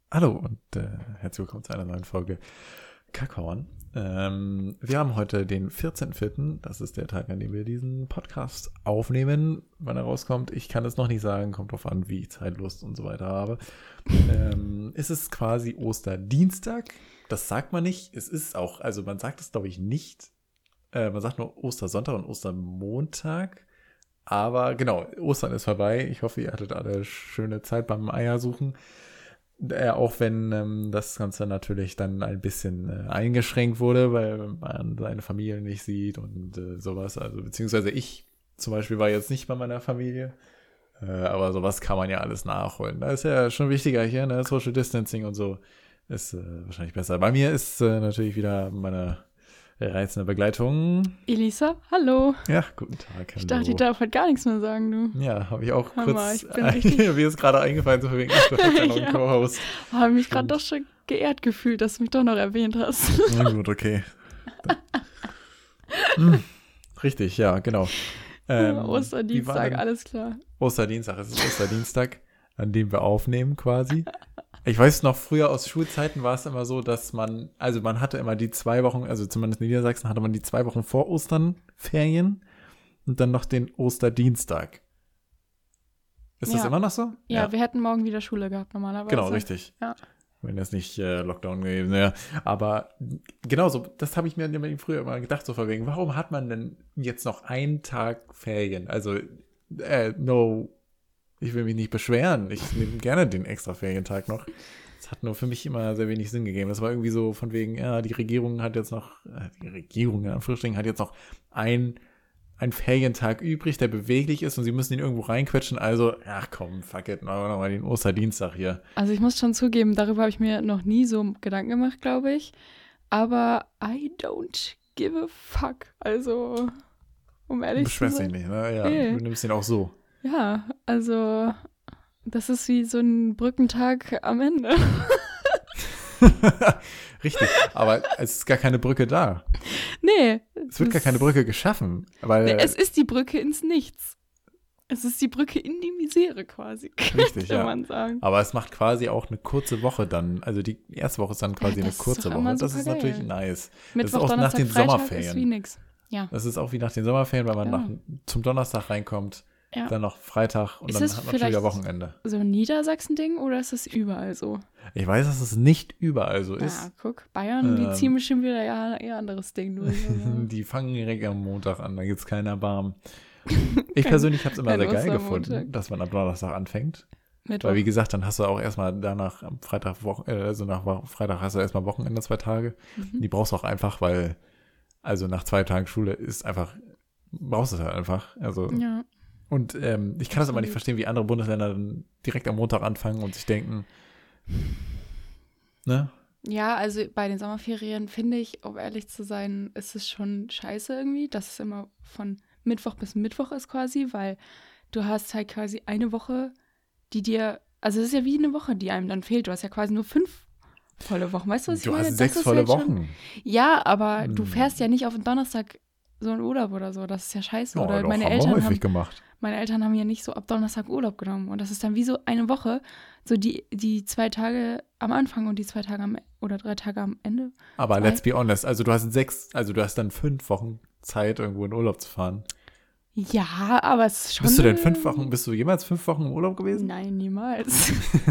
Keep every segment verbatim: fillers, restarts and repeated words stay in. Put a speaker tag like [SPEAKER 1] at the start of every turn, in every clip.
[SPEAKER 1] Hallo und äh, herzlich willkommen zu einer neuen Folge Kackhorn. Ähm, wir haben heute den vierzehnten vierten Das ist der Tag, an dem wir diesen Podcast aufnehmen. Wann er rauskommt, ich kann es noch nicht sagen. Kommt drauf an, wie ich Zeit, Lust und so weiter habe. ähm, es ist quasi Osterdienstag. Das sagt man nicht. Es ist auch, also man sagt es glaube ich nicht. Äh, man sagt nur Ostersonntag und Ostermontag. Aber genau, Ostern ist vorbei. Ich hoffe, ihr hattet alle schöne Zeit beim Eiersuchen. Äh, auch wenn ähm, das Ganze natürlich dann ein bisschen äh, eingeschränkt wurde, weil man seine Familie nicht sieht und äh, sowas. Also beziehungsweise ich zum Beispiel war jetzt nicht bei meiner Familie. Äh, aber sowas kann man ja alles nachholen. Da ist ja schon wichtiger hier, ne? Social Distancing und so ist äh, wahrscheinlich besser. Bei mir ist äh, natürlich wieder meine reizende Begleitung.
[SPEAKER 2] Elisa, hallo.
[SPEAKER 1] Ja, guten Tag.
[SPEAKER 2] Ich dachte, ich darf halt gar nichts mehr sagen, du.
[SPEAKER 1] Ja, habe ich auch
[SPEAKER 2] Hammer,
[SPEAKER 1] kurz,
[SPEAKER 2] ich bin richtig-
[SPEAKER 1] mir ist gerade eingefallen, so wegen ich bin noch
[SPEAKER 2] Ja.
[SPEAKER 1] ein Co-Host.
[SPEAKER 2] Habe mich gerade doch schon geehrt gefühlt, dass du mich doch noch erwähnt hast.
[SPEAKER 1] Na gut, okay. Hm, richtig, ja, genau. Ähm, wie war
[SPEAKER 2] Osterdienstag,
[SPEAKER 1] denn-
[SPEAKER 2] alles klar.
[SPEAKER 1] Osterdienstag, es ist Osterdienstag, an dem wir aufnehmen quasi. Ich weiß noch, früher aus Schulzeiten war es immer so, dass man, also man hatte immer die zwei Wochen, also zumindest in Niedersachsen hatte man die zwei Wochen vor Ostern Ferien und dann noch den Osterdienstag. Ist das
[SPEAKER 2] Ja.
[SPEAKER 1] immer noch so?
[SPEAKER 2] Ja, wir hätten morgen wieder Schule gehabt normalerweise.
[SPEAKER 1] Genau, richtig.
[SPEAKER 2] Ja.
[SPEAKER 1] Wenn das nicht äh, Lockdown gewesen wäre. Aber genauso, das habe ich mir immer früher immer gedacht, so von wegen, warum hat man denn jetzt noch einen Tag Ferien? Also, äh, no, ich will mich nicht beschweren. Ich nehme gerne den extra Ferientag noch. Das hat nur für mich immer sehr wenig Sinn gegeben. Das war irgendwie so von wegen, ja, die Regierung hat jetzt noch, äh, die Regierung in Anführungsstrichen hat jetzt noch ein ein Ferientag übrig, der beweglich ist und sie müssen ihn irgendwo reinquetschen. Also, ach komm, fuck it, machen wir nochmal den Osterdienstag hier.
[SPEAKER 2] Also ich muss schon zugeben, darüber habe ich mir noch nie so Gedanken gemacht, glaube ich. Aber I don't give a fuck. Also, um
[SPEAKER 1] Du
[SPEAKER 2] ehrlich zu
[SPEAKER 1] beschwerst dich
[SPEAKER 2] sein.
[SPEAKER 1] nicht, ne? Ja,
[SPEAKER 2] Nee.
[SPEAKER 1] du nimmst ihn auch so.
[SPEAKER 2] Ja, also das ist wie so ein Brückentag am Ende.
[SPEAKER 1] Richtig, aber es ist gar keine Brücke da.
[SPEAKER 2] Nee.
[SPEAKER 1] Es wird gar keine Brücke geschaffen, weil
[SPEAKER 2] Nee, es ist die Brücke ins Nichts. Es ist die Brücke in die Misere quasi,
[SPEAKER 1] Richtig,
[SPEAKER 2] könnte
[SPEAKER 1] ja.
[SPEAKER 2] man sagen.
[SPEAKER 1] aber es macht quasi auch eine kurze Woche dann. Also die erste Woche ist dann quasi
[SPEAKER 2] Ja,
[SPEAKER 1] eine
[SPEAKER 2] das ist
[SPEAKER 1] kurze
[SPEAKER 2] doch immer
[SPEAKER 1] Woche. Das ist
[SPEAKER 2] supergeil.
[SPEAKER 1] natürlich nice.
[SPEAKER 2] Mittwoch,
[SPEAKER 1] auch nach
[SPEAKER 2] Donnerstag,
[SPEAKER 1] den
[SPEAKER 2] Freitag
[SPEAKER 1] Sommerferien.
[SPEAKER 2] ist wie nix. Ja.
[SPEAKER 1] Das ist auch wie nach den Sommerferien, weil man
[SPEAKER 2] Ja.
[SPEAKER 1] nach, zum Donnerstag reinkommt,
[SPEAKER 2] Ja.
[SPEAKER 1] dann noch Freitag und
[SPEAKER 2] Ist
[SPEAKER 1] dann
[SPEAKER 2] es
[SPEAKER 1] hat man schon wieder
[SPEAKER 2] vielleicht-
[SPEAKER 1] Wochenende.
[SPEAKER 2] So ein Niedersachsen-Ding oder ist das überall so?
[SPEAKER 1] Ich weiß, dass es nicht überall so ist.
[SPEAKER 2] Ja, guck, Bayern, die
[SPEAKER 1] Ähm.
[SPEAKER 2] ziehen bestimmt wieder ja eher anderes Ding durch. Also.
[SPEAKER 1] Die fangen direkt am Montag an, da gibt es keinen Erbarmen. Ich
[SPEAKER 2] Kein-
[SPEAKER 1] persönlich habe es immer
[SPEAKER 2] kein
[SPEAKER 1] sehr geil
[SPEAKER 2] Ostermontag.
[SPEAKER 1] gefunden, dass man am Donnerstag anfängt.
[SPEAKER 2] Mittwoch.
[SPEAKER 1] Weil wie gesagt, dann hast du auch erstmal danach am Freitag, Wochen, äh, also nach Wo- Freitag hast du erstmal Wochenende, zwei Tage.
[SPEAKER 2] Mhm.
[SPEAKER 1] Die brauchst du auch einfach, weil, also nach zwei Tagen Schule ist einfach, brauchst du es halt einfach. Also,
[SPEAKER 2] Ja.
[SPEAKER 1] und ähm, ich kann das aber nicht
[SPEAKER 2] Absolut.
[SPEAKER 1] verstehen, wie andere Bundesländer dann direkt am Montag anfangen und sich denken, ne?
[SPEAKER 2] Ja, also bei den Sommerferien finde ich, um ehrlich zu sein, ist es schon scheiße irgendwie, dass es immer von Mittwoch bis Mittwoch ist quasi, weil du hast halt quasi eine Woche, die dir, also es ist ja wie eine Woche, die einem dann fehlt. Du hast ja quasi nur fünf volle Wochen. Weißt du, was ich
[SPEAKER 1] Du
[SPEAKER 2] meine?
[SPEAKER 1] hast
[SPEAKER 2] Das
[SPEAKER 1] sechs
[SPEAKER 2] ist
[SPEAKER 1] volle
[SPEAKER 2] halt schon-
[SPEAKER 1] Wochen.
[SPEAKER 2] Ja, aber du
[SPEAKER 1] Hm.
[SPEAKER 2] fährst ja nicht auf den Donnerstag so in Urlaub oder so. Das ist ja scheiße.
[SPEAKER 1] Ja,
[SPEAKER 2] oder
[SPEAKER 1] doch,
[SPEAKER 2] meine
[SPEAKER 1] haben wir
[SPEAKER 2] Eltern
[SPEAKER 1] häufig
[SPEAKER 2] haben,
[SPEAKER 1] gemacht.
[SPEAKER 2] meine Eltern haben ja nicht so ab Donnerstag Urlaub genommen. Und das ist dann wie so eine Woche, so die, die zwei Tage am Anfang und die zwei Tage am oder drei Tage am Ende.
[SPEAKER 1] Aber
[SPEAKER 2] Zwei.
[SPEAKER 1] let's be honest, also du hast sechs, also du hast dann fünf Wochen Zeit, irgendwo in Urlaub zu fahren.
[SPEAKER 2] Ja, aber es ist schon.
[SPEAKER 1] Bist du denn
[SPEAKER 2] eine-
[SPEAKER 1] fünf Wochen, bist du jemals fünf Wochen im Urlaub gewesen?
[SPEAKER 2] Nein, niemals.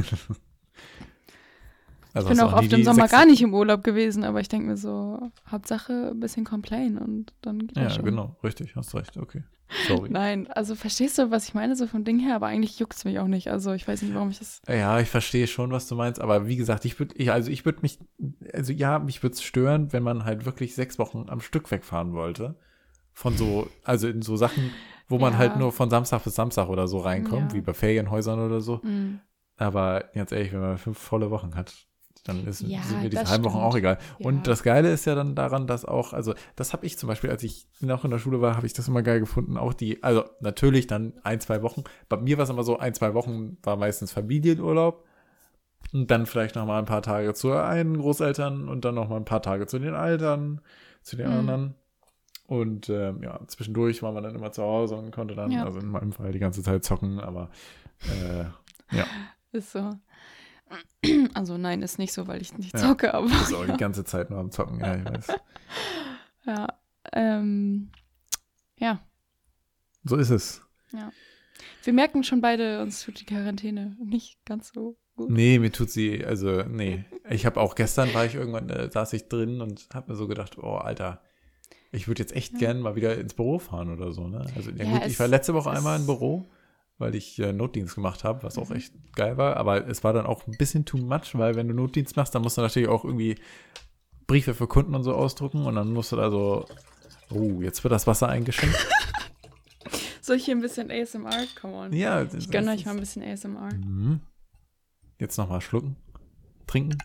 [SPEAKER 1] Also
[SPEAKER 2] Ich bin
[SPEAKER 1] hast du
[SPEAKER 2] auch
[SPEAKER 1] noch nie
[SPEAKER 2] oft im
[SPEAKER 1] die
[SPEAKER 2] Sommer
[SPEAKER 1] sechs-
[SPEAKER 2] gar nicht im Urlaub gewesen, aber ich denke mir so, Hauptsache ein bisschen complain und dann geht
[SPEAKER 1] Ja,
[SPEAKER 2] das schon.
[SPEAKER 1] genau, richtig, hast recht, okay. Sorry.
[SPEAKER 2] Nein, also verstehst du, was ich meine, so vom Ding her, aber eigentlich juckt es mich auch nicht. Also ich weiß nicht, warum ich das.
[SPEAKER 1] Ja, ich verstehe schon, was du meinst, aber wie gesagt, ich würde, ich, also ich würde mich, also ja, mich würde es stören, wenn man halt wirklich sechs Wochen am Stück wegfahren wollte. Von so, also in so Sachen, wo man
[SPEAKER 2] Ja.
[SPEAKER 1] halt nur von Samstag bis Samstag oder so reinkommt,
[SPEAKER 2] Ja.
[SPEAKER 1] wie bei Ferienhäusern oder so.
[SPEAKER 2] Mm,
[SPEAKER 1] Aber ganz ehrlich, wenn man fünf volle Wochen hat, dann ist,
[SPEAKER 2] Ja,
[SPEAKER 1] sind mir diese
[SPEAKER 2] das
[SPEAKER 1] halben Wochen
[SPEAKER 2] stimmt.
[SPEAKER 1] auch egal.
[SPEAKER 2] Ja.
[SPEAKER 1] Und das Geile ist ja dann daran, dass auch, also das habe ich zum Beispiel, als ich noch in der Schule war, habe ich das immer geil gefunden. Auch die, also natürlich dann ein, zwei Wochen. Bei mir war es immer so, ein, zwei Wochen war meistens Familienurlaub. Und dann vielleicht noch mal ein paar Tage zu einen Großeltern und dann noch mal ein paar Tage zu den Eltern, zu den
[SPEAKER 2] Mhm.
[SPEAKER 1] anderen. Und ähm, ja, zwischendurch war man dann immer zu Hause und konnte dann,
[SPEAKER 2] Ja.
[SPEAKER 1] also in meinem Fall die ganze Zeit zocken, aber äh, ja.
[SPEAKER 2] ist so. Also nein, ist nicht so, weil ich nicht
[SPEAKER 1] Ja,
[SPEAKER 2] zocke, aber.
[SPEAKER 1] Das ist auch die ganze Zeit nur am Zocken, ja, ich weiß.
[SPEAKER 2] Ja, ähm, ja.
[SPEAKER 1] So ist es.
[SPEAKER 2] Ja. Wir merken schon beide, uns tut die Quarantäne nicht ganz so gut.
[SPEAKER 1] Nee, mir tut sie, also nee. Ich habe auch gestern, war ich irgendwann, da saß ich drin und habe mir so gedacht, oh Alter, ich würde jetzt echt
[SPEAKER 2] Ja.
[SPEAKER 1] gern mal wieder ins Büro fahren oder so, ne? Also ja,
[SPEAKER 2] Ja,
[SPEAKER 1] gut,
[SPEAKER 2] es-
[SPEAKER 1] ich war letzte Woche
[SPEAKER 2] es-
[SPEAKER 1] einmal im Büro, weil ich äh, Notdienst gemacht habe, was auch
[SPEAKER 2] Mhm.
[SPEAKER 1] echt geil war, aber es war dann auch ein bisschen too much, weil wenn du Notdienst machst, dann musst du natürlich auch irgendwie Briefe für Kunden und so ausdrucken und dann musst du da so, oh, jetzt wird das Wasser eingeschenkt.
[SPEAKER 2] Soll ich hier ein bisschen A S M R? Come on.
[SPEAKER 1] Ja,
[SPEAKER 2] Ich gönne euch mal ein bisschen A S M R.
[SPEAKER 1] Mhm. Jetzt nochmal schlucken, trinken.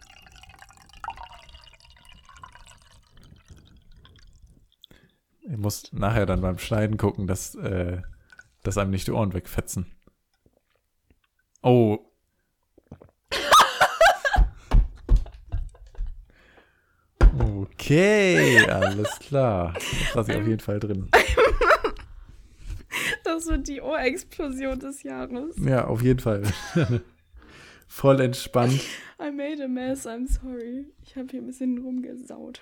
[SPEAKER 1] Ich muss nachher dann beim Schneiden gucken, dass, äh, dass einem nicht die Ohren wegfetzen. Oh. Okay, alles klar. Das lasse ich auf jeden Fall drin.
[SPEAKER 2] Das wird die Ohrexplosion des Jahres.
[SPEAKER 1] Ja, auf jeden Fall. Voll entspannt.
[SPEAKER 2] I made a mess, I'm sorry. Ich habe hier ein bisschen rumgesaut.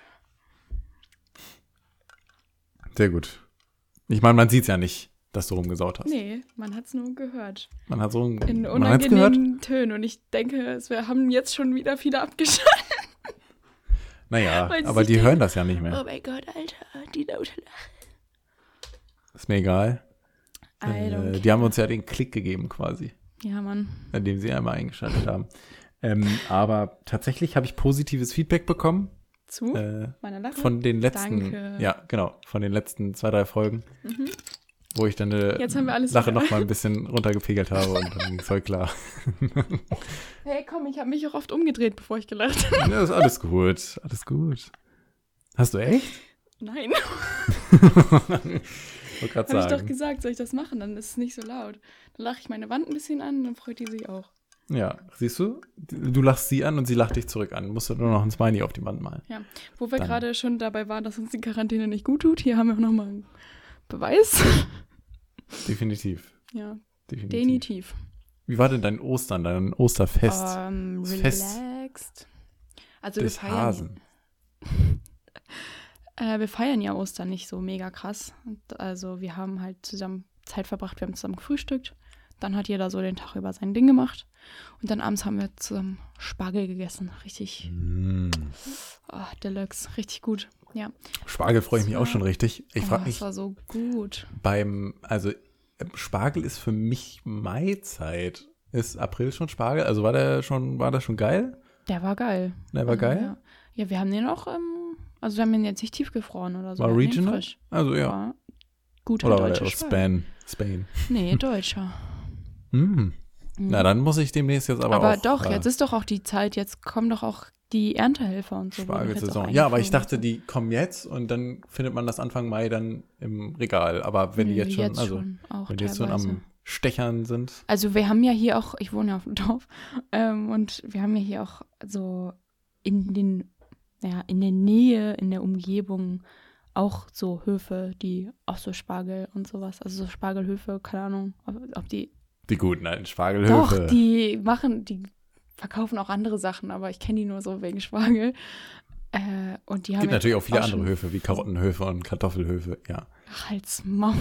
[SPEAKER 1] Sehr gut. Ich meine, man sieht es ja nicht, dass du rumgesaut hast.
[SPEAKER 2] Nee, man hat es nur gehört.
[SPEAKER 1] Man hat so ein,
[SPEAKER 2] In
[SPEAKER 1] man hat's gehört.
[SPEAKER 2] unangenehmen Tönen. Und ich denke, es- wir haben jetzt schon wieder viele abgeschaltet.
[SPEAKER 1] Naja,
[SPEAKER 2] Weil sie
[SPEAKER 1] aber
[SPEAKER 2] sich
[SPEAKER 1] die
[SPEAKER 2] denken,
[SPEAKER 1] hören das ja nicht mehr.
[SPEAKER 2] Oh mein Gott, Alter, die laute Lache.
[SPEAKER 1] Ist mir egal.
[SPEAKER 2] I don't
[SPEAKER 1] Äh, die haben uns ja den Klick gegeben quasi,
[SPEAKER 2] Ja, Mann.
[SPEAKER 1] indem sie einmal eingeschaltet haben. Ähm, aber tatsächlich habe ich positives Feedback bekommen
[SPEAKER 2] Zu
[SPEAKER 1] äh,
[SPEAKER 2] meiner Lache.
[SPEAKER 1] von den letzten,
[SPEAKER 2] Danke.
[SPEAKER 1] ja genau, von den letzten zwei, drei Folgen,
[SPEAKER 2] Mhm.
[SPEAKER 1] wo ich dann eine
[SPEAKER 2] Jetzt haben wir alles
[SPEAKER 1] Lache
[SPEAKER 2] wieder.
[SPEAKER 1] noch mal ein bisschen runtergepegelt habe und dann ging es voll klar.
[SPEAKER 2] Hey, komm, ich habe mich auch oft umgedreht, bevor ich gelacht habe.
[SPEAKER 1] Ja, ist alles gut, alles gut. Hast du echt?
[SPEAKER 2] Nein.
[SPEAKER 1] Ich wollte gerade
[SPEAKER 2] Habe ich doch
[SPEAKER 1] sagen.
[SPEAKER 2] gesagt, soll ich das machen? Dann ist es nicht so laut. Dann lache ich meine Wand ein bisschen an, dann freut die sich auch.
[SPEAKER 1] Ja, siehst du? Du lachst sie an und sie lacht dich zurück an. Musst du nur noch ein Smiley auf die Wand malen.
[SPEAKER 2] Wo wir
[SPEAKER 1] Dann.
[SPEAKER 2] gerade schon dabei waren, dass uns die Quarantäne nicht gut tut, hier haben wir auch nochmal einen Beweis.
[SPEAKER 1] Definitiv.
[SPEAKER 2] Ja,
[SPEAKER 1] Definitiv.
[SPEAKER 2] definitiv.
[SPEAKER 1] Wie war denn dein Ostern, dein Osterfest
[SPEAKER 2] Ähm,
[SPEAKER 1] Das Fest
[SPEAKER 2] relaxed. Also wir
[SPEAKER 1] des
[SPEAKER 2] feiern,
[SPEAKER 1] Hasen?
[SPEAKER 2] äh, wir feiern ja Ostern nicht so mega krass. Und also wir haben halt zusammen Zeit verbracht, wir haben zusammen gefrühstückt. Dann hat jeder so den Tag über sein Ding gemacht. Und dann abends haben wir zusammen Spargel gegessen. Richtig,
[SPEAKER 1] Mm.
[SPEAKER 2] oh, Deluxe, richtig gut. Ja.
[SPEAKER 1] Spargel freue ich mich
[SPEAKER 2] Das
[SPEAKER 1] auch
[SPEAKER 2] war-
[SPEAKER 1] schon richtig. Ich
[SPEAKER 2] oh,
[SPEAKER 1] frage
[SPEAKER 2] das
[SPEAKER 1] mich
[SPEAKER 2] war so gut.
[SPEAKER 1] beim, also äh, Spargel ist für mich Maizeit. Ist April schon Spargel? Also war der schon, war das schon geil?
[SPEAKER 2] Der war geil.
[SPEAKER 1] Der war
[SPEAKER 2] Also,
[SPEAKER 1] geil?
[SPEAKER 2] Ja. ja, wir haben den auch, ähm, also wir haben den jetzt nicht tiefgefroren oder so.
[SPEAKER 1] War
[SPEAKER 2] wir haben den
[SPEAKER 1] regional?
[SPEAKER 2] frisch.
[SPEAKER 1] Also ja.
[SPEAKER 2] War guter
[SPEAKER 1] Oder war der
[SPEAKER 2] deutscher
[SPEAKER 1] aus
[SPEAKER 2] Spargel.
[SPEAKER 1] Spain? Spain.
[SPEAKER 2] Nee, deutscher.
[SPEAKER 1] Mm.
[SPEAKER 2] Mhm.
[SPEAKER 1] Na, dann muss ich demnächst jetzt aber,
[SPEAKER 2] Aber
[SPEAKER 1] auch
[SPEAKER 2] doch,
[SPEAKER 1] äh,
[SPEAKER 2] jetzt ist doch auch die Zeit, jetzt kommen doch auch die Erntehelfer und so. wurden doch jetzt
[SPEAKER 1] Spargelsaison.
[SPEAKER 2] auch
[SPEAKER 1] Ja, aber ich
[SPEAKER 2] eingeflogen
[SPEAKER 1] dachte,
[SPEAKER 2] und
[SPEAKER 1] die kommen jetzt und dann findet man das Anfang Mai dann im Regal. Aber
[SPEAKER 2] so.
[SPEAKER 1] wenn die
[SPEAKER 2] Nö,
[SPEAKER 1] jetzt schon, also
[SPEAKER 2] schon auch
[SPEAKER 1] wenn die jetzt schon
[SPEAKER 2] teilweise.
[SPEAKER 1] am Stechern sind.
[SPEAKER 2] Also wir haben ja hier auch, ich wohne ja auf dem Dorf, ähm, und wir haben ja hier auch so in den, ja, in der Nähe, in der Umgebung auch so Höfe, die auch so Spargel und sowas, also so Spargelhöfe, keine Ahnung, ob, ob die,
[SPEAKER 1] Die guten alten Spargelhöfe.
[SPEAKER 2] doch, die machen, die verkaufen auch andere Sachen, aber ich kenne die nur so wegen Spargel. Äh, und die
[SPEAKER 1] Es
[SPEAKER 2] haben
[SPEAKER 1] gibt
[SPEAKER 2] ja
[SPEAKER 1] natürlich auch viele andere
[SPEAKER 2] schon-
[SPEAKER 1] Höfe, wie Karottenhöfe und Kartoffelhöfe, ja.
[SPEAKER 2] Ach, halt's Maul.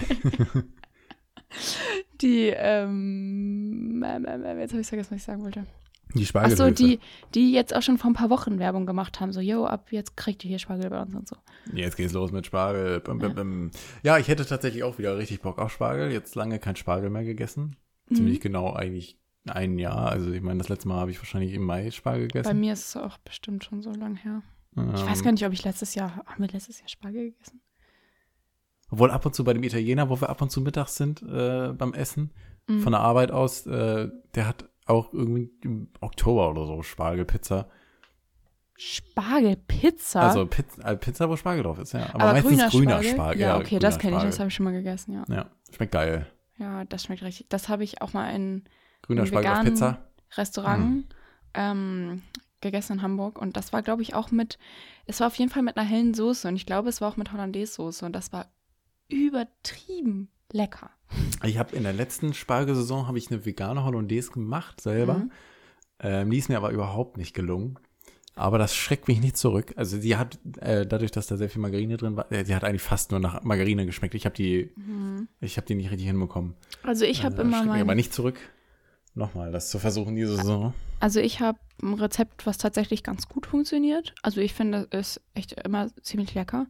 [SPEAKER 2] Die, ähm, ähm, ähm, jetzt habe ich vergessen, was ich sagen wollte.
[SPEAKER 1] Die
[SPEAKER 2] Ach
[SPEAKER 1] Spargelhöfe.
[SPEAKER 2] so, die, die jetzt auch schon vor ein paar Wochen Werbung gemacht haben. So, yo, ab jetzt kriegt ihr hier Spargel bei uns und so.
[SPEAKER 1] Jetzt geht's los mit Spargel. Bim, bim, bim. Ja, ich hätte tatsächlich auch wieder richtig Bock auf Spargel. Jetzt lange kein Spargel mehr gegessen. Ziemlich
[SPEAKER 2] Mhm.
[SPEAKER 1] genau eigentlich ein Jahr. Also ich meine, das letzte Mal habe ich wahrscheinlich im Mai Spargel
[SPEAKER 2] Bei
[SPEAKER 1] gegessen.
[SPEAKER 2] mir ist es auch bestimmt schon so lang her.
[SPEAKER 1] Ähm,
[SPEAKER 2] Ich weiß gar nicht, ob ich letztes Jahr, haben wir letztes Jahr Spargel gegessen?
[SPEAKER 1] Obwohl ab und zu bei dem Italiener, wo wir ab und zu mittags sind äh, beim Essen,
[SPEAKER 2] Mhm.
[SPEAKER 1] von der Arbeit aus, äh, der hat auch irgendwie im Oktober oder so Spargelpizza.
[SPEAKER 2] Spargelpizza?
[SPEAKER 1] Also Pizza, äh, Pizza, wo Spargel drauf ist, ja. Aber,
[SPEAKER 2] Aber
[SPEAKER 1] meistens
[SPEAKER 2] grüner
[SPEAKER 1] grüner
[SPEAKER 2] Spargel?
[SPEAKER 1] Spargel.
[SPEAKER 2] Ja, okay, das kenne ich,
[SPEAKER 1] grüner
[SPEAKER 2] das habe ich schon mal gegessen, ja.
[SPEAKER 1] Ja, schmeckt geil.
[SPEAKER 2] Ja, das schmeckt richtig. Das habe ich auch mal in
[SPEAKER 1] Grüner
[SPEAKER 2] Im
[SPEAKER 1] Spargel auf
[SPEAKER 2] veganen
[SPEAKER 1] Pizza.
[SPEAKER 2] Restaurant
[SPEAKER 1] Mhm.
[SPEAKER 2] ähm, gegessen in Hamburg. Und das war, glaube ich, auch mit, es war auf jeden Fall mit einer hellen Soße. Und ich glaube, es war auch mit Hollandaise-Soße. Und das war übertrieben lecker.
[SPEAKER 1] Ich habe in der letzten Spargelsaison habe ich eine vegane Hollandaise gemacht selber.
[SPEAKER 2] Mhm.
[SPEAKER 1] Ähm, die ist mir aber überhaupt nicht gelungen. Aber das schreckt mich nicht zurück. Also sie hat, äh, dadurch, dass da sehr viel Margarine drin war, äh, sie hat eigentlich fast nur nach Margarine geschmeckt. Ich habe die, mhm. ich habe die nicht richtig hinbekommen.
[SPEAKER 2] Also ich habe
[SPEAKER 1] äh,
[SPEAKER 2] immer mein...
[SPEAKER 1] aber nicht zurück. Nochmal, das zu versuchen diese Saison.
[SPEAKER 2] Also ich habe ein Rezept, was tatsächlich ganz gut funktioniert. Also ich finde, es ist echt immer ziemlich lecker.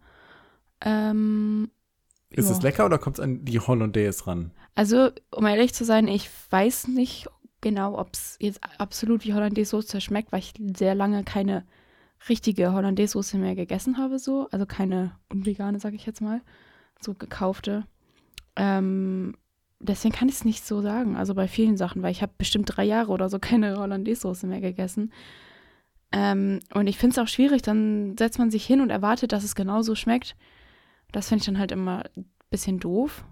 [SPEAKER 2] Ähm,
[SPEAKER 1] ist
[SPEAKER 2] ja.
[SPEAKER 1] es lecker oder kommt es an die Hollandaise ran?
[SPEAKER 2] Also, um ehrlich zu sein, ich weiß nicht genau, ob es jetzt absolut wie Hollandaise-Soße schmeckt, weil ich sehr lange keine richtige Hollandaise-Soße mehr gegessen habe, so. Also keine unvegane, sag ich jetzt mal. So gekaufte. Ähm, deswegen kann ich es nicht so sagen. Also bei vielen Sachen, weil ich habe bestimmt drei Jahre oder so keine Hollandaise-Soße mehr gegessen. Ähm, und ich finde es auch schwierig, dann setzt man sich hin und erwartet, dass es genauso schmeckt. Das finde ich dann halt immer ein bisschen doof.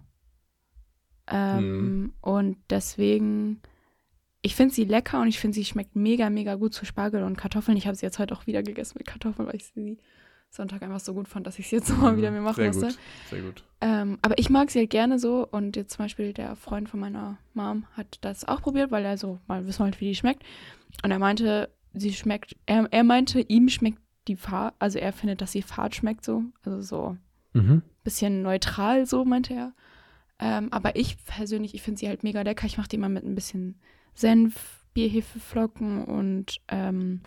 [SPEAKER 2] Ähm, mm. Und deswegen, ich finde sie lecker und ich finde, sie schmeckt mega, mega gut zu Spargel und Kartoffeln. Ich habe sie jetzt heute auch wieder gegessen mit Kartoffeln, weil ich sie Sonntag einfach so gut fand, dass ich sie jetzt nochmal mm. wieder mir machen
[SPEAKER 1] sehr
[SPEAKER 2] musste.
[SPEAKER 1] Gut. Sehr gut.
[SPEAKER 2] Ähm, aber ich mag sie halt gerne so und jetzt zum Beispiel der Freund von meiner Mom hat das auch probiert, weil er so mal wissen wollte, wie die schmeckt. Und er meinte, sie schmeckt, er, er meinte, ihm schmeckt die Fahrt, also er findet, dass sie Fahrt schmeckt so, also so
[SPEAKER 1] mhm.
[SPEAKER 2] bisschen neutral so, meinte er. Ähm, aber ich persönlich, ich finde sie halt mega lecker. Ich mache die mal mit ein bisschen Senf, Bierhefeflocken und ähm,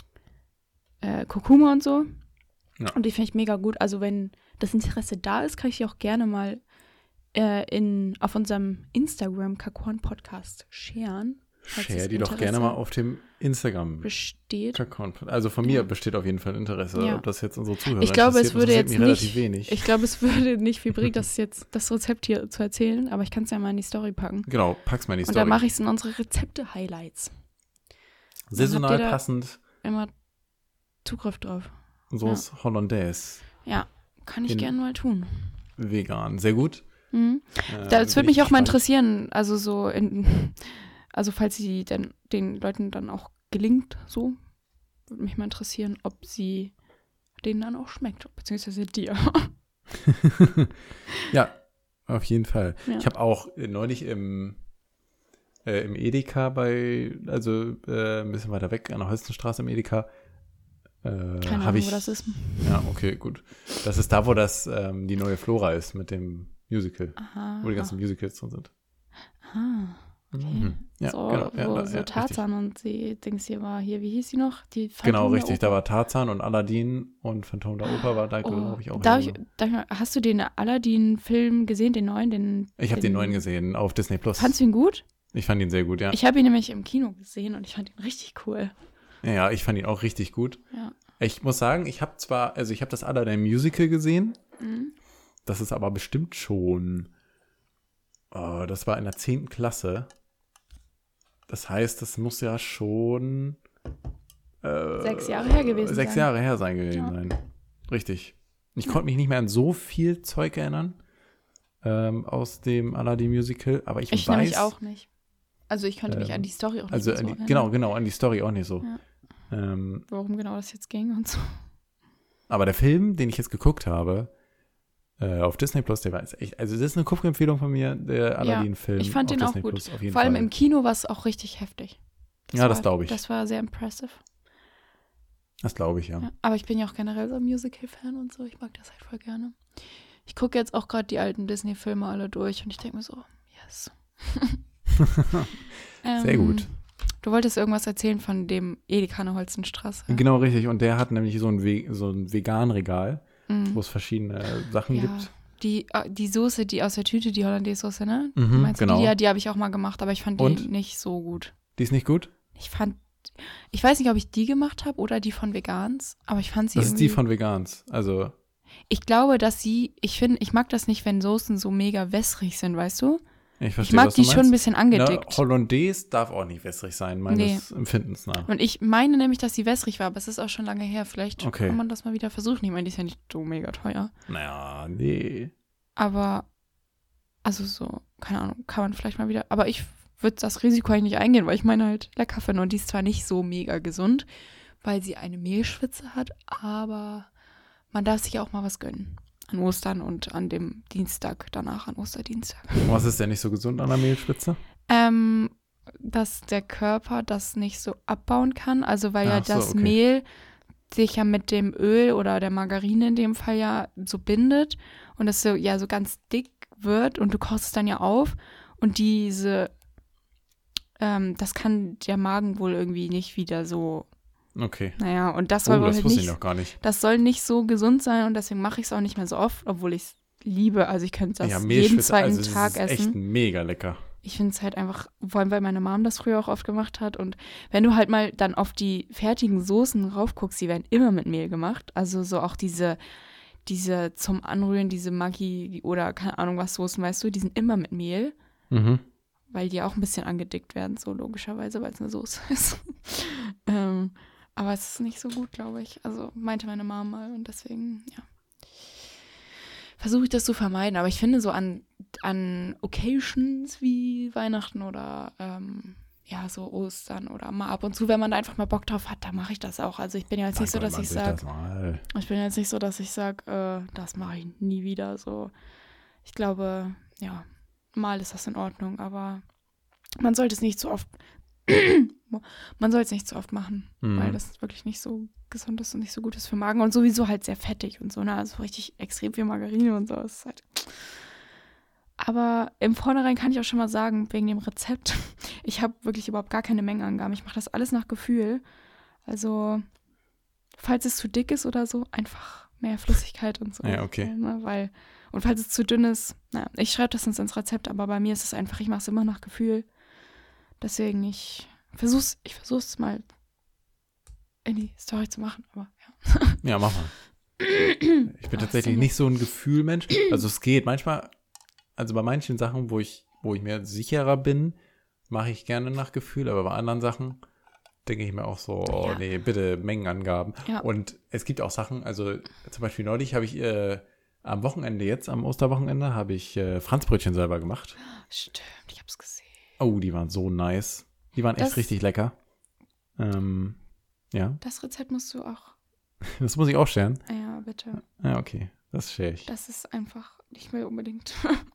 [SPEAKER 2] äh, Kurkuma und so.
[SPEAKER 1] Ja.
[SPEAKER 2] Und die finde ich mega gut. Also wenn das Interesse da ist, kann ich die auch gerne mal äh, in, auf unserem Instagram Kakorn-Podcast sharen.
[SPEAKER 1] Share die doch gerne mal auf dem Instagram.
[SPEAKER 2] Besteht.
[SPEAKER 1] Also von mir ja. besteht auf jeden Fall Interesse,
[SPEAKER 2] ja.
[SPEAKER 1] ob das jetzt unsere Zuhörer
[SPEAKER 2] ich glaube, es würde jetzt
[SPEAKER 1] mich
[SPEAKER 2] nicht,
[SPEAKER 1] relativ wenig.
[SPEAKER 2] Ich glaube, es würde nicht viel bringen, das jetzt das Rezept hier zu erzählen, aber ich kann es ja mal in die Story packen.
[SPEAKER 1] Genau, pack's mal in die
[SPEAKER 2] Und
[SPEAKER 1] Story.
[SPEAKER 2] dann mache ich es in unsere Rezepte-Highlights.
[SPEAKER 1] Saisonal passend.
[SPEAKER 2] Immer Zugriff drauf.
[SPEAKER 1] Sauce ja. Hollandaise.
[SPEAKER 2] Ja, kann ich gerne mal tun.
[SPEAKER 1] Vegan, sehr gut.
[SPEAKER 2] Mhm.
[SPEAKER 1] Äh,
[SPEAKER 2] das würde mich auch gespannt. mal interessieren, also so in Also falls sie denn den Leuten dann auch gelingt, so, würde mich mal interessieren, ob sie denen dann auch schmeckt, beziehungsweise dir.
[SPEAKER 1] Ja, auf jeden Fall.
[SPEAKER 2] Ja.
[SPEAKER 1] Ich habe auch neulich im, äh, im Edeka bei, also äh, ein bisschen weiter weg, an der Holstenstraße im Edeka, äh,
[SPEAKER 2] Keine Ahnung,
[SPEAKER 1] ich,
[SPEAKER 2] wo das ist.
[SPEAKER 1] Ja, okay, gut. Das ist da, wo das ähm, die neue Flora ist mit dem Musical,
[SPEAKER 2] aha,
[SPEAKER 1] wo die ganzen Musicals drin sind.
[SPEAKER 2] Aha. Okay.
[SPEAKER 1] Mhm. Ja,
[SPEAKER 2] so,
[SPEAKER 1] genau, ja,
[SPEAKER 2] wo
[SPEAKER 1] ja,
[SPEAKER 2] so
[SPEAKER 1] ja,
[SPEAKER 2] Tarzan und die Dings hier war. Hier, wie hieß sie noch? Die
[SPEAKER 1] genau, richtig. Da war Tarzan und Aladdin und Phantom der Oper war da, oh, glaube ich, auch.
[SPEAKER 2] Darf ich, darf ich mal, hast du den Aladdin-Film gesehen, den neuen? Den,
[SPEAKER 1] ich habe den, den neuen gesehen auf Disney Plus.
[SPEAKER 2] Fandst du ihn gut?
[SPEAKER 1] Ich fand ihn sehr gut, ja.
[SPEAKER 2] Ich habe ihn nämlich im Kino gesehen und ich fand ihn richtig cool.
[SPEAKER 1] Ja, ich fand ihn auch richtig gut.
[SPEAKER 2] Ja.
[SPEAKER 1] Ich muss sagen, ich habe zwar, also ich habe das Aladdin Musical gesehen.
[SPEAKER 2] Mhm.
[SPEAKER 1] Das ist aber bestimmt schon, oh, das war in der zehnten Klasse. Das heißt, das muss ja schon äh,
[SPEAKER 2] sechs Jahre her gewesen
[SPEAKER 1] sechs
[SPEAKER 2] sein.
[SPEAKER 1] Jahre her sein gewesen ja. sein. Richtig. Ich ja. konnte mich nicht mehr an so viel Zeug erinnern ähm, aus dem Aladdin Musical, aber ich,
[SPEAKER 2] ich
[SPEAKER 1] weiß. Ich
[SPEAKER 2] nämlich auch nicht. Also ich konnte ähm, mich an die Story auch nicht
[SPEAKER 1] also
[SPEAKER 2] so
[SPEAKER 1] die,
[SPEAKER 2] erinnern.
[SPEAKER 1] Genau, genau, an die Story auch nicht so.
[SPEAKER 2] Ja.
[SPEAKER 1] Ähm,
[SPEAKER 2] Worum genau das jetzt ging und so.
[SPEAKER 1] Aber der Film, den ich jetzt geguckt habe, äh, auf Disney Plus, der war echt, also das ist eine Guckempfehlung von mir, der Aladdin-Film.
[SPEAKER 2] Ja, ich fand den
[SPEAKER 1] Disney
[SPEAKER 2] auch gut.
[SPEAKER 1] Plus, auf jeden
[SPEAKER 2] Vor allem
[SPEAKER 1] Fall.
[SPEAKER 2] im Kino war es auch richtig heftig.
[SPEAKER 1] Das ja, war, das glaube ich.
[SPEAKER 2] Das war sehr impressive.
[SPEAKER 1] Das glaube ich, ja.
[SPEAKER 2] ja. Aber ich bin ja auch generell so ein Musical-Fan und so. Ich mag das halt voll gerne. Ich gucke jetzt auch gerade die alten Disney-Filme alle durch und ich denke mir so, yes.
[SPEAKER 1] Sehr
[SPEAKER 2] ähm,
[SPEAKER 1] gut.
[SPEAKER 2] Du wolltest irgendwas erzählen von dem Edeka an der Holstenstraße.
[SPEAKER 1] Genau, richtig. Und der hat nämlich so ein, We- so ein Vegan-Regal,
[SPEAKER 2] mm.
[SPEAKER 1] wo es verschiedene Sachen
[SPEAKER 2] ja.
[SPEAKER 1] gibt.
[SPEAKER 2] Die, die Soße, die aus der Tüte, die Hollandaise-Soße, ne?
[SPEAKER 1] Mhm,
[SPEAKER 2] Meinst
[SPEAKER 1] genau.
[SPEAKER 2] du die? Ja, die habe ich auch mal gemacht, aber ich fand die
[SPEAKER 1] Und?
[SPEAKER 2] nicht so gut.
[SPEAKER 1] Die ist nicht gut?
[SPEAKER 2] Ich fand, ich weiß nicht, ob ich die gemacht habe oder die von Vegans, aber ich fand sie
[SPEAKER 1] Das
[SPEAKER 2] irgendwie.
[SPEAKER 1] ist die von Vegans, also.
[SPEAKER 2] Ich glaube, dass sie, ich finde, ich mag das nicht, wenn Soßen so mega wässrig sind, weißt du?
[SPEAKER 1] Ich verstehe,
[SPEAKER 2] ich mag
[SPEAKER 1] was du
[SPEAKER 2] die
[SPEAKER 1] meinst.
[SPEAKER 2] schon ein bisschen angedickt.
[SPEAKER 1] Na, Hollandaise darf auch nicht wässrig sein, meines nee. Empfindens nach.
[SPEAKER 2] Und ich meine nämlich, dass sie wässrig war, aber es ist auch schon lange her. Vielleicht
[SPEAKER 1] okay.
[SPEAKER 2] kann man das mal wieder versuchen. Ich meine, die ist ja nicht so mega teuer.
[SPEAKER 1] Naja, nee.
[SPEAKER 2] Aber, also so, keine Ahnung, kann man vielleicht mal wieder. Aber ich würde das Risiko eigentlich nicht eingehen, weil ich meine halt lecker finde. Und die ist zwar nicht so mega gesund, weil sie eine Mehlschwitze hat, aber man darf sich ja auch mal was gönnen. An Ostern und an dem Dienstag danach, an Osterdienstag.
[SPEAKER 1] Was ist denn nicht so gesund an der Mehlschwitze?
[SPEAKER 2] Ähm, dass der Körper das nicht so abbauen kann. Also weil ja
[SPEAKER 1] Ach so,
[SPEAKER 2] das
[SPEAKER 1] okay.
[SPEAKER 2] Mehl sich ja mit dem Öl oder der Margarine in dem Fall ja so bindet und es so ja so ganz dick wird und du kochst es dann ja auf und diese, ähm, das kann der Magen wohl irgendwie nicht wieder so,
[SPEAKER 1] Okay.
[SPEAKER 2] naja, und das
[SPEAKER 1] Oh,
[SPEAKER 2] soll wohl
[SPEAKER 1] das
[SPEAKER 2] halt
[SPEAKER 1] wusste ich
[SPEAKER 2] nicht,
[SPEAKER 1] noch gar nicht.
[SPEAKER 2] das soll nicht so gesund sein und deswegen mache ich es auch nicht mehr so oft, obwohl ich es liebe. Also ich könnte das
[SPEAKER 1] Ja,
[SPEAKER 2] jeden
[SPEAKER 1] Mehlschwitze,
[SPEAKER 2] zweiten
[SPEAKER 1] also das
[SPEAKER 2] Tag
[SPEAKER 1] ist
[SPEAKER 2] essen.
[SPEAKER 1] echt mega lecker.
[SPEAKER 2] Ich finde es halt einfach, vor allem weil meine Mom das früher auch oft gemacht hat und wenn du halt mal dann auf die fertigen Soßen raufguckst, die werden immer mit Mehl gemacht. Also so auch diese, diese zum Anrühren, diese Maggi oder keine Ahnung was Soßen, weißt du, die sind immer mit Mehl,
[SPEAKER 1] Mhm.
[SPEAKER 2] weil die auch ein bisschen angedickt werden, so logischerweise, weil es eine Soße ist. ähm, aber es ist nicht so gut, glaube ich. Also meinte meine Mom mal und deswegen, ja. Versuche ich das zu vermeiden, aber ich finde so an, an Occasions wie Weihnachten oder ähm, ja, so Ostern oder mal ab und zu, wenn man da einfach mal Bock drauf hat, dann mache ich das auch. Also ich bin ja jetzt nicht so, dass ich sage, ich bin jetzt nicht so, dass ich sage, äh, das mache ich nie wieder. So, ich glaube, ja, mal ist das in Ordnung, aber man sollte es nicht zu oft, man soll es nicht zu oft machen,
[SPEAKER 1] Mhm.
[SPEAKER 2] weil das wirklich nicht so gesund ist und nicht so gut ist für den Magen und sowieso halt sehr fettig und so, ne? Also richtig extrem viel Margarine und so. Das ist halt. Aber im Vornherein kann ich auch schon mal sagen, wegen dem Rezept, ich habe wirklich überhaupt gar keine Mengenangaben. Ich mache das alles nach Gefühl. Also, falls es zu dick ist oder so, einfach mehr Flüssigkeit und so.
[SPEAKER 1] Ja, okay.
[SPEAKER 2] Ne? Weil, und falls es zu dünn ist, naja, ich schreibe das sonst ins Rezept, aber bei mir ist es einfach, ich mache es immer nach Gefühl. Deswegen, ich versuch's, ich versuch's mal in die Story zu machen, aber ja.
[SPEAKER 1] Ja, mach mal. Ich bin
[SPEAKER 2] Oh,
[SPEAKER 1] tatsächlich
[SPEAKER 2] so
[SPEAKER 1] nicht so ein Gefühlmensch. Also es geht manchmal, also bei manchen Sachen, wo ich, wo ich mir sicherer bin, mache ich gerne nach Gefühl, aber bei anderen Sachen denke ich mir auch so, oh
[SPEAKER 2] Ja.
[SPEAKER 1] nee, bitte Mengenangaben.
[SPEAKER 2] Ja.
[SPEAKER 1] Und es gibt auch Sachen, also zum Beispiel neulich habe ich äh, am Wochenende jetzt, am Osterwochenende, habe ich äh, Franzbrötchen selber gemacht.
[SPEAKER 2] Stimmt, ich hab's gesehen.
[SPEAKER 1] Oh, die waren so nice. Die waren echt
[SPEAKER 2] Das-
[SPEAKER 1] richtig lecker. Ähm, ja,
[SPEAKER 2] Das Rezept musst du auch,
[SPEAKER 1] das muss ich auch scheren.
[SPEAKER 2] ja, bitte.
[SPEAKER 1] Ja, okay, das share ich.
[SPEAKER 2] Das ist einfach nicht mehr unbedingt.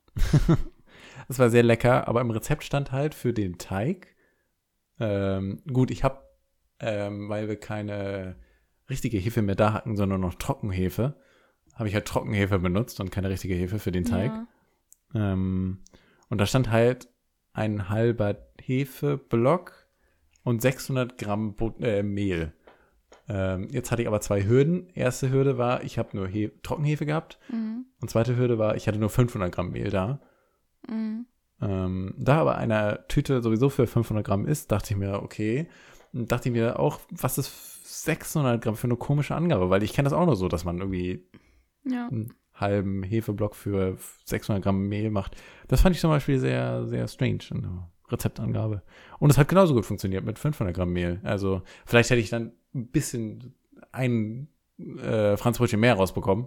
[SPEAKER 1] Das war sehr lecker, aber im Rezept stand halt für den Teig, ähm, gut, ich habe, ähm, weil wir keine richtige Hefe mehr da hatten, sondern noch Trockenhefe, habe ich halt Trockenhefe benutzt und keine richtige Hefe für den Teig.
[SPEAKER 2] Ja.
[SPEAKER 1] Ähm, und da stand halt ein halber Hefeblock und sechshundert Gramm But- äh, Mehl. Ähm, jetzt hatte ich aber zwei Hürden. Erste Hürde war, ich habe nur He- Trockenhefe gehabt.
[SPEAKER 2] Mhm.
[SPEAKER 1] Und zweite Hürde war, ich hatte nur fünfhundert Gramm Mehl da.
[SPEAKER 2] Mhm.
[SPEAKER 1] Ähm, da aber eine Tüte sowieso für fünfhundert Gramm ist, dachte ich mir, okay. Und dachte ich mir auch, was ist sechshundert Gramm für eine komische Angabe? Weil ich kenne das auch nur so, dass man irgendwie
[SPEAKER 2] Ja.
[SPEAKER 1] einen halben Hefeblock für sechshundert Gramm Mehl macht. Das fand ich zum Beispiel sehr, sehr strange, eine Rezeptangabe. Und es hat genauso gut funktioniert mit fünfhundert Gramm Mehl. Also vielleicht hätte ich dann ein bisschen ein äh, Franzbrötchen mehr rausbekommen.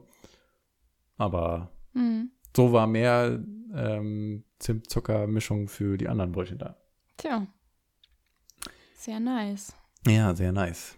[SPEAKER 1] Aber
[SPEAKER 2] Mhm.
[SPEAKER 1] so war mehr ähm, Zimt-Zucker-Mischung für die anderen Brötchen da.
[SPEAKER 2] Tja. Sehr nice.
[SPEAKER 1] Ja, sehr nice.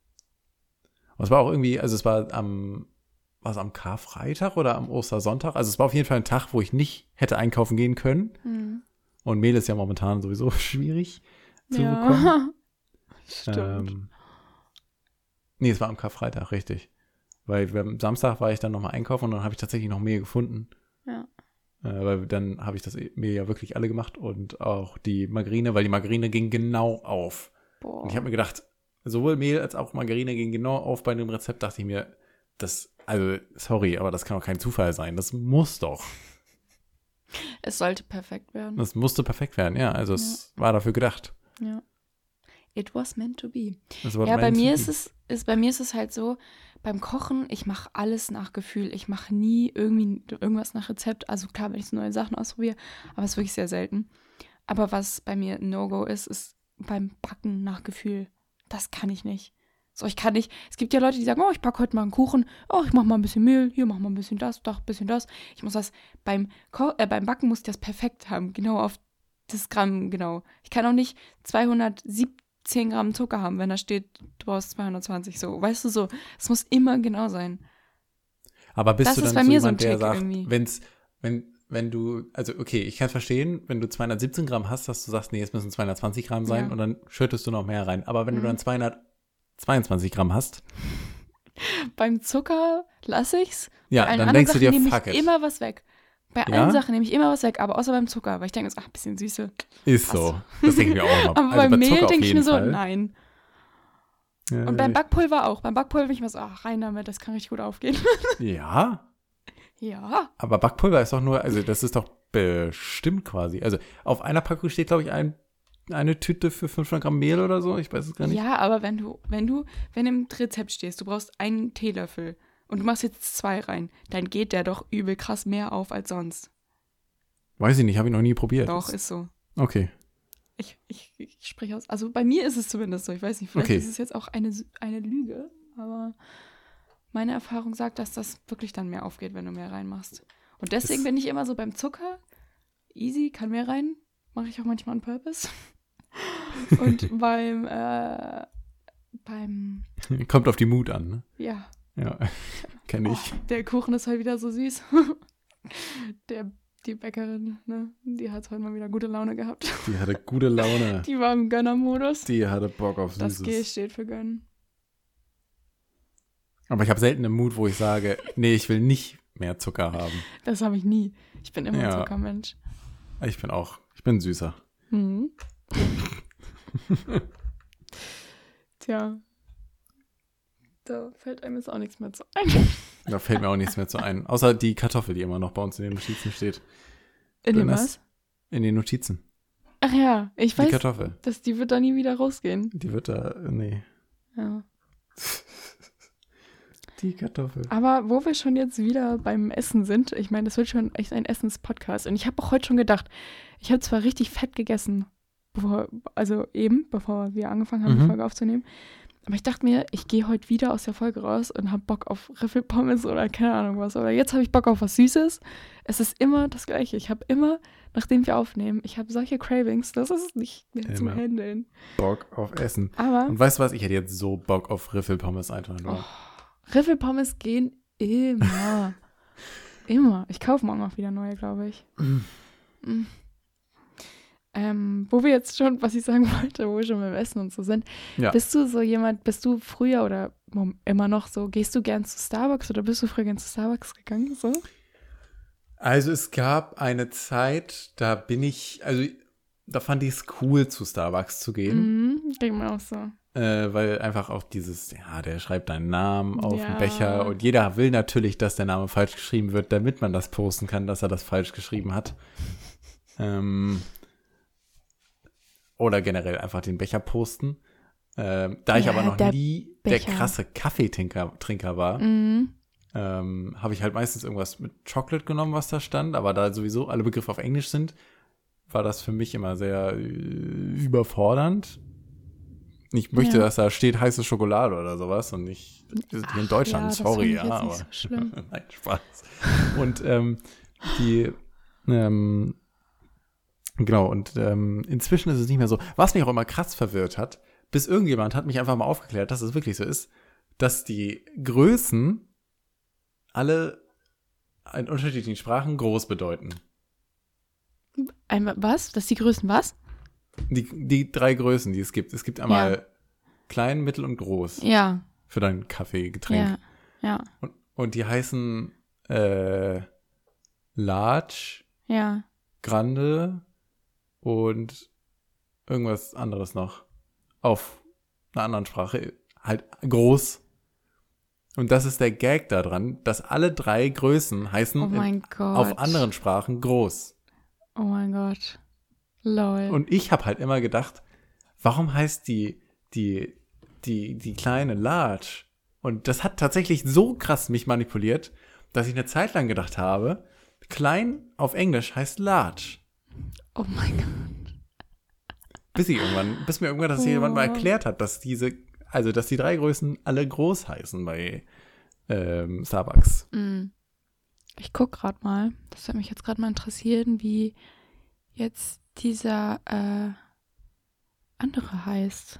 [SPEAKER 1] Und es war auch irgendwie, also es war am, war es am Karfreitag oder am Ostersonntag? Also es war auf jeden Fall ein Tag, wo ich nicht hätte einkaufen gehen können.
[SPEAKER 2] Mhm.
[SPEAKER 1] Und Mehl ist ja momentan sowieso schwierig zu bekommen.
[SPEAKER 2] Ja. Stimmt.
[SPEAKER 1] Ähm, nee, es war am Karfreitag, richtig. Weil am Samstag war ich dann nochmal einkaufen und dann habe ich tatsächlich noch Mehl gefunden.
[SPEAKER 2] Ja.
[SPEAKER 1] Äh, weil dann habe ich das Mehl ja wirklich alle gemacht und auch die Margarine, weil die Margarine ging genau auf.
[SPEAKER 2] Boah.
[SPEAKER 1] Und ich habe mir gedacht, sowohl Mehl als auch Margarine ging genau auf bei dem Rezept, dachte ich mir, das, also, sorry, aber das kann doch kein Zufall sein. Das muss doch.
[SPEAKER 2] Es sollte perfekt werden.
[SPEAKER 1] Das musste perfekt werden, ja. Also es war dafür gedacht.
[SPEAKER 2] Ja. It was meant to be.
[SPEAKER 1] Das war
[SPEAKER 2] Ja, bei
[SPEAKER 1] meant to
[SPEAKER 2] mir
[SPEAKER 1] be.
[SPEAKER 2] ist es, ist, bei mir ist es halt so, beim Kochen, ich mache alles nach Gefühl. Ich mache nie irgendwie irgendwas nach Rezept. Also klar, wenn ich so neue Sachen ausprobiere, aber es ist wirklich sehr selten. Aber was bei mir ein No-Go ist, ist beim Backen nach Gefühl. Das kann ich nicht. So, ich kann nicht. Es gibt ja Leute, die sagen, oh, ich backe heute mal einen Kuchen. Oh, ich mache mal ein bisschen Mehl. Hier, mach mal ein bisschen das, da ein bisschen das. Ich muss das, beim, Ko äh, beim Backen muss ich das perfekt haben. Genau auf das Gramm, genau. Ich kann auch nicht zweihundertsiebzehn Gramm Zucker haben, wenn da steht, du brauchst zweihundertzwanzig. So, weißt du, so. Es muss immer genau sein.
[SPEAKER 1] Aber bist
[SPEAKER 2] das
[SPEAKER 1] du
[SPEAKER 2] ist
[SPEAKER 1] dann
[SPEAKER 2] bei
[SPEAKER 1] so
[SPEAKER 2] mir so
[SPEAKER 1] jemand,
[SPEAKER 2] ein
[SPEAKER 1] der
[SPEAKER 2] Tick
[SPEAKER 1] sagt,
[SPEAKER 2] irgendwie.
[SPEAKER 1] wenn's, wenn, wenn du, also okay, ich kann verstehen, wenn du zweihundertsiebzehn Gramm hast, dass du sagst, nee, es müssen zweihundertzwanzig Gramm sein
[SPEAKER 2] Ja.
[SPEAKER 1] und dann schüttest du noch mehr rein. Aber wenn
[SPEAKER 2] Mhm.
[SPEAKER 1] du dann zweihundertzweiundzwanzig Gramm hast,
[SPEAKER 2] Beim Zucker lasse ich's.
[SPEAKER 1] ja,
[SPEAKER 2] Bei allen
[SPEAKER 1] dann
[SPEAKER 2] anderen
[SPEAKER 1] denkst du
[SPEAKER 2] Sachen
[SPEAKER 1] dir,
[SPEAKER 2] nehme
[SPEAKER 1] fuck
[SPEAKER 2] ich
[SPEAKER 1] it.
[SPEAKER 2] immer was weg. Bei
[SPEAKER 1] Ja?
[SPEAKER 2] allen Sachen nehme ich immer was weg, aber außer beim Zucker, weil ich denke, ach, ein bisschen Süße.
[SPEAKER 1] Ist so. Das denke ich mir auch immer.
[SPEAKER 2] Aber
[SPEAKER 1] Also
[SPEAKER 2] beim
[SPEAKER 1] bei
[SPEAKER 2] Mehl
[SPEAKER 1] Zucker auf
[SPEAKER 2] denke ich mir
[SPEAKER 1] jeden
[SPEAKER 2] so,
[SPEAKER 1] Fall.
[SPEAKER 2] nein.
[SPEAKER 1] Ja,
[SPEAKER 2] Und beim
[SPEAKER 1] ich-
[SPEAKER 2] Backpulver auch. Beim Backpulver bin ich mir so, ach, rein damit, das kann richtig gut aufgehen.
[SPEAKER 1] Ja,
[SPEAKER 2] Ja.
[SPEAKER 1] aber Backpulver ist doch nur, also das ist doch bestimmt quasi. Also auf einer Packung steht, glaube ich, ein, eine Tüte für fünfhundert Gramm Mehl oder so. Ich weiß es gar nicht.
[SPEAKER 2] Ja, aber wenn du, wenn du, wenn im Rezept stehst, du brauchst einen Teelöffel und du machst jetzt zwei rein, dann geht der doch übel krass mehr auf als sonst.
[SPEAKER 1] Weiß ich nicht, habe ich noch nie probiert.
[SPEAKER 2] Doch, ist so.
[SPEAKER 1] Okay.
[SPEAKER 2] Ich, ich, ich spreche aus. Also bei mir ist es zumindest so. Ich weiß nicht, vielleicht
[SPEAKER 1] Okay.
[SPEAKER 2] ist es jetzt auch eine, eine Lüge, aber meine Erfahrung sagt, dass das wirklich dann mehr aufgeht, wenn du mehr reinmachst. Und deswegen
[SPEAKER 1] Das-
[SPEAKER 2] bin ich immer so beim Zucker, easy, kann mehr rein. Mache ich auch manchmal on purpose. Und beim, äh, beim,
[SPEAKER 1] Kommt auf die Mut an, ne?
[SPEAKER 2] ja.
[SPEAKER 1] Ja, kenne ich.
[SPEAKER 2] Oh, der Kuchen ist halt wieder so süß. Der, die Bäckerin, ne, die hat heute mal wieder gute Laune gehabt.
[SPEAKER 1] Die hatte gute Laune.
[SPEAKER 2] Die war im Gönnermodus.
[SPEAKER 1] Die hatte Bock auf
[SPEAKER 2] Das G
[SPEAKER 1] Süßes.
[SPEAKER 2] steht für gönnen.
[SPEAKER 1] Aber ich habe selten einen Mut, wo ich sage, nee, ich will nicht mehr Zucker haben.
[SPEAKER 2] Das habe ich nie. Ich bin immer
[SPEAKER 1] Ja.
[SPEAKER 2] ein Zuckermensch.
[SPEAKER 1] Ich bin auch, ich bin süßer.
[SPEAKER 2] Mhm. Tja. Da fällt einem jetzt auch nichts mehr zu ein.
[SPEAKER 1] Da fällt mir auch nichts mehr zu ein. Außer die Kartoffel, die immer noch bei uns in den Notizen steht.
[SPEAKER 2] In dem
[SPEAKER 1] Jonas?
[SPEAKER 2] was?
[SPEAKER 1] In den Notizen.
[SPEAKER 2] Ach ja, ich
[SPEAKER 1] Die
[SPEAKER 2] weiß,
[SPEAKER 1] Kartoffel.
[SPEAKER 2] dass die wird da nie wieder rausgehen.
[SPEAKER 1] Die wird da, nee.
[SPEAKER 2] Ja.
[SPEAKER 1] Die Kartoffel.
[SPEAKER 2] Aber wo wir schon jetzt wieder beim Essen sind, ich meine, das wird schon echt ein Essenspodcast. Und ich habe auch heute schon gedacht, ich habe zwar richtig fett gegessen, bevor, also eben, bevor wir angefangen haben,
[SPEAKER 1] Mhm.
[SPEAKER 2] die Folge aufzunehmen. Aber ich dachte mir, ich gehe heute wieder aus der Folge raus und habe Bock auf Riffelpommes oder keine Ahnung was. Oder jetzt habe ich Bock auf was Süßes. Es ist immer das Gleiche. Ich habe immer, nachdem wir aufnehmen, ich habe solche Cravings, das ist nicht mehr zum
[SPEAKER 1] Immer.
[SPEAKER 2] Handeln.
[SPEAKER 1] Bock auf Essen.
[SPEAKER 2] Aber
[SPEAKER 1] Und weißt du was? Ich hätte jetzt so Bock auf Riffelpommes einfach nur.
[SPEAKER 2] Oh, Riffelpommes gehen immer. Immer. Ich kaufe morgen auch wieder neue, glaube ich. Mm. Ähm, wo wir jetzt schon, was ich sagen wollte, wo wir schon beim Essen und so sind.
[SPEAKER 1] Ja.
[SPEAKER 2] Bist du so jemand, bist du früher oder mom- immer noch so, gehst du gern zu Starbucks oder bist du früher gern zu Starbucks gegangen? So?
[SPEAKER 1] Also es gab eine Zeit, da bin ich, also da fand ich es cool, zu Starbucks zu gehen.
[SPEAKER 2] Mhm, denke mir auch so.
[SPEAKER 1] Äh, weil einfach auch dieses, ja, der schreibt deinen Namen auf
[SPEAKER 2] Ja.
[SPEAKER 1] den Becher und jeder will natürlich, dass der Name falsch geschrieben wird, damit man das posten kann, dass er das falsch geschrieben hat. Ähm, oder generell einfach den Becher posten. Ähm, da ich
[SPEAKER 2] Ja,
[SPEAKER 1] aber noch
[SPEAKER 2] der
[SPEAKER 1] nie
[SPEAKER 2] Becher.
[SPEAKER 1] der krasse Kaffeetrinker Trinker war,
[SPEAKER 2] Mhm.
[SPEAKER 1] ähm, habe ich halt meistens irgendwas mit Chocolate genommen, was da stand. Aber da sowieso alle Begriffe auf Englisch sind, war das für mich immer sehr äh, überfordernd. Ich möchte,
[SPEAKER 2] Ja.
[SPEAKER 1] dass da steht heiße Schokolade oder sowas und nicht wir sind hier in Deutschland,
[SPEAKER 2] ja, das
[SPEAKER 1] sorry,
[SPEAKER 2] fand ich
[SPEAKER 1] ja,
[SPEAKER 2] jetzt nicht
[SPEAKER 1] aber
[SPEAKER 2] so schlimm.
[SPEAKER 1] nein, Spaß. Und ähm, die ähm, genau, und ähm, inzwischen ist es nicht mehr so. Was mich auch immer krass verwirrt hat, bis irgendjemand hat mich einfach mal aufgeklärt, dass es wirklich so ist, dass die Größen alle in unterschiedlichen Sprachen groß bedeuten.
[SPEAKER 2] Einmal, was? Dass die Größen was?
[SPEAKER 1] Die, die drei Größen, die es gibt. Es gibt einmal klein, mittel und groß
[SPEAKER 2] Ja.
[SPEAKER 1] für dein Kaffeegetränk.
[SPEAKER 2] Ja. Ja.
[SPEAKER 1] Und, und die heißen äh, Large,
[SPEAKER 2] Ja.
[SPEAKER 1] Grande und irgendwas anderes noch. Auf einer anderen Sprache. Halt groß. Und das ist der Gag daran, dass alle drei Größen heißen
[SPEAKER 2] Oh mein Gott.
[SPEAKER 1] auf anderen Sprachen groß.
[SPEAKER 2] Oh mein Gott. Lol.
[SPEAKER 1] Und ich habe halt immer gedacht, warum heißt die, die, die, die kleine Large? Und das hat tatsächlich so krass mich manipuliert, dass ich eine Zeit lang gedacht habe, klein auf Englisch heißt Large.
[SPEAKER 2] oh mein Gott.
[SPEAKER 1] Bis ich irgendwann, bis mir irgendwann das
[SPEAKER 2] Oh.
[SPEAKER 1] jemand mal erklärt hat, dass diese, also dass die drei Größen alle groß heißen bei ähm, Starbucks.
[SPEAKER 2] Mm. Ich guck gerade mal. Das würde mich jetzt gerade mal interessieren, wie jetzt dieser äh, andere heißt.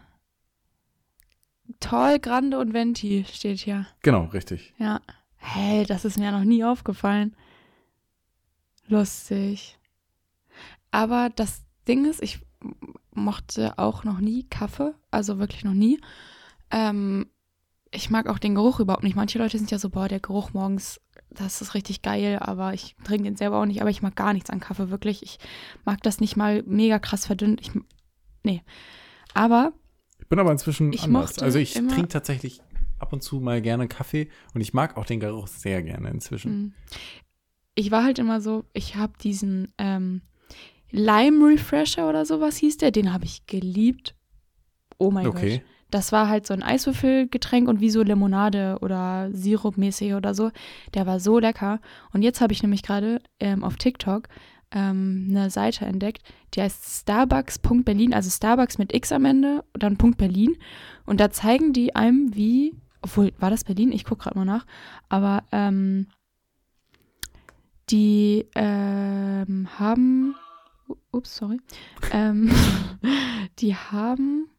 [SPEAKER 2] Tall, Grande und Venti steht hier.
[SPEAKER 1] Genau, richtig.
[SPEAKER 2] Ja. Hey, das ist mir ja noch nie aufgefallen. Lustig. Aber das Ding ist, ich mochte auch noch nie Kaffee, also wirklich noch nie. Ähm, ich mag auch den Geruch überhaupt nicht. Manche Leute sind ja so, boah, der Geruch morgens, das ist richtig geil, aber ich trinke den selber auch nicht, aber ich mag gar nichts an Kaffee, wirklich. Ich mag das nicht mal mega krass verdünnt. Ich, nee. Aber
[SPEAKER 1] ich bin aber inzwischen
[SPEAKER 2] ich
[SPEAKER 1] anders. Also ich
[SPEAKER 2] immer-
[SPEAKER 1] trinke tatsächlich ab und zu mal gerne Kaffee und ich mag auch den Geruch sehr gerne inzwischen.
[SPEAKER 2] Mhm. Ich war halt immer so, ich habe diesen ähm, Lime Refresher oder sowas hieß der, den habe ich geliebt. Oh mein
[SPEAKER 1] Okay.
[SPEAKER 2] Gott. Das war halt so ein Eiswürfelgetränk und wie so Limonade oder Sirup-mäßig oder so. Der war so lecker. Und jetzt habe ich nämlich gerade ähm, auf TikTok ähm, eine Seite entdeckt, die heißt starbucks Punkt berlin, also Starbucks mit X am Ende, dann Punkt Berlin. Und da zeigen die einem, wie, obwohl, war das Berlin? Ich gucke gerade mal nach. Aber ähm, die ähm, haben, ups, sorry, ähm, die haben,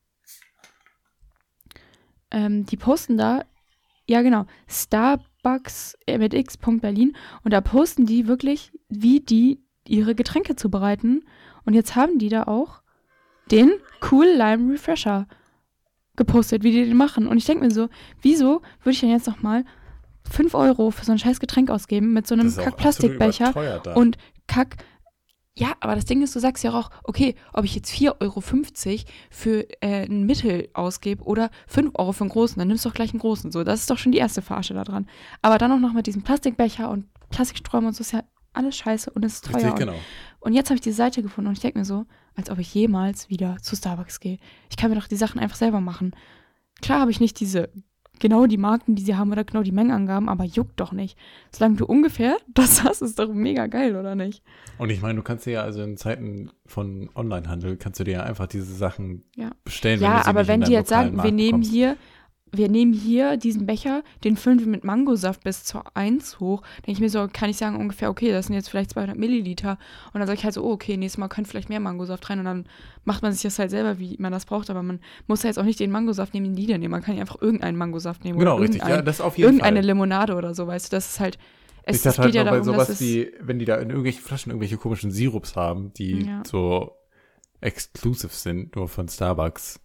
[SPEAKER 2] ähm, die posten da, ja genau, Starbucks mit X Punkt Berlin und da posten die wirklich, wie die ihre Getränke zubereiten und jetzt haben die da auch den Cool Lime Refresher gepostet, wie die den machen und ich denke mir so, wieso würde ich denn jetzt nochmal fünf Euro für so ein scheiß Getränk ausgeben mit so einem
[SPEAKER 1] Das ist auch
[SPEAKER 2] Kack-Plastikbecher
[SPEAKER 1] absolut überteuert da.
[SPEAKER 2] und Kack. Ja, aber das Ding ist, du sagst ja auch, okay, ob ich jetzt vier Euro fünfzig für äh, ein Mittel ausgebe oder fünf Euro für einen großen, dann nimmst du doch gleich einen großen. So, das ist doch schon die erste Verarsche da dran. Aber dann auch noch mit diesem Plastikbecher und Plastiksträumen und so ist ja alles scheiße und es ist teuer.
[SPEAKER 1] Richtig,
[SPEAKER 2] Und,
[SPEAKER 1] genau.
[SPEAKER 2] und jetzt habe ich diese Seite gefunden und ich denke mir so, als ob ich jemals wieder zu Starbucks gehe. Ich kann mir doch die Sachen einfach selber machen. Klar habe ich nicht diese genau die Marken, die sie haben oder genau die Mengenangaben, aber juckt doch nicht. Solange du ungefähr das hast, ist doch mega geil, oder nicht?
[SPEAKER 1] Und ich meine, du kannst dir ja also in Zeiten von Onlinehandel, kannst du dir ja einfach diese Sachen
[SPEAKER 2] Ja.
[SPEAKER 1] bestellen.
[SPEAKER 2] Ja,
[SPEAKER 1] wenn du sie
[SPEAKER 2] aber
[SPEAKER 1] nicht
[SPEAKER 2] wenn
[SPEAKER 1] in
[SPEAKER 2] die
[SPEAKER 1] deinem
[SPEAKER 2] jetzt
[SPEAKER 1] lokalen
[SPEAKER 2] sagen,
[SPEAKER 1] Markt
[SPEAKER 2] wir nehmen
[SPEAKER 1] bekommst.
[SPEAKER 2] hier, wir nehmen hier diesen Becher, den füllen wir mit Mangosaft bis zur eins hoch, denke ich mir so, kann ich sagen ungefähr, okay, das sind jetzt vielleicht zweihundert Milliliter. Und dann sage ich halt so, oh, okay, nächstes Mal könnte vielleicht mehr Mangosaft rein. Und dann macht man sich das halt selber, wie man das braucht. Aber man muss ja jetzt auch nicht den Mangosaft nehmen, den die da nehmen. Man kann ja einfach irgendeinen Mangosaft nehmen.
[SPEAKER 1] Genau,
[SPEAKER 2] oder
[SPEAKER 1] richtig. Ja,
[SPEAKER 2] irgendein-
[SPEAKER 1] das auf jeden
[SPEAKER 2] irgendeine
[SPEAKER 1] Fall.
[SPEAKER 2] Limonade oder so, weißt du, das ist halt, es,
[SPEAKER 1] Ich dachte
[SPEAKER 2] es geht
[SPEAKER 1] halt
[SPEAKER 2] ja
[SPEAKER 1] nur bei
[SPEAKER 2] darum, dass
[SPEAKER 1] sowas
[SPEAKER 2] es,
[SPEAKER 1] wie, wenn die da in irgendwelchen Flaschen irgendwelche komischen Sirups haben, die
[SPEAKER 2] Ja.
[SPEAKER 1] so exclusive sind, nur von Starbucks,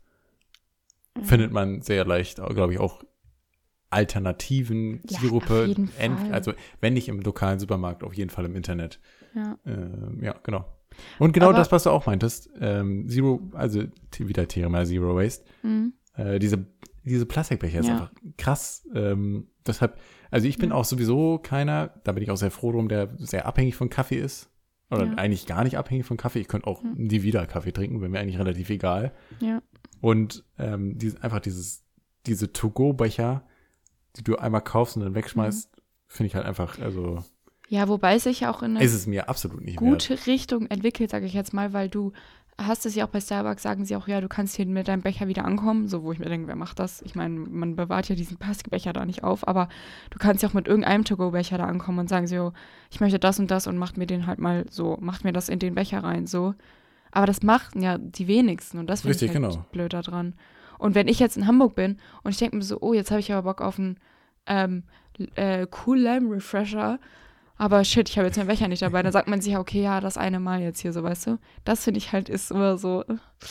[SPEAKER 1] findet man sehr leicht, glaube ich, auch alternativen
[SPEAKER 2] Ja,
[SPEAKER 1] Sirupe.
[SPEAKER 2] auf jeden
[SPEAKER 1] ent-
[SPEAKER 2] Fall.
[SPEAKER 1] Also wenn nicht im lokalen Supermarkt, auf jeden Fall im Internet.
[SPEAKER 2] ja.
[SPEAKER 1] Ähm, ja, genau. Und genau
[SPEAKER 2] Aber-
[SPEAKER 1] das, was du auch meintest, ähm, Zero, also t- wieder Thema Zero Waste,
[SPEAKER 2] Mhm.
[SPEAKER 1] äh, diese, diese Plastikbecher ist
[SPEAKER 2] Ja.
[SPEAKER 1] einfach krass. Ähm, deshalb, also ich bin
[SPEAKER 2] Ja.
[SPEAKER 1] auch sowieso keiner, da bin ich auch sehr froh drum, der sehr abhängig von Kaffee ist. Oder
[SPEAKER 2] Ja.
[SPEAKER 1] eigentlich gar nicht abhängig von Kaffee. Ich könnte auch
[SPEAKER 2] Ja.
[SPEAKER 1] nie wieder Kaffee trinken, wäre mir eigentlich relativ egal.
[SPEAKER 2] Ja.
[SPEAKER 1] Und ähm, dies, einfach dieses, diese To-Go-Becher, die du einmal kaufst und dann wegschmeißt, finde ich halt einfach, also
[SPEAKER 2] Ja, wobei es sich ja auch in eine
[SPEAKER 1] ist es mir absolut nicht wert.
[SPEAKER 2] gute Richtung entwickelt, sage ich jetzt mal, weil du hast es ja auch bei Starbucks, sagen sie auch, ja, du kannst hier mit deinem Becher wieder ankommen, so wo ich mir denke, wer macht das? Ich meine, man bewahrt ja diesen Plastikbecher da nicht auf, aber du kannst ja auch mit irgendeinem To-Go-Becher da ankommen und sagen so, ich möchte das und das und macht mir den halt mal so, macht mir das in den Becher rein, so. Aber das machen ja die wenigsten und das finde ich
[SPEAKER 1] Richtig,
[SPEAKER 2] halt
[SPEAKER 1] genau.
[SPEAKER 2] blöd da dran. Und wenn ich jetzt in Hamburg bin und ich denke mir so, oh, jetzt habe ich aber Bock auf einen ähm, äh, Cool Lime Refresher, aber shit, ich habe jetzt meinen Becher nicht dabei. Dann sagt man sich ja, okay, ja, das eine Mal jetzt hier, so, weißt du? Das finde ich halt ist immer so.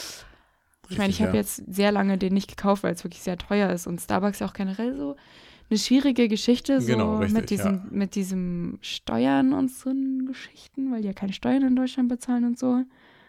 [SPEAKER 2] Ich meine, ich
[SPEAKER 1] Richtig,
[SPEAKER 2] habe
[SPEAKER 1] ja.
[SPEAKER 2] jetzt sehr lange den nicht gekauft, weil es wirklich sehr teuer ist. Und Starbucks ja auch generell so eine schwierige Geschichte, so
[SPEAKER 1] Genau, richtig,
[SPEAKER 2] mit diesem,
[SPEAKER 1] ja.
[SPEAKER 2] mit diesem Steuern und so Geschichten, weil die ja keine Steuern in Deutschland bezahlen und so.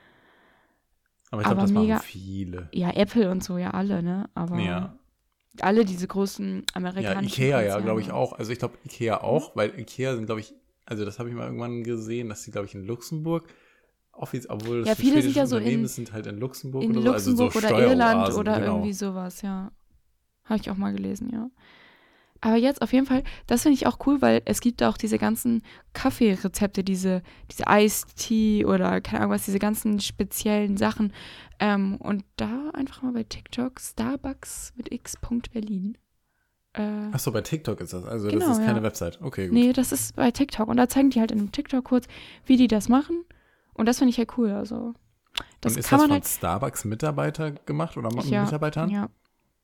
[SPEAKER 1] Aber ich glaube,
[SPEAKER 2] aber
[SPEAKER 1] das
[SPEAKER 2] mega-
[SPEAKER 1] machen viele.
[SPEAKER 2] Ja, Apple und so ja alle, ne? Aber
[SPEAKER 1] Ja.
[SPEAKER 2] alle diese großen
[SPEAKER 1] Ja,
[SPEAKER 2] amerikanischen
[SPEAKER 1] Ikea ja,
[SPEAKER 2] Konzerne.
[SPEAKER 1] glaube ich auch. Also ich glaube Ikea auch, weil Ikea sind, glaube ich, also das habe ich mal irgendwann gesehen, dass die, glaube ich, in Luxemburg, offiz- obwohl das
[SPEAKER 2] Ja,
[SPEAKER 1] ein
[SPEAKER 2] viele sind
[SPEAKER 1] schwedisches
[SPEAKER 2] ja so
[SPEAKER 1] Unternehmen
[SPEAKER 2] in-
[SPEAKER 1] ist, sind halt in Luxemburg
[SPEAKER 2] In
[SPEAKER 1] oder so.
[SPEAKER 2] Luxemburg
[SPEAKER 1] also so
[SPEAKER 2] oder Irland
[SPEAKER 1] Steueroasen,
[SPEAKER 2] oder
[SPEAKER 1] genau.
[SPEAKER 2] irgendwie sowas, ja. Habe ich auch mal gelesen, ja. Aber jetzt auf jeden Fall, das finde ich auch cool, weil es gibt auch diese ganzen Kaffeerezepte, diese, diese Iced Tea oder keine Ahnung was, diese ganzen speziellen Sachen. Ähm, und da einfach mal bei TikTok Starbucks mit X Punkt Berlin. Äh,
[SPEAKER 1] Ach so, bei TikTok ist das. Also
[SPEAKER 2] Genau,
[SPEAKER 1] das ist keine
[SPEAKER 2] ja.
[SPEAKER 1] Website. Okay, gut.
[SPEAKER 2] nee, das ist bei TikTok. Und da zeigen die halt in einem TikTok kurz, wie die das machen. Und das finde ich halt cool. Also, das
[SPEAKER 1] Und ist
[SPEAKER 2] kann
[SPEAKER 1] das
[SPEAKER 2] man
[SPEAKER 1] von
[SPEAKER 2] halt.
[SPEAKER 1] Starbucks Mitarbeiter gemacht oder
[SPEAKER 2] Ja,
[SPEAKER 1] Mitarbeitern?
[SPEAKER 2] Ja.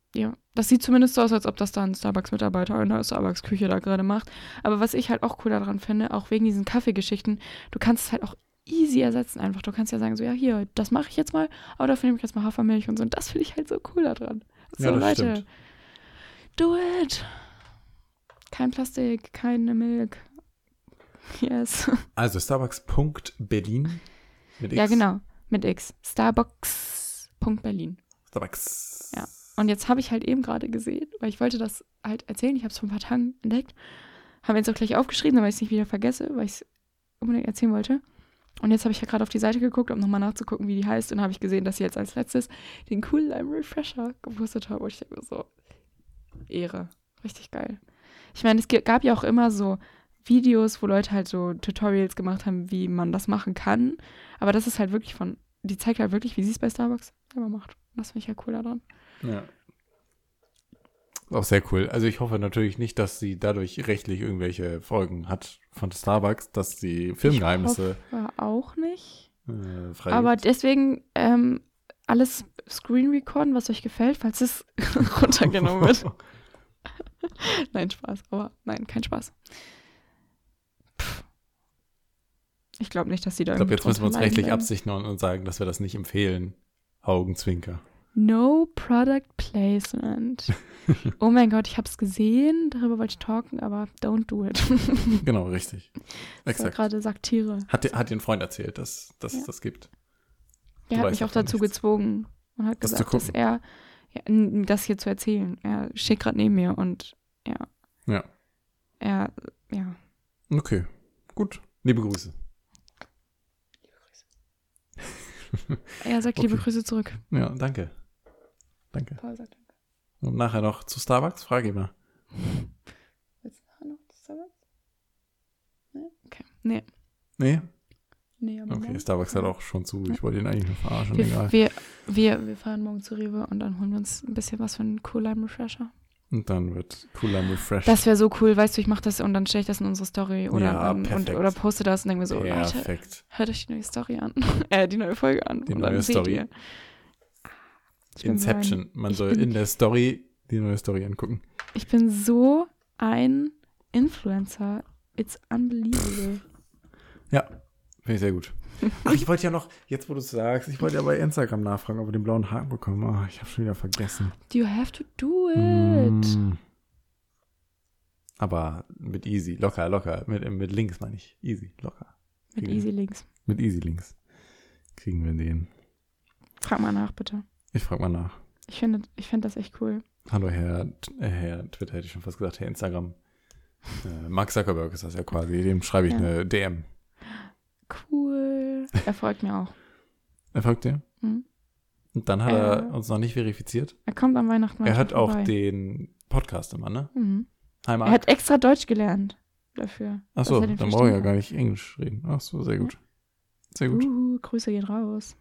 [SPEAKER 2] ja, das sieht zumindest so aus, als ob das da ein Starbucks-Mitarbeiter in der Starbucks-Küche da gerade macht. Aber was ich halt auch cool daran finde, auch wegen diesen Kaffeegeschichten, du kannst es halt auch easy ersetzen einfach. Du kannst ja sagen, so, ja, hier, das mache ich jetzt mal, aber dafür nehme ich jetzt mal Hafermilch und so. Und das finde ich halt so cool daran. So,
[SPEAKER 1] Ja, das
[SPEAKER 2] Leute,
[SPEAKER 1] stimmt.
[SPEAKER 2] do it. Kein Plastik, keine Milk. Yes.
[SPEAKER 1] Also Starbucks.Berlin mit X.
[SPEAKER 2] Ja, genau, mit X. Starbucks.Berlin.
[SPEAKER 1] Starbucks.
[SPEAKER 2] Ja. Und jetzt habe ich halt eben gerade gesehen, weil ich wollte das halt erzählen, ich habe es vor ein paar Tagen entdeckt, haben wir jetzt auch gleich aufgeschrieben, damit ich es nicht wieder vergesse, weil ich es unbedingt erzählen wollte. Und jetzt habe ich ja gerade auf die Seite geguckt, um nochmal nachzugucken, wie die heißt, und habe ich gesehen, dass sie jetzt als letztes den Cool Lime Refresher gepostet hat. Und ich denke mir so, Ehre. Richtig geil. Ich meine, es g- gab ja auch immer so Videos, wo Leute halt so Tutorials gemacht haben, wie man das machen kann. Aber das ist halt wirklich von, die zeigt halt wirklich, wie sie es bei Starbucks selber macht. Und das finde ich ja cool daran.
[SPEAKER 1] Ja. Auch sehr cool. Also ich hoffe natürlich nicht, dass sie dadurch rechtlich irgendwelche Folgen hat von Starbucks, dass die Firmengeheimnisse
[SPEAKER 2] Ich hoffe auch nicht.
[SPEAKER 1] äh, frei
[SPEAKER 2] Aber
[SPEAKER 1] gibt.
[SPEAKER 2] deswegen ähm, alles Screen recorden, was euch gefällt, falls es runtergenommen wird. Nein, Spaß. Aber nein, kein Spaß. Pff. Ich glaube nicht, dass die da
[SPEAKER 1] Ich glaube, jetzt müssen wir uns
[SPEAKER 2] drunter
[SPEAKER 1] rechtlich
[SPEAKER 2] leiden werden.
[SPEAKER 1] absichern und sagen, dass wir das nicht empfehlen. Augenzwinker.
[SPEAKER 2] No Product Placement. Oh mein Gott, ich habe es gesehen, darüber wollte ich talken, aber don't do it.
[SPEAKER 1] Genau, richtig.
[SPEAKER 2] Das war
[SPEAKER 1] Exakt.
[SPEAKER 2] gerade Satire.
[SPEAKER 1] Hat, dir- hat dir ein Freund erzählt, dass, dass
[SPEAKER 2] Ja.
[SPEAKER 1] es das gibt.
[SPEAKER 2] Der
[SPEAKER 1] Du
[SPEAKER 2] hat
[SPEAKER 1] weißt
[SPEAKER 2] mich auch
[SPEAKER 1] davon
[SPEAKER 2] dazu
[SPEAKER 1] nichts.
[SPEAKER 2] gezwungen und hat
[SPEAKER 1] Das zu
[SPEAKER 2] gesagt, dass
[SPEAKER 1] gucken.
[SPEAKER 2] er ja, n- das hier zu erzählen. Er steht gerade neben mir und ja.
[SPEAKER 1] Ja.
[SPEAKER 2] Er, ja.
[SPEAKER 1] Okay, gut. Liebe Grüße.
[SPEAKER 2] Er sagt liebe
[SPEAKER 1] Okay.
[SPEAKER 2] Grüße zurück.
[SPEAKER 1] Ja, danke. Danke.
[SPEAKER 2] Paul sagt danke.
[SPEAKER 1] Und nachher noch zu Starbucks? Frage immer.
[SPEAKER 2] Willst du nachher noch das Starbucks? Nee? Okay. Nee.
[SPEAKER 1] Nee?
[SPEAKER 2] Nee, aber
[SPEAKER 1] Okay,
[SPEAKER 2] morgen.
[SPEAKER 1] Starbucks hat auch schon zu. Ich wollte ihn eigentlich nur verarschen,
[SPEAKER 2] Wir,
[SPEAKER 1] egal.
[SPEAKER 2] wir, wir, wir fahren morgen zu Rewe und dann holen wir uns ein bisschen was für einen Cool Lime Refresher.
[SPEAKER 1] Und dann wird cooler Refresh.
[SPEAKER 2] Das wäre so cool, weißt du, ich mache das und dann stelle ich das in unsere Story oder,
[SPEAKER 1] Ja,
[SPEAKER 2] ähm, und,
[SPEAKER 1] perfekt.
[SPEAKER 2] oder poste das und denke mir so, Leute,
[SPEAKER 1] Perfekt.
[SPEAKER 2] hört euch die neue Story an. äh, die neue Folge an.
[SPEAKER 1] Die
[SPEAKER 2] und
[SPEAKER 1] neue
[SPEAKER 2] dann seht
[SPEAKER 1] Story.
[SPEAKER 2] Ihr. Ich bin so
[SPEAKER 1] Inception.
[SPEAKER 2] ein-
[SPEAKER 1] Man
[SPEAKER 2] ich
[SPEAKER 1] soll
[SPEAKER 2] bin-
[SPEAKER 1] in der Story die neue Story angucken.
[SPEAKER 2] Ich bin so ein Influencer. It's unbelievable.
[SPEAKER 1] Ja, finde ich sehr gut. Ach, ich wollte ja noch, jetzt wo du es sagst, ich wollte ja bei Instagram nachfragen, ob wir den blauen Haken bekommen. Oh, ich habe schon wieder vergessen.
[SPEAKER 2] You have to do it.
[SPEAKER 1] Mm. Aber mit easy, locker, locker. Mit, mit Links meine ich. Easy, locker.
[SPEAKER 2] Mit
[SPEAKER 1] Kriegen-
[SPEAKER 2] Easy Links.
[SPEAKER 1] Mit easy Links kriegen wir den.
[SPEAKER 2] Frag mal nach, bitte.
[SPEAKER 1] Ich frage mal nach.
[SPEAKER 2] Ich finde ich find das echt cool.
[SPEAKER 1] Hallo Herr, äh, Herr Twitter, hätte ich schon fast gesagt, Herr Instagram. Äh, Mark Zuckerberg ist das ja quasi. Dem schreibe ich
[SPEAKER 2] Ja.
[SPEAKER 1] eine D M.
[SPEAKER 2] Cool. Er folgt mir auch.
[SPEAKER 1] Er folgt dir?
[SPEAKER 2] Mhm.
[SPEAKER 1] Und dann hat
[SPEAKER 2] Äh.
[SPEAKER 1] er uns noch nicht verifiziert.
[SPEAKER 2] Er kommt an Weihnachten
[SPEAKER 1] Er
[SPEAKER 2] manchmal
[SPEAKER 1] hat auch
[SPEAKER 2] vorbei.
[SPEAKER 1] den Podcast immer, ne?
[SPEAKER 2] Mhm.
[SPEAKER 1] Hi
[SPEAKER 2] Er
[SPEAKER 1] Mark.
[SPEAKER 2] hat extra Deutsch gelernt dafür. dass
[SPEAKER 1] Achso,
[SPEAKER 2] er den
[SPEAKER 1] dann brauche ich ja
[SPEAKER 2] verstehen
[SPEAKER 1] gar nicht Englisch reden. Ach so, sehr gut. Sehr gut.
[SPEAKER 2] Uh, Grüße gehen raus.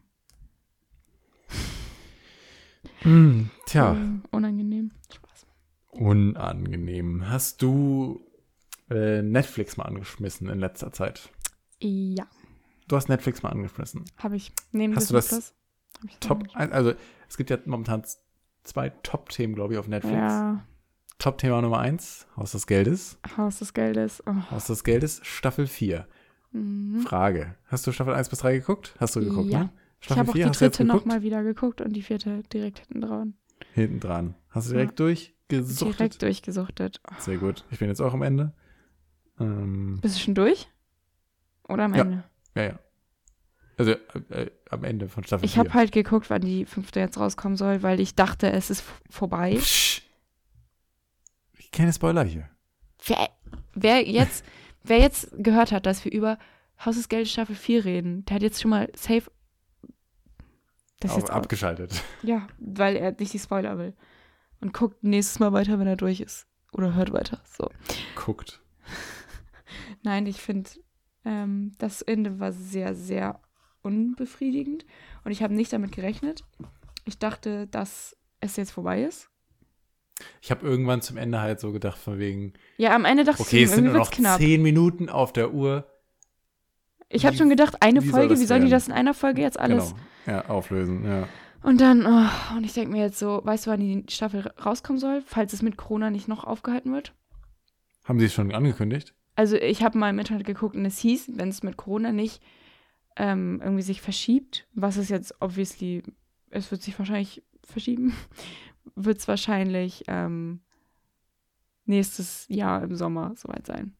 [SPEAKER 1] Hm, tja,
[SPEAKER 2] Uh, unangenehm. Spaß.
[SPEAKER 1] unangenehm. Hast du äh, Netflix mal angeschmissen in letzter Zeit?
[SPEAKER 2] Ja,
[SPEAKER 1] Du hast Netflix mal angeschmissen.
[SPEAKER 2] habe ich. Neben
[SPEAKER 1] Hast du
[SPEAKER 2] Disney
[SPEAKER 1] das
[SPEAKER 2] Plus hab ich das
[SPEAKER 1] Top,
[SPEAKER 2] angeschaut.
[SPEAKER 1] also es gibt ja momentan zwei Top-Themen, glaube ich, auf Netflix.
[SPEAKER 2] Ja,
[SPEAKER 1] Top-Thema Nummer eins, Haus des Geldes.
[SPEAKER 2] Haus des Geldes. Oh.
[SPEAKER 1] Haus des Geldes, Staffel vier.
[SPEAKER 2] Mhm.
[SPEAKER 1] Frage, hast du Staffel eins bis drei geguckt? Hast du geguckt,
[SPEAKER 2] Ja.
[SPEAKER 1] ne?
[SPEAKER 2] Ich
[SPEAKER 1] Staffel
[SPEAKER 2] habe auch die
[SPEAKER 1] vier hast du jetzt
[SPEAKER 2] dritte
[SPEAKER 1] geguckt?
[SPEAKER 2] nochmal wieder geguckt und die vierte direkt hinten dran.
[SPEAKER 1] Hinten dran. Hast du
[SPEAKER 2] Ja.
[SPEAKER 1] direkt durchgesuchtet?
[SPEAKER 2] Direkt durchgesuchtet. Oh.
[SPEAKER 1] Sehr gut. Ich bin jetzt auch am Ende. Ähm,
[SPEAKER 2] Bist du schon durch? Oder am
[SPEAKER 1] Ja.
[SPEAKER 2] Ende?
[SPEAKER 1] ja, ja. Also äh, äh, am Ende von Staffel
[SPEAKER 2] Ich
[SPEAKER 1] vier.
[SPEAKER 2] habe halt geguckt, wann die fünfte jetzt rauskommen soll, weil ich dachte, es ist f- vorbei.
[SPEAKER 1] Psch. Keine Spoiler hier.
[SPEAKER 2] Wer, wer, jetzt, wer jetzt gehört hat, dass wir über Haus des Geldes Staffel vier reden, der hat jetzt schon mal safe das
[SPEAKER 1] Auf,
[SPEAKER 2] jetzt ab
[SPEAKER 1] abgeschaltet.
[SPEAKER 2] Ja, weil er nicht die Spoiler will. Und guckt nächstes Mal weiter, wenn er durch ist. Oder hört weiter. So.
[SPEAKER 1] Guckt.
[SPEAKER 2] Nein, ich finde, ähm, das Ende war sehr, sehr unbefriedigend. Und ich habe nicht damit gerechnet. Ich dachte, dass es jetzt vorbei ist.
[SPEAKER 1] Ich habe irgendwann zum Ende halt so gedacht, von wegen,
[SPEAKER 2] Ja, am Ende dachte
[SPEAKER 1] okay,
[SPEAKER 2] ich,
[SPEAKER 1] es sind
[SPEAKER 2] irgendwie
[SPEAKER 1] nur
[SPEAKER 2] wird's
[SPEAKER 1] noch
[SPEAKER 2] knapp.
[SPEAKER 1] zehn Minuten auf der Uhr.
[SPEAKER 2] Ich habe
[SPEAKER 1] Wie-
[SPEAKER 2] schon gedacht, eine
[SPEAKER 1] wie soll
[SPEAKER 2] Folge,
[SPEAKER 1] das
[SPEAKER 2] wie sollen die
[SPEAKER 1] werden?
[SPEAKER 2] das in einer Folge jetzt alles?
[SPEAKER 1] Genau. Ja, auflösen, ja.
[SPEAKER 2] Und dann, oh, und ich denke mir jetzt so, weißt du, wann die Staffel rauskommen soll, falls es mit Corona nicht noch aufgehalten wird?
[SPEAKER 1] Haben sie es schon angekündigt?
[SPEAKER 2] Also ich habe mal im Internet geguckt und es hieß, wenn es mit Corona nicht ähm, irgendwie sich verschiebt, was es jetzt obviously, es wird sich wahrscheinlich verschieben, wird es wahrscheinlich ähm, nächstes Jahr im Sommer soweit sein.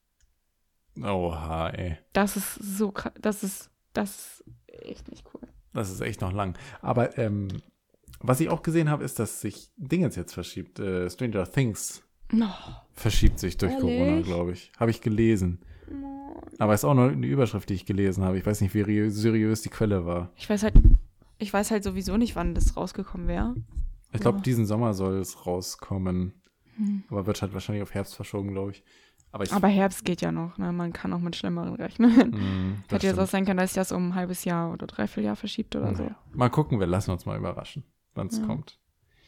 [SPEAKER 1] Oha, ey.
[SPEAKER 2] Das ist so krass, das ist, das ist echt nicht cool.
[SPEAKER 1] Das ist echt noch lang. Aber ähm, was ich auch gesehen habe, ist, dass sich Dingens jetzt verschiebt. Äh, Stranger Things
[SPEAKER 2] No.
[SPEAKER 1] verschiebt sich durch
[SPEAKER 2] Ehrlich?
[SPEAKER 1] Corona, glaube ich. Habe ich gelesen.
[SPEAKER 2] No.
[SPEAKER 1] Aber ist auch nur eine Überschrift, die ich gelesen habe. Ich weiß nicht, wie seriös die Quelle war.
[SPEAKER 2] Ich weiß halt, ich weiß halt sowieso nicht, wann das rausgekommen wäre.
[SPEAKER 1] Ich glaube,
[SPEAKER 2] Ja.
[SPEAKER 1] diesen Sommer soll es rauskommen.
[SPEAKER 2] Hm.
[SPEAKER 1] Aber wird halt wahrscheinlich auf Herbst verschoben, glaube ich. Aber, ich,
[SPEAKER 2] Aber Herbst geht ja noch, ne? Man kann auch mit Schlimmeren rechnen.
[SPEAKER 1] mh, das
[SPEAKER 2] Hätte jetzt auch
[SPEAKER 1] stimmt.
[SPEAKER 2] sein können, dass sich das um ein halbes Jahr oder dreiviertel Jahr verschiebt oder so.
[SPEAKER 1] Naja. Mal gucken, wir lassen uns mal überraschen, wann es
[SPEAKER 2] Ja.
[SPEAKER 1] kommt.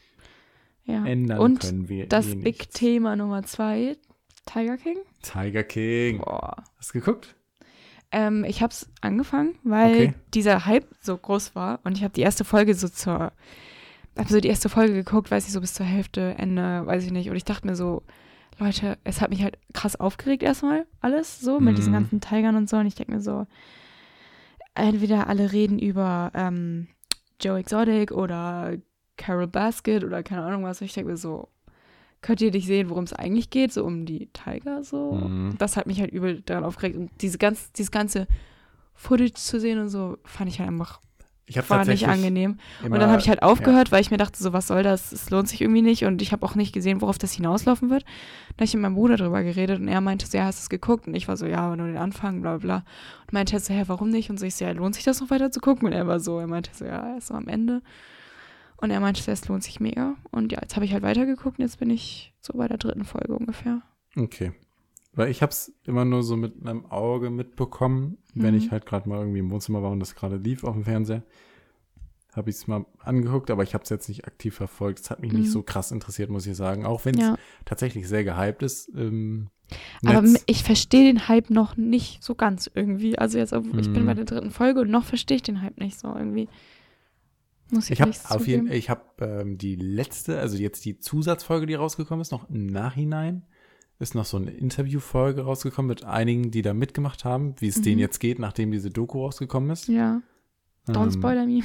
[SPEAKER 2] Ja.
[SPEAKER 1] Ändern
[SPEAKER 2] Und
[SPEAKER 1] können wir
[SPEAKER 2] das
[SPEAKER 1] eh
[SPEAKER 2] Big
[SPEAKER 1] nichts.
[SPEAKER 2] Thema Nummer zwei, Tiger King.
[SPEAKER 1] Tiger King.
[SPEAKER 2] Boah.
[SPEAKER 1] Hast du geguckt?
[SPEAKER 2] Ähm, ich hab's angefangen, weil
[SPEAKER 1] Okay.
[SPEAKER 2] dieser Hype so groß war und ich habe die erste Folge so zur, hab so die erste Folge geguckt, weiß ich, so bis zur Hälfte, Ende, weiß ich nicht. Und ich dachte mir so, Leute, es hat mich halt krass aufgeregt erstmal alles so mit diesen
[SPEAKER 1] Mhm.
[SPEAKER 2] ganzen Tigern und so. Und ich denke mir so, entweder alle reden über ähm, Joe Exotic oder Carol Baskin oder keine Ahnung was. Und ich denke mir so, könnt ihr nicht sehen, worum es eigentlich geht, so um die Tiger so.
[SPEAKER 1] Mhm.
[SPEAKER 2] Das hat mich halt übel daran aufgeregt. Und diese ganz, dieses ganze Footage zu sehen und so, fand ich halt einfach,
[SPEAKER 1] Ich habe
[SPEAKER 2] war nicht
[SPEAKER 1] tatsächlich
[SPEAKER 2] angenehm.
[SPEAKER 1] immer,
[SPEAKER 2] Und dann habe ich halt aufgehört, weil ich mir dachte, so was soll das, es lohnt sich irgendwie nicht. Und ich habe auch nicht gesehen, worauf das hinauslaufen wird. Dann habe ich mit meinem Bruder drüber geredet und er meinte so, ja, hast du es geguckt? Und ich war so, ja, aber nur den Anfang, bla bla. Und meinte er so, hä, warum nicht? Und so, ich so, ja, lohnt sich das noch weiter zu gucken? Und er war so, er meinte so, ja, erst so am Ende. Und er meinte, es lohnt sich mega. Und ja, jetzt habe ich halt weitergeguckt und jetzt bin ich so bei der dritten Folge ungefähr.
[SPEAKER 1] Ja, okay. Weil ich habe es immer nur so mit einem Auge mitbekommen, wenn
[SPEAKER 2] Mhm.
[SPEAKER 1] ich halt gerade mal irgendwie im Wohnzimmer war und das gerade lief auf dem Fernseher. Habe ich es mal angeguckt, aber ich habe es jetzt nicht aktiv verfolgt. Es hat mich
[SPEAKER 2] Mhm.
[SPEAKER 1] nicht so krass interessiert, muss ich sagen. Auch wenn es
[SPEAKER 2] Ja.
[SPEAKER 1] tatsächlich sehr gehypt ist. Ähm,
[SPEAKER 2] Aber
[SPEAKER 1] Netz.
[SPEAKER 2] m- ich verstehe den Hype noch nicht so ganz irgendwie. Also jetzt, ob- ich bin
[SPEAKER 1] Mhm.
[SPEAKER 2] bei der dritten Folge und noch verstehe ich den Hype nicht so irgendwie. Muss ich
[SPEAKER 1] Ich habe
[SPEAKER 2] ehrlich
[SPEAKER 1] auf jeden
[SPEAKER 2] zugeben.
[SPEAKER 1] ich habe ähm, die letzte, also jetzt die Zusatzfolge, die rausgekommen ist, noch im Nachhinein, ist noch so eine Interviewfolge rausgekommen mit einigen, die da mitgemacht haben, wie es
[SPEAKER 2] Mhm.
[SPEAKER 1] denen jetzt geht, nachdem diese Doku rausgekommen ist.
[SPEAKER 2] Ja, don't
[SPEAKER 1] Ähm,
[SPEAKER 2] spoiler me.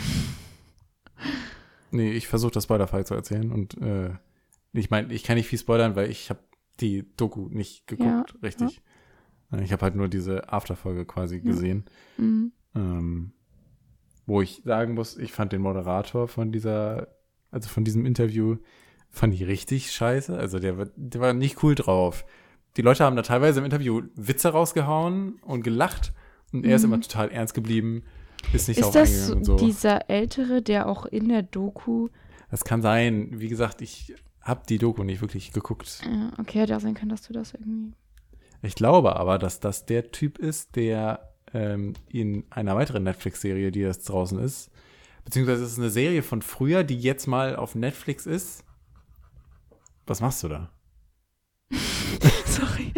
[SPEAKER 1] Nee, ich versuche das spoilerfrei zu erzählen und äh, ich meine, ich kann nicht viel spoilern, weil ich habe die Doku nicht geguckt,
[SPEAKER 2] Ja,
[SPEAKER 1] richtig. Äh, Ich habe halt nur diese Afterfolge quasi
[SPEAKER 2] Ja.
[SPEAKER 1] gesehen,
[SPEAKER 2] Mhm.
[SPEAKER 1] ähm, wo ich sagen muss, ich fand den Moderator von dieser, also von diesem Interview, fand ich richtig scheiße. Also der, war- der war nicht cool drauf. Die Leute haben da teilweise im Interview Witze rausgehauen und gelacht und er ist
[SPEAKER 2] Mhm.
[SPEAKER 1] immer total ernst geblieben, ist nicht
[SPEAKER 2] Ist
[SPEAKER 1] darauf
[SPEAKER 2] das
[SPEAKER 1] eingegangen und so.
[SPEAKER 2] dieser Ältere, der auch in der Doku,
[SPEAKER 1] Das kann sein. Wie gesagt, ich habe die Doku nicht wirklich geguckt.
[SPEAKER 2] ja, okay, hätte auch sein können, dass du das irgendwie,
[SPEAKER 1] Ich glaube aber, dass das der Typ ist, der ähm, in einer weiteren Netflix-Serie, die jetzt draußen ist, beziehungsweise es ist eine Serie von früher, die jetzt mal auf Netflix ist. Was machst du da?
[SPEAKER 2] sorry.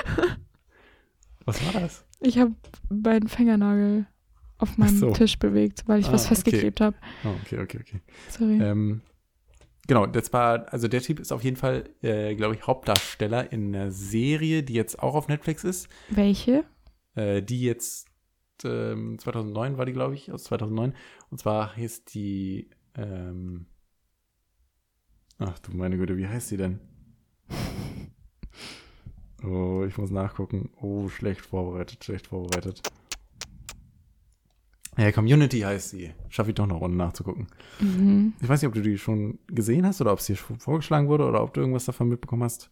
[SPEAKER 1] Was war das?
[SPEAKER 2] Ich habe meinen Fingernagel auf meinem
[SPEAKER 1] so.
[SPEAKER 2] Tisch bewegt, weil ich
[SPEAKER 1] Ah,
[SPEAKER 2] was
[SPEAKER 1] okay.
[SPEAKER 2] festgeklebt habe.
[SPEAKER 1] Oh, okay, okay, okay.
[SPEAKER 2] Sorry.
[SPEAKER 1] Ähm, genau, das war, also der Typ ist auf jeden Fall, äh, glaube ich, Hauptdarsteller in einer Serie, die jetzt auch auf Netflix ist.
[SPEAKER 2] Welche?
[SPEAKER 1] Äh, die jetzt ähm, zweitausendneun war die, glaube ich, aus zweitausendneun. Und zwar hieß die, ähm, ach du meine Güte, wie heißt die denn? Oh, ich muss nachgucken. Oh, schlecht vorbereitet, schlecht vorbereitet. Ja, Community heißt sie. Schaffe ich doch noch, ohne nachzugucken.
[SPEAKER 2] Mhm.
[SPEAKER 1] Ich weiß nicht, ob du die schon gesehen hast oder ob es dir schon vorgeschlagen wurde oder ob du irgendwas davon mitbekommen hast.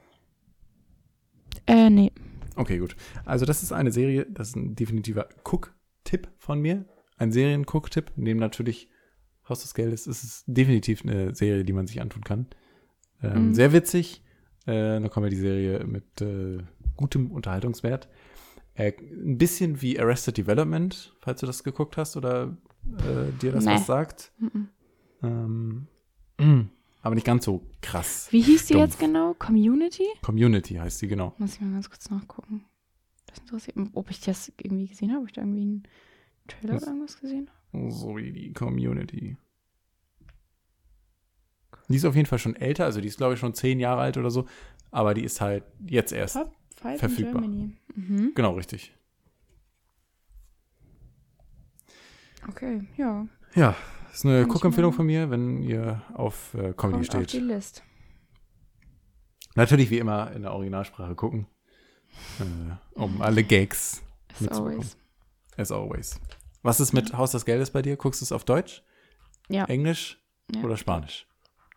[SPEAKER 2] Äh, nee.
[SPEAKER 1] Okay, gut. Also das ist eine Serie, das ist ein definitiver Cook-Tipp von mir. Ein Serien-Cook-Tipp. Neben natürlich Haus des Geldes ist es definitiv eine Serie, die man sich antun kann. Ähm,
[SPEAKER 2] Mhm.
[SPEAKER 1] Sehr witzig. Äh, eine Comedy-Serie mit äh, gutem Unterhaltungswert. Äh, ein bisschen wie Arrested Development, falls du das geguckt hast oder äh, dir das
[SPEAKER 2] Nee.
[SPEAKER 1] was sagt.
[SPEAKER 2] Mhm.
[SPEAKER 1] Ähm, mm, aber nicht ganz so krass.
[SPEAKER 2] Wie hieß die
[SPEAKER 1] Stumpf.
[SPEAKER 2] jetzt genau? Community?
[SPEAKER 1] Community heißt sie, genau.
[SPEAKER 2] Muss ich mal ganz kurz nachgucken. Das interessiert mich, ob ich das irgendwie gesehen habe. Ob ich da irgendwie einen Trailer
[SPEAKER 1] Das-
[SPEAKER 2] oder irgendwas gesehen habe.
[SPEAKER 1] So wie die Community. Die ist auf jeden Fall schon älter, also die ist, glaube ich, schon zehn Jahre alt oder so. Aber die ist halt jetzt erst
[SPEAKER 2] Top five
[SPEAKER 1] verfügbar.
[SPEAKER 2] in Germany. Mhm.
[SPEAKER 1] Genau, richtig.
[SPEAKER 2] Okay, ja.
[SPEAKER 1] Ja, ist eine
[SPEAKER 2] Kann ich
[SPEAKER 1] Guckempfehlung
[SPEAKER 2] mal-
[SPEAKER 1] von mir, wenn ihr auf äh, Comedy
[SPEAKER 2] Kommt auf die
[SPEAKER 1] steht.
[SPEAKER 2] List.
[SPEAKER 1] Natürlich wie immer in der Originalsprache gucken. Äh, um alle Gags
[SPEAKER 2] As
[SPEAKER 1] mitzubekommen.
[SPEAKER 2] always.
[SPEAKER 1] As always. Was ist mit Haus des Geldes bei dir? Guckst du es auf Deutsch,
[SPEAKER 2] Ja.
[SPEAKER 1] Englisch
[SPEAKER 2] Ja.
[SPEAKER 1] oder Spanisch?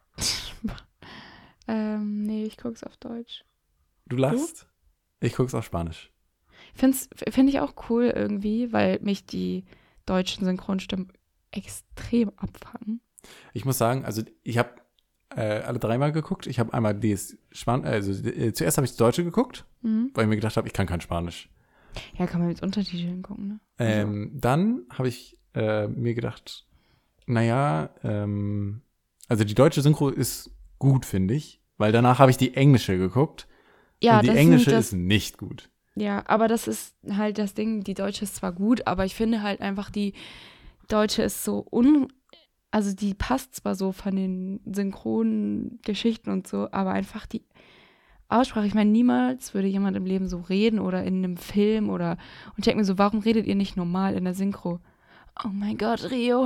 [SPEAKER 2] ähm, nee, ich guck's auf Deutsch.
[SPEAKER 1] Du lachst? Ich guck's auf Spanisch.
[SPEAKER 2] Find's, finde ich auch cool irgendwie, weil mich die deutschen Synchronstimmen extrem abfangen.
[SPEAKER 1] Ich muss sagen, also ich habe äh, alle dreimal geguckt. Ich habe einmal das Span also äh, zuerst habe ich das Deutsche geguckt,
[SPEAKER 2] Mhm.
[SPEAKER 1] weil ich mir gedacht habe, ich kann kein Spanisch.
[SPEAKER 2] Ja, kann man mit Untertiteln gucken, ne?
[SPEAKER 1] Ähm, dann habe ich äh, mir gedacht, naja, ähm, also die deutsche Synchro ist gut, finde ich, weil danach habe ich die englische geguckt
[SPEAKER 2] Ja,
[SPEAKER 1] und die
[SPEAKER 2] das
[SPEAKER 1] englische
[SPEAKER 2] sind das,
[SPEAKER 1] ist nicht gut.
[SPEAKER 2] ja, aber das ist halt das Ding, die deutsche ist zwar gut, aber ich finde halt einfach, die deutsche ist so un... Also die passt zwar so von den synchronen Geschichten und so, aber einfach die Aussprache, ich meine, niemals würde jemand im Leben so reden oder in einem Film oder und ich denke mir so, warum redet ihr nicht normal in der Synchro? Oh mein Gott, Rio.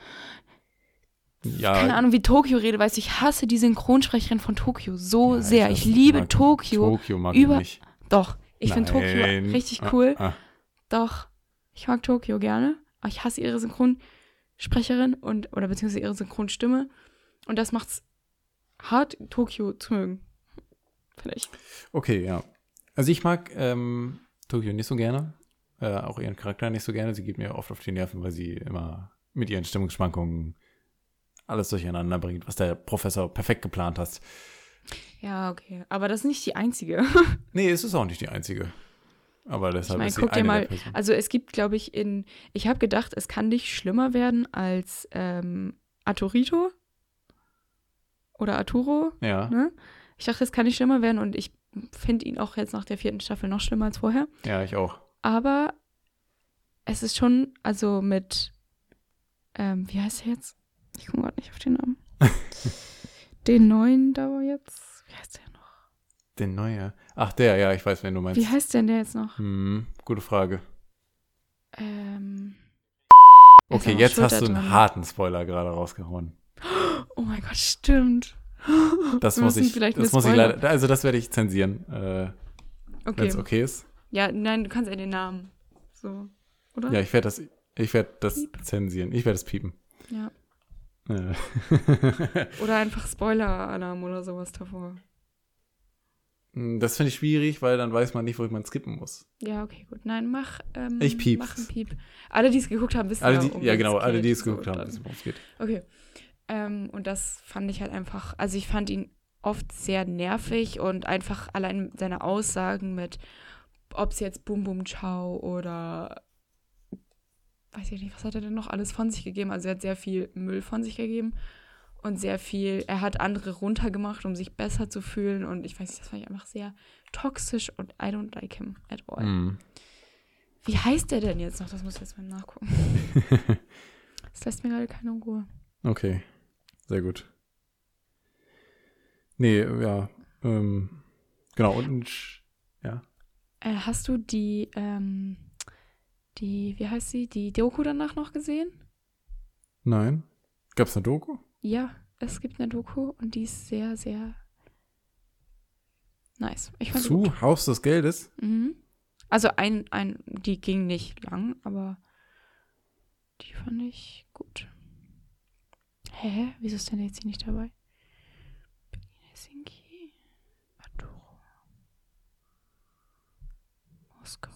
[SPEAKER 1] Ja,
[SPEAKER 2] Keine Ahnung, wie Tokio redet, weißt du, ich hasse die Synchronsprecherin von Tokio so
[SPEAKER 1] ja,
[SPEAKER 2] sehr.
[SPEAKER 1] ich
[SPEAKER 2] Ich,
[SPEAKER 1] weiß,
[SPEAKER 2] liebe
[SPEAKER 1] mag
[SPEAKER 2] Tokio.
[SPEAKER 1] Tokio mag
[SPEAKER 2] über-
[SPEAKER 1] ich nicht.
[SPEAKER 2] Doch, ich finde Tokio
[SPEAKER 1] Nein.
[SPEAKER 2] richtig
[SPEAKER 1] Ah,
[SPEAKER 2] cool.
[SPEAKER 1] ah.
[SPEAKER 2] Doch, ich mag Tokio gerne, aber ich hasse ihre Synchronsprecherin und oder beziehungsweise ihre Synchronstimme. Und das macht's hart, Tokio zu mögen. Finde ich.
[SPEAKER 1] Okay, ja. Also ich mag ähm, Tokio nicht so gerne. Äh, auch ihren Charakter nicht so gerne. Sie geht mir oft auf die Nerven, weil sie immer mit ihren Stimmungsschwankungen alles durcheinander bringt, was der Professor perfekt geplant hat.
[SPEAKER 2] Ja, okay. Aber das ist nicht die einzige.
[SPEAKER 1] Nee, es ist auch nicht die einzige. Aber
[SPEAKER 2] Ich
[SPEAKER 1] deshalb
[SPEAKER 2] meine,
[SPEAKER 1] ist sie
[SPEAKER 2] guck dir
[SPEAKER 1] eine
[SPEAKER 2] mal,
[SPEAKER 1] der Personen.
[SPEAKER 2] also es gibt, glaube ich, in, ich habe gedacht, es kann nicht schlimmer werden als ähm, Arturito oder Arturo,
[SPEAKER 1] Ja,
[SPEAKER 2] ne? Ich dachte, es kann nicht schlimmer werden und ich finde ihn auch jetzt nach der vierten Staffel noch schlimmer als vorher.
[SPEAKER 1] ja, ich auch.
[SPEAKER 2] Aber es ist schon, also mit, ähm, wie heißt er jetzt? Ich komme gerade nicht auf den Namen. Den neuen da jetzt, wie heißt der noch?
[SPEAKER 1] Den neue. Ach, der, ja, ich weiß, wen du meinst.
[SPEAKER 2] Wie heißt denn der jetzt noch?
[SPEAKER 1] Hm, gute Frage.
[SPEAKER 2] Ähm, Er ist
[SPEAKER 1] Okay,
[SPEAKER 2] auch
[SPEAKER 1] jetzt
[SPEAKER 2] schuld
[SPEAKER 1] hast du einen
[SPEAKER 2] daran.
[SPEAKER 1] harten Spoiler gerade rausgehauen.
[SPEAKER 2] oh mein Gott, stimmt.
[SPEAKER 1] Das
[SPEAKER 2] Wir
[SPEAKER 1] muss
[SPEAKER 2] müssen
[SPEAKER 1] ich,
[SPEAKER 2] vielleicht
[SPEAKER 1] das
[SPEAKER 2] eine
[SPEAKER 1] muss ich
[SPEAKER 2] Spoiler-
[SPEAKER 1] leider, also das werde ich zensieren, äh,
[SPEAKER 2] Okay.
[SPEAKER 1] wenn es okay ist.
[SPEAKER 2] Ja, nein, du kannst ja den Namen. So, oder?
[SPEAKER 1] Ja, ich werde das, ich werde das zensieren. Ich werde es piepen.
[SPEAKER 2] Ja.
[SPEAKER 1] Äh.
[SPEAKER 2] Oder einfach Spoiler-Alarm oder sowas davor.
[SPEAKER 1] Das finde ich schwierig, weil dann weiß man nicht, wo man skippen muss.
[SPEAKER 2] Ja, okay, gut. Nein, mach, ähm,
[SPEAKER 1] Ich piep's.
[SPEAKER 2] mach einen Piep. Alle, die es geguckt haben, wissen
[SPEAKER 1] Alle,
[SPEAKER 2] ja,
[SPEAKER 1] die,
[SPEAKER 2] um
[SPEAKER 1] ja,
[SPEAKER 2] wen
[SPEAKER 1] genau, alle,
[SPEAKER 2] geht.
[SPEAKER 1] die es
[SPEAKER 2] So,
[SPEAKER 1] geguckt haben,
[SPEAKER 2] dann-
[SPEAKER 1] wissen, worum es geht.
[SPEAKER 2] Okay. Ähm, und das fand ich halt einfach, also ich fand ihn oft sehr nervig und einfach allein seine Aussagen mit, ob es jetzt Bum Bum Ciao oder weiß ich nicht, was hat er denn noch alles von sich gegeben? Also er hat sehr viel Müll von sich gegeben und sehr viel, er hat andere runtergemacht, um sich besser zu fühlen und ich weiß nicht, das fand ich einfach sehr toxisch und I don't like him at all.
[SPEAKER 1] Mhm.
[SPEAKER 2] Wie heißt der denn jetzt noch? Das muss ich jetzt mal nachgucken. Das lässt mir gerade keine Ruhe.
[SPEAKER 1] Okay, sehr gut. Nee, ja, ähm, genau, und, ja.
[SPEAKER 2] Äh, hast du die, ähm, die, wie heißt sie, die Doku danach noch gesehen?
[SPEAKER 1] Nein. Gab's eine Doku?
[SPEAKER 2] Ja, es gibt eine Doku und die ist sehr, sehr nice. Ich fand die
[SPEAKER 1] Zu
[SPEAKER 2] gut.
[SPEAKER 1] Haus des Geldes?
[SPEAKER 2] Mhm. Also ein, ein, die ging nicht lang, aber die fand ich gut. Hä? Wieso ist denn jetzt hier nicht dabei? Helsinki, Arturo, Moskau.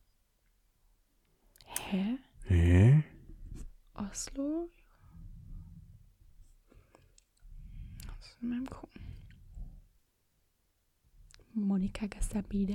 [SPEAKER 2] Hä?
[SPEAKER 1] Hä?
[SPEAKER 2] Oslo? Was in meinem gucken? Monika Gastabide.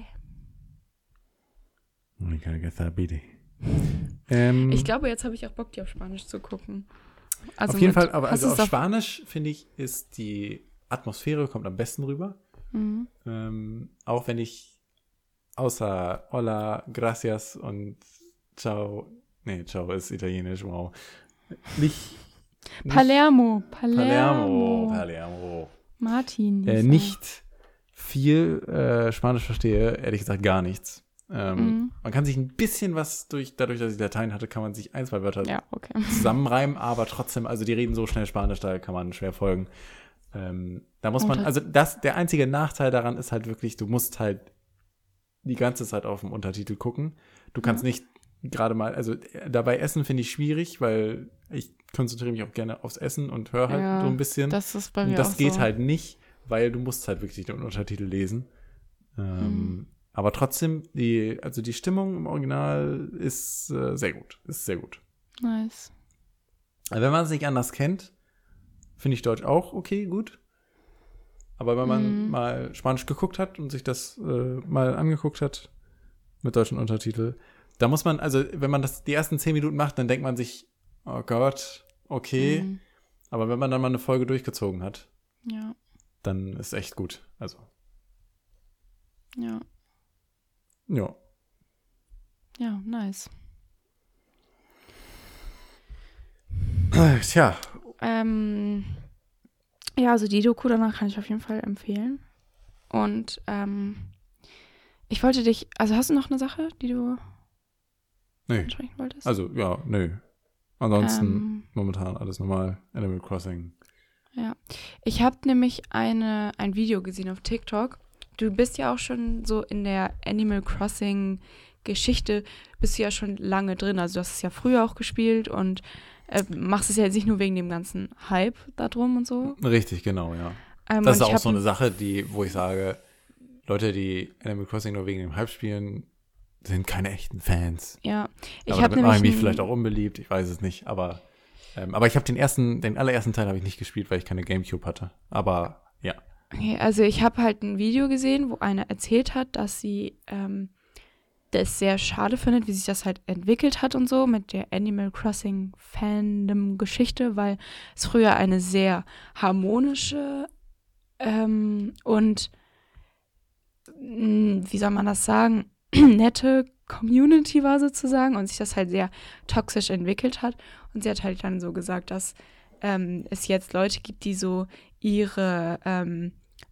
[SPEAKER 1] Monika Gastabide. Ähm,
[SPEAKER 2] Ich glaube, jetzt habe ich auch Bock, die auf Spanisch zu gucken. Also
[SPEAKER 1] auf jeden
[SPEAKER 2] mit-
[SPEAKER 1] Fall, aber
[SPEAKER 2] hast
[SPEAKER 1] also
[SPEAKER 2] du's
[SPEAKER 1] auf
[SPEAKER 2] auf-
[SPEAKER 1] Spanisch, finde ich, ist die Atmosphäre kommt am besten rüber.
[SPEAKER 2] Mhm.
[SPEAKER 1] Ähm, auch wenn ich außer Hola, Gracias und Ciao, nee, Ciao ist italienisch, wow, nicht nicht,
[SPEAKER 2] Palermo. Palermo.
[SPEAKER 1] Palermo. Palermo.
[SPEAKER 2] Martin.
[SPEAKER 1] Äh, nicht viel äh, Spanisch verstehe, ehrlich gesagt gar nichts. Ähm, mhm. Man kann sich ein bisschen was durch, dadurch, dass ich Latein hatte, kann man sich ein, zwei Wörter
[SPEAKER 2] ja, okay.
[SPEAKER 1] zusammenreimen, aber trotzdem, also die reden so schnell Spanisch, da kann man schwer folgen. Ähm, da muss man, also das, der einzige Nachteil daran ist halt wirklich, du musst halt die ganze Zeit auf den Untertitel gucken. Du kannst ja. nicht gerade mal, also dabei Essen finde ich schwierig, weil ich konzentriere mich auch gerne aufs Essen und höre halt
[SPEAKER 2] ja,
[SPEAKER 1] so ein bisschen.
[SPEAKER 2] Das ist bei mir
[SPEAKER 1] und das
[SPEAKER 2] auch
[SPEAKER 1] geht
[SPEAKER 2] so.
[SPEAKER 1] halt nicht, weil du musst halt wirklich den Untertitel lesen. Ähm, hm. Aber trotzdem, die, also die Stimmung im Original ist äh, sehr gut. Ist sehr gut.
[SPEAKER 2] Nice.
[SPEAKER 1] Also wenn man es nicht anders kennt, finde ich Deutsch auch okay, gut. Aber wenn man mhm. mal Spanisch geguckt hat und sich das äh, mal angeguckt hat mit deutschen Untertitel, da muss man, also wenn man das die ersten zehn Minuten macht, dann denkt man sich, oh Gott, okay. Mhm. Aber wenn man dann mal eine Folge durchgezogen hat,
[SPEAKER 2] ja.
[SPEAKER 1] dann ist echt gut. Also.
[SPEAKER 2] Ja.
[SPEAKER 1] Ja.
[SPEAKER 2] Ja, nice.
[SPEAKER 1] Tja.
[SPEAKER 2] Ähm, ja, also die Doku danach kann ich auf jeden Fall empfehlen. Und ähm, ich wollte dich, also hast du noch eine Sache, die du
[SPEAKER 1] nee.
[SPEAKER 2] ansprechen wolltest?
[SPEAKER 1] Also, ja, nö. Ansonsten ähm, momentan alles normal. Animal Crossing.
[SPEAKER 2] Ja. Ich habe nämlich eine, ein Video gesehen auf TikTok. Du bist ja auch schon so in der Animal Crossing Geschichte, bist du ja schon lange drin. Also du hast es ja früher auch gespielt und äh, machst es ja jetzt nicht nur wegen dem ganzen Hype da drum und so.
[SPEAKER 1] Richtig, genau, ja.
[SPEAKER 2] Ähm,
[SPEAKER 1] das ist auch so eine Sache, die, wo ich sage, Leute, die Animal Crossing nur wegen dem Hype spielen, sind keine echten Fans.
[SPEAKER 2] Ja. Ich
[SPEAKER 1] aber
[SPEAKER 2] habe
[SPEAKER 1] damit mache ich mich vielleicht auch unbeliebt, ich weiß es nicht, aber ähm, aber ich habe den ersten, den allerersten Teil habe ich nicht gespielt, weil ich keine Gamecube hatte. Aber ja.
[SPEAKER 2] Okay, also ich habe halt ein Video gesehen, wo eine erzählt hat, dass sie ähm, das sehr schade findet, wie sich das halt entwickelt hat und so mit der Animal Crossing Fandom-Geschichte, weil es früher eine sehr harmonische ähm, und mh, wie soll man das sagen, nette Community war sozusagen und sich das halt sehr toxisch entwickelt hat. Und sie hat halt dann so gesagt, dass ähm, es jetzt Leute gibt, die so ihre, ähm,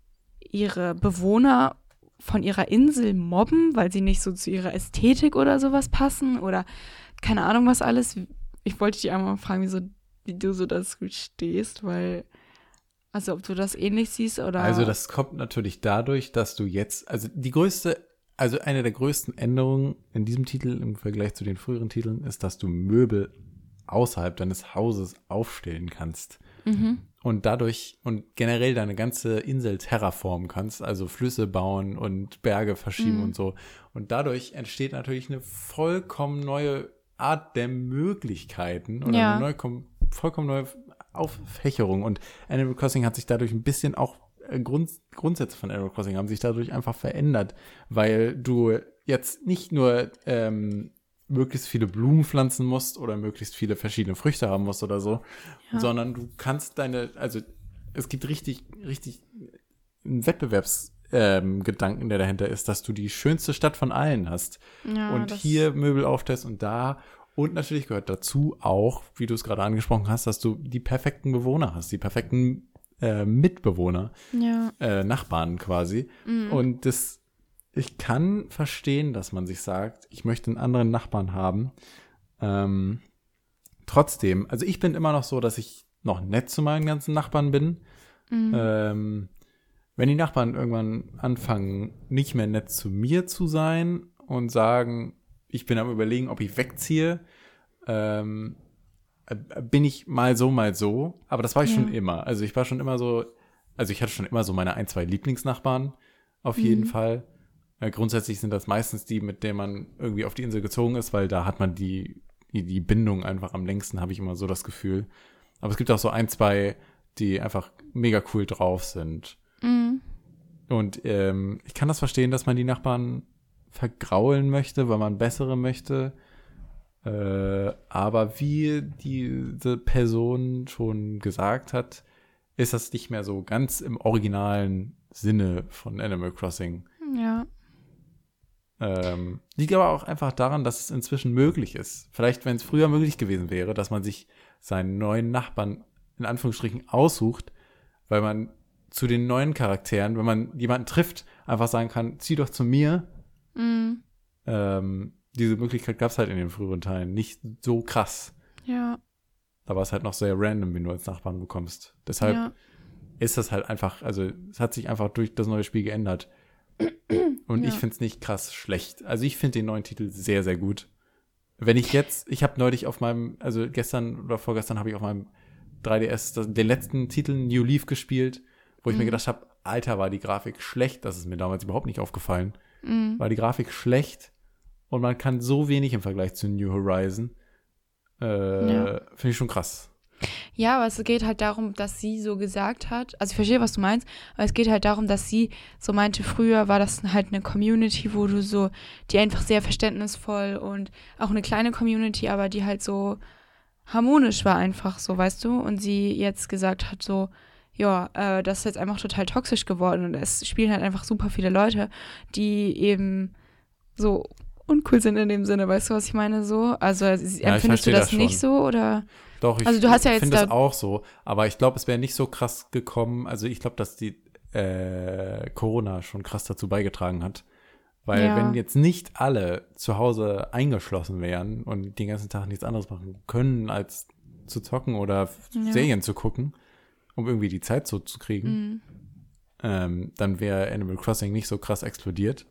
[SPEAKER 2] ihre Bewohner von ihrer Insel mobben, weil sie nicht so zu ihrer Ästhetik oder sowas passen oder keine Ahnung was alles. Ich wollte dich einmal fragen, wie, so, wie du so dazu stehst, weil, also ob du das ähnlich siehst oder.
[SPEAKER 1] Also das kommt natürlich dadurch, dass du jetzt, also die größte, also eine der größten Änderungen in diesem Titel im Vergleich zu den früheren Titeln ist, dass du Möbel außerhalb deines Hauses aufstellen kannst.
[SPEAKER 2] Mhm.
[SPEAKER 1] Und dadurch und generell deine ganze Insel terraformen kannst, also Flüsse bauen und Berge verschieben
[SPEAKER 2] mhm.
[SPEAKER 1] und so. Und dadurch entsteht natürlich eine vollkommen neue Art der Möglichkeiten oder
[SPEAKER 2] ja.
[SPEAKER 1] eine neue, vollkommen neue Auffächerung. Und Animal Crossing hat sich dadurch ein bisschen auch, äh, Grund, Grundsätze von Animal Crossing haben sich dadurch einfach verändert, weil du jetzt nicht nur ähm, möglichst viele Blumen pflanzen musst oder möglichst viele verschiedene Früchte haben musst oder so, ja. sondern du kannst deine, also es gibt richtig, richtig einen Wettbewerbsgedanken, ähm, der dahinter ist, dass du die schönste Stadt von allen hast
[SPEAKER 2] ja,
[SPEAKER 1] und hier Möbel aufstellst und da und natürlich gehört dazu auch, wie du es gerade angesprochen hast, dass du die perfekten Bewohner hast, die perfekten äh, Mitbewohner,
[SPEAKER 2] ja.
[SPEAKER 1] äh, Nachbarn quasi
[SPEAKER 2] mhm.
[SPEAKER 1] und das ich kann verstehen, dass man sich sagt, ich möchte einen anderen Nachbarn haben. Ähm, trotzdem, also ich bin immer noch so, dass ich noch nett zu meinen ganzen Nachbarn bin.
[SPEAKER 2] Mhm.
[SPEAKER 1] Ähm, wenn die Nachbarn irgendwann anfangen, nicht mehr nett zu mir zu sein und sagen, ich bin am Überlegen, ob ich wegziehe, ähm, bin ich mal so, mal so. Aber das war ich ja. schon immer. Also ich war schon immer so, also ich hatte schon immer so meine ein, zwei Lieblingsnachbarn, auf jeden
[SPEAKER 2] mhm.
[SPEAKER 1] Fall. Ja, grundsätzlich sind das meistens die, mit denen man irgendwie auf die Insel gezogen ist, weil da hat man die, die, die Bindung einfach am längsten, habe ich immer so das Gefühl. Aber es gibt auch so ein, zwei, die einfach mega cool drauf sind.
[SPEAKER 2] Mhm.
[SPEAKER 1] Und ähm, ich kann das verstehen, dass man die Nachbarn vergraulen möchte, weil man bessere möchte. Äh, aber wie diese Person schon gesagt hat, ist das nicht mehr so ganz im originalen Sinne von Animal Crossing.
[SPEAKER 2] Ja.
[SPEAKER 1] Ähm, liegt aber auch einfach daran, dass es inzwischen möglich ist. Vielleicht, wenn es früher möglich gewesen wäre, dass man sich seinen neuen Nachbarn in Anführungsstrichen aussucht, weil man zu den neuen Charakteren, wenn man jemanden trifft, einfach sagen kann, zieh doch zu mir.
[SPEAKER 2] Mhm.
[SPEAKER 1] Ähm, diese Möglichkeit gab es halt in den früheren Teilen nicht so krass.
[SPEAKER 2] Ja.
[SPEAKER 1] Da war es halt noch sehr random, wenn du als Nachbarn bekommst. Deshalb
[SPEAKER 2] Ja.
[SPEAKER 1] ist das halt einfach, also es hat sich einfach durch das neue Spiel geändert. Und
[SPEAKER 2] Ja.
[SPEAKER 1] ich finde es nicht krass schlecht. Also ich finde den neuen Titel sehr, sehr gut. Wenn ich jetzt, ich habe neulich auf meinem, also gestern oder vorgestern habe ich auf meinem drei D S das, den letzten Titel New Leaf gespielt, wo ich
[SPEAKER 2] Mhm.
[SPEAKER 1] mir gedacht habe, Alter, war die Grafik schlecht. Das ist mir damals überhaupt nicht aufgefallen.
[SPEAKER 2] Mhm.
[SPEAKER 1] War die Grafik schlecht und man kann so wenig im Vergleich zu New Horizon. Äh,
[SPEAKER 2] Ja.
[SPEAKER 1] Finde ich schon krass.
[SPEAKER 2] Ja, aber es geht halt darum, dass sie so gesagt hat, also ich verstehe, was du meinst, aber es geht halt darum, dass sie so meinte, früher war das halt eine Community, wo du so, die einfach sehr verständnisvoll und auch eine kleine Community, aber die halt so harmonisch war einfach so, weißt du, und sie jetzt gesagt hat so, ja, äh, das ist jetzt einfach total toxisch geworden und es spielen halt einfach super viele Leute, die eben so uncool sind in dem Sinne, weißt du, was ich meine so? Also
[SPEAKER 1] Ja, ich
[SPEAKER 2] empfindest du
[SPEAKER 1] verstehe
[SPEAKER 2] das
[SPEAKER 1] das
[SPEAKER 2] nicht
[SPEAKER 1] schon.
[SPEAKER 2] so oder?
[SPEAKER 1] Doch, ich
[SPEAKER 2] Also du hast ja jetzt
[SPEAKER 1] finde das
[SPEAKER 2] da-
[SPEAKER 1] auch so. Aber ich glaube, es wäre nicht so krass gekommen. Also ich glaube, dass die äh, Corona schon krass dazu beigetragen hat. Weil
[SPEAKER 2] Ja.
[SPEAKER 1] wenn jetzt nicht alle zu Hause eingeschlossen wären und den ganzen Tag nichts anderes machen können, als zu zocken oder
[SPEAKER 2] Ja.
[SPEAKER 1] Serien zu gucken, um irgendwie die Zeit so zu kriegen,
[SPEAKER 2] Mhm.
[SPEAKER 1] ähm, dann wäre Animal Crossing nicht so krass explodiert.